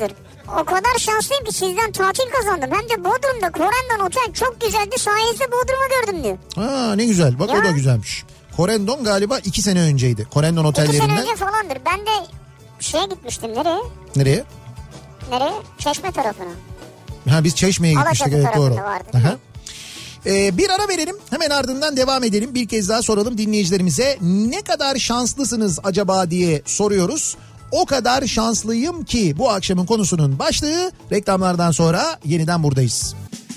o kadar şanslıyım ki sizden tatil kazandım. Hem de Bodrum'da Corendon Otel çok güzeldi. Sayenizde Bodrum'u gördüm diyor. Ha ne güzel. Bak ya. O da güzelmiş. Corendon galiba iki sene önceydi. Corendon otellerinden. İki sene önce falandır. Ben de şeye gitmiştim. Nereye? Nereye? Nereye? Çeşme tarafına. Ha biz Çeşme'ye gitmiştik. Alaçatı Evet doğru. Vardı, Aha. Ee, bir ara verelim, hemen ardından devam edelim. Bir kez daha soralım dinleyicilerimize, ne kadar şanslısınız acaba diye soruyoruz. O kadar şanslıyım ki bu akşamın konusunun başlığı. Reklamlardan sonra yeniden buradayız.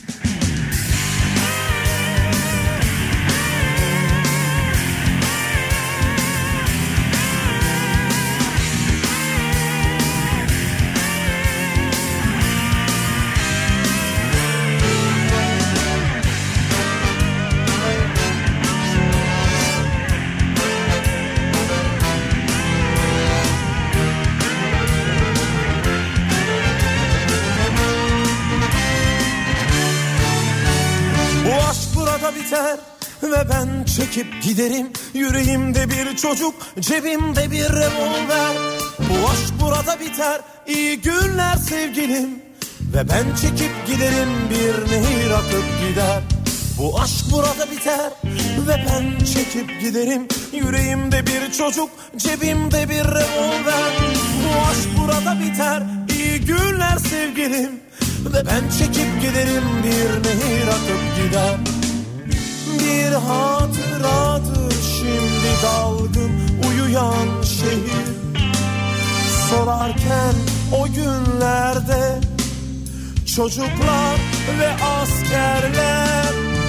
Biter ve ben çekip giderim. Yüreğimde bir çocuk, cebimde bir revolver. Bu aşk burada biter, iyi günler sevgilim. Ve ben çekip giderim, bir nehir akıp gider. Bu aşk burada biter ve ben çekip giderim. Yüreğimde bir çocuk, cebimde bir revolver. Bu aşk burada biter, iyi günler sevgilim. Ve ben çekip giderim, bir nehir akıp gider. Bir hatıradır şimdi dalgın uyuyan şehir. Solarken o günlerde çocuklar ve askerler.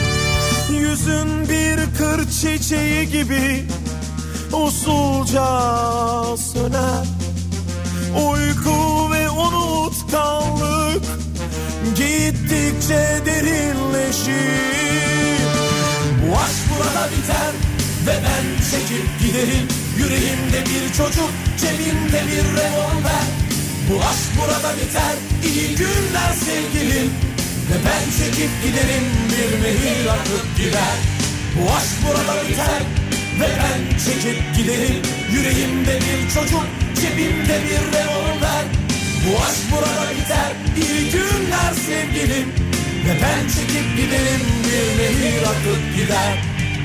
Yüzün bir kır çiçeği gibi usulca söner. Uyku ve unutkanlık gittikçe derinleşir. Bu aşk burada biter ve ben çekip giderim. Yüreğimde bir çocuk, cebimde bir revolver. Bu aşk burada biter, iyi günler sevgilim. Ve ben çekip giderim, bir nehir akıp gider. Bu aşk burada biter ve ben çekip giderim. Yüreğimde bir çocuk, cebimde bir revolver. Bu aşk burada biter, iyi günler sevgilim. Ve ben çekip giderim, bir nehir akıp gider.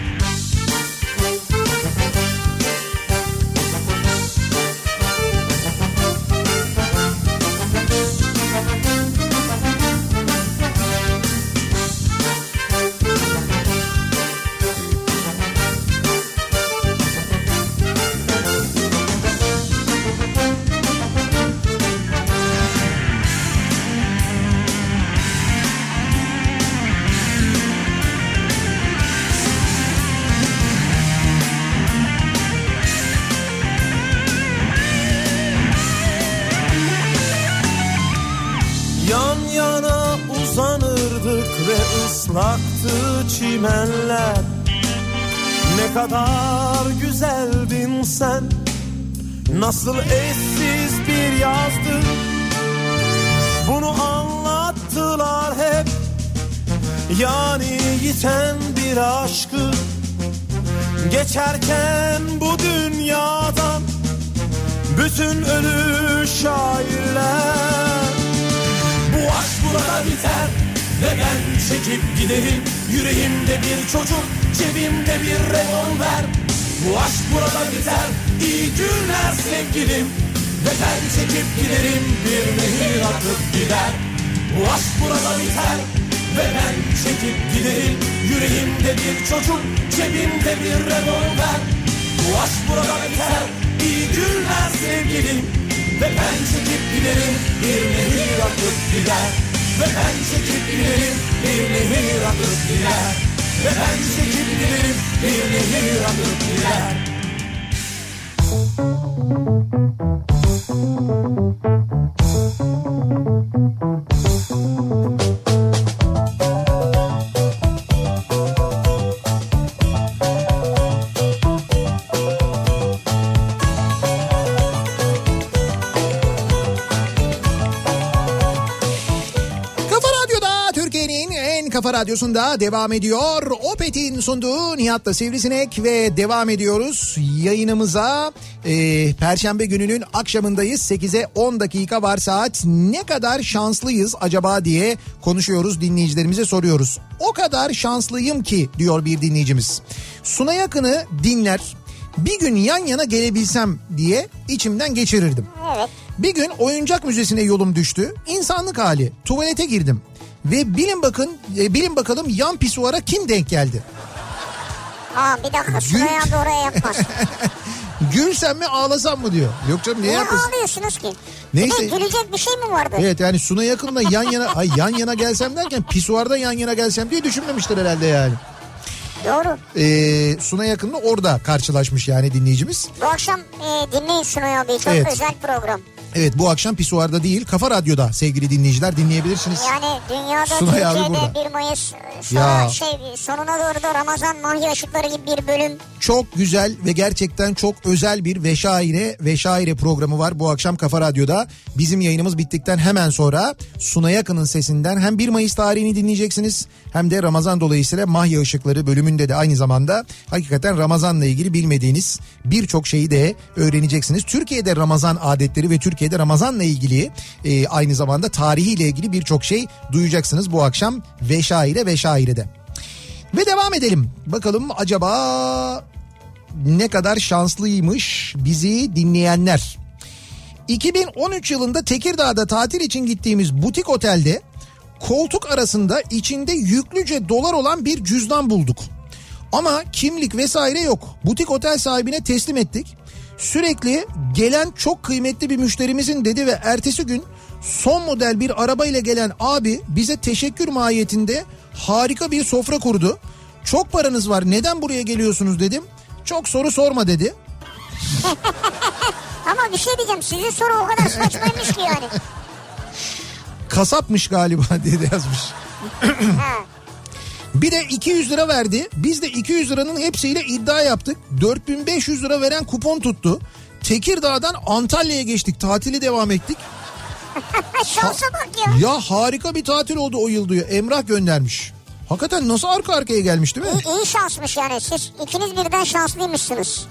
Islaktı çimenler. Ne kadar güzeldin sen. Nasıl eşsiz bir yazdı. Bunu anlattılar hep. Yani yiten bir aşkı. Geçerken bu dünyadan bütün ölü şairler. Bu aşk burada biter ve ben çekip giderim. Yüreğimde bir çocuk, cebimde bir revolver. Bu aşk burada biter, iyi günler sevgilim. Ve ben çekip giderim, bir nehir akıp gider. Bu aşk burada biter ve ben çekip giderim. Yüreğimde bir çocuk, cebimde bir revolver. Bu aşk burada biter, iyi günler sevgilim. Ve ben çekip giderim, bir nehir akıp gider. Ve ben çekip giderim, bir nehir akıp gider. Ve ben çekip giderim, bir nehir akıp gider. en kafa radyosunda devam ediyor. Opet'in sunduğu Nihat'la Sivrisinek ve devam ediyoruz yayınımıza. Ee, Perşembe gününün akşamındayız. sekize on dakika var saat. Ne kadar şanslıyız acaba diye konuşuyoruz, dinleyicilerimize soruyoruz. O kadar şanslıyım ki diyor bir dinleyicimiz. Sunay Akın'ı dinler, bir gün yan yana gelebilsem diye içimden geçirirdim. Evet. Bir gün oyuncak müzesine yolum düştü. İnsanlık hali. Tuvalete girdim. Ve bilin bakın, e, bilin bakalım yan pisuvara kim denk geldi? Aa bir dakika, Sunay abi oraya yapmaz. Gülsem mi ağlasam mı diyor. Yok canım, niye Niye yapmasın? ağlıyorsunuz ki? Neyse. Bir de gülecek bir şey mi vardı? Evet, yani Sunay Akın'la yan yana ay yan yana gelsem derken pisuarda yan yana gelsem diye düşünmemiştir herhalde yani. Doğru. Ee, Sunay Akın'la orada karşılaşmış yani dinleyicimiz. Bu akşam e, dinleyin Sunay abi, çok Evet. özel program. Evet, bu akşam pisuarda değil, Kafa Radyo'da sevgili dinleyiciler dinleyebilirsiniz. Yani dünyada, Sunay abi Türkiye'de burada. bir Mayıs sonra Ya. şey sonuna doğru da Ramazan mahya ışıkları gibi bir bölüm. Çok güzel ve gerçekten çok özel bir veşaire veşaire programı var bu akşam Kafa Radyo'da. Bizim yayınımız bittikten hemen sonra Sunay Akın'ın sesinden hem bir Mayıs tarihini dinleyeceksiniz hem de Ramazan dolayısıyla mahya ışıkları bölümünde de aynı zamanda hakikaten Ramazan'la ilgili bilmediğiniz birçok şeyi de öğreneceksiniz. Türkiye'de Ramazan adetleri ve Türkiye'de Ramazan'la ilgili e, aynı zamanda tarihiyle ilgili birçok şey duyacaksınız bu akşam veşaire veşairede. Ve devam edelim. Bakalım acaba ne kadar şanslıymış bizi dinleyenler. iki bin on üç yılında Tekirdağ'da tatil için gittiğimiz butik otelde koltuk arasında içinde yüklüce dolar olan bir cüzdan bulduk. Ama kimlik vesaire yok. Butik otel sahibine teslim ettik. Sürekli gelen çok kıymetli bir müşterimizin dedi ve ertesi gün son model bir arabayla gelen abi bize teşekkür mahiyetinde harika bir sofra kurdu. Çok paranız var, neden buraya geliyorsunuz dedim. Çok soru sorma dedi. Ama bir şey diyeceğim, sizin soru o kadar saçmaymış ki yani. Kasapmış galiba diye de yazmış. Bir de iki yüz lira verdi. Biz de iki yüz liranın hepsiyle iddia yaptık. dört bin beş yüz lira veren kupon tuttu. Tekirdağ'dan Antalya'ya geçtik. Tatili devam ettik. Şansa bak ya. Ya harika bir tatil oldu o yıl diyor. Emrah göndermiş. Hakikaten nasıl arka arkaya gelmiş değil mi? İyi, iyi şansmış yani. Siz ikiniz birden şanslıymışsınız.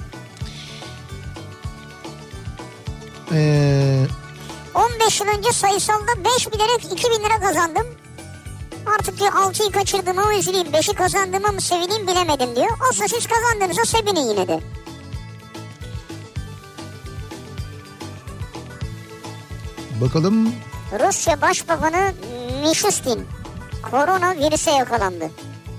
Ee, on beş yıl önce sayısalda beş bilerek iki bin lira kazandım. Artık diyor altıyı kaçırdığıma mı üzüleyim, beşi kazandığıma mı sevineyim bilemedim diyor. Olsa siz kazandığınızda sevinin yine de. bakalım. Rusya Başbakanı Mishustin korona virüse yakalandı.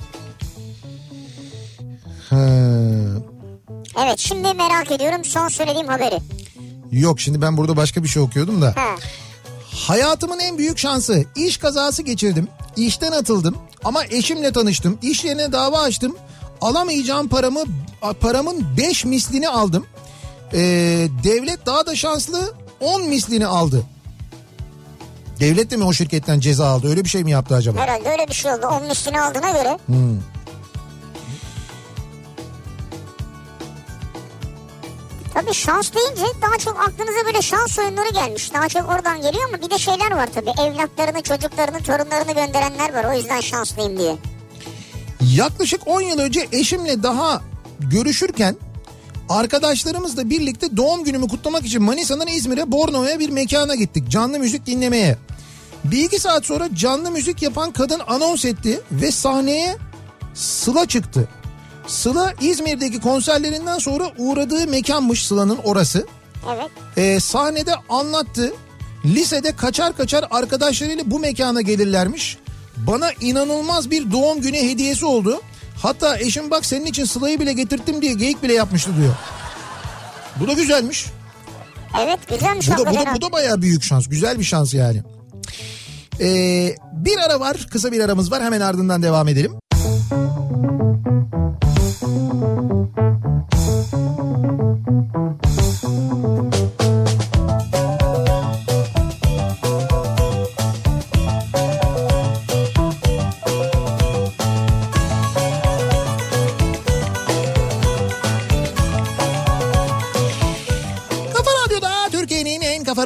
Ha. Evet, şimdi merak ediyorum son söylediğim haberi. Yok, şimdi ben burada başka bir şey okuyordum da. Ha. Hayatımın en büyük şansı, iş kazası geçirdim. İşten atıldım ama eşimle tanıştım. İş yerine dava açtım. Alamayacağım paramı paramın beş mislini aldım. Ee, devlet daha da şanslı on mislini aldı. Devlet de mi o şirketten ceza aldı? Öyle bir şey mi yaptı acaba? Herhalde öyle bir şey oldu. on mislini aldığına göre. Hmm. Tabii şans deyince daha çok aklınıza böyle şans oyunları gelmiş. Daha çok oradan geliyor mu? Bir de şeyler var tabii. Evlatlarını, çocuklarını, torunlarını gönderenler var. O yüzden şanslıyım diye. Yaklaşık on yıl önce eşimle daha görüşürken arkadaşlarımızla birlikte doğum günümü kutlamak için Manisa'dan İzmir'e, Bornova'ya bir mekana gittik. Canlı müzik dinlemeye. Bir iki saat sonra canlı müzik yapan kadın anons etti ve sahneye Sıla çıktı. Sıla İzmir'deki konserlerinden sonra uğradığı mekanmış Sıla'nın orası. Evet. Ee, sahnede anlattı. Lisede kaçar kaçar arkadaşlarıyla bu mekana gelirlermiş. Bana inanılmaz bir doğum günü hediyesi oldu. Hatta eşim bak senin için Sıla'yı bile getirttim diye geyik bile yapmıştı diyor. Bu da güzelmiş. Evet, güzelmiş. Bu da, bu hakikaten. da, bu da bayağı büyük şans. Güzel bir şans yani. Ee, bir ara var. Kısa bir aramız var. Hemen ardından devam edelim.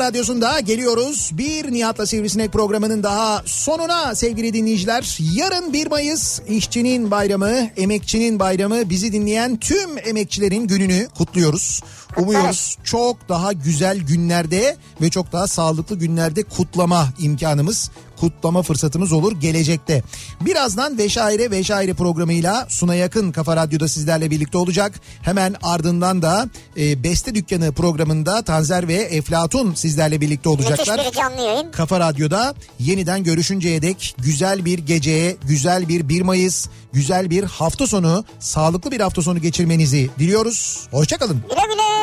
Radyosu'nda geliyoruz. Bir Nihat'la Sivrisinek programının daha sonuna sevgili dinleyiciler. Yarın bir Mayıs işçinin bayramı, emekçinin bayramı. Bizi dinleyen tüm emekçilerin gününü kutluyoruz. Umuyoruz çok daha güzel günlerde ve çok daha sağlıklı günlerde kutlama imkanımız, kutlama fırsatımız olur gelecekte. Birazdan Veşaire Veşaire programıyla Suna Yakın Kafa Radyo'da sizlerle birlikte olacak. Hemen ardından da e, Beste Dükkanı programında Tanzer ve Eflatun sizlerle birlikte olacaklar. Müthiş bir canlı yayın. Kafa Radyo'da yeniden görüşünceye dek güzel bir geceye, güzel bir bir Mayıs, güzel bir hafta sonu, sağlıklı bir hafta sonu geçirmenizi diliyoruz. Hoşça kalın. Güle güle.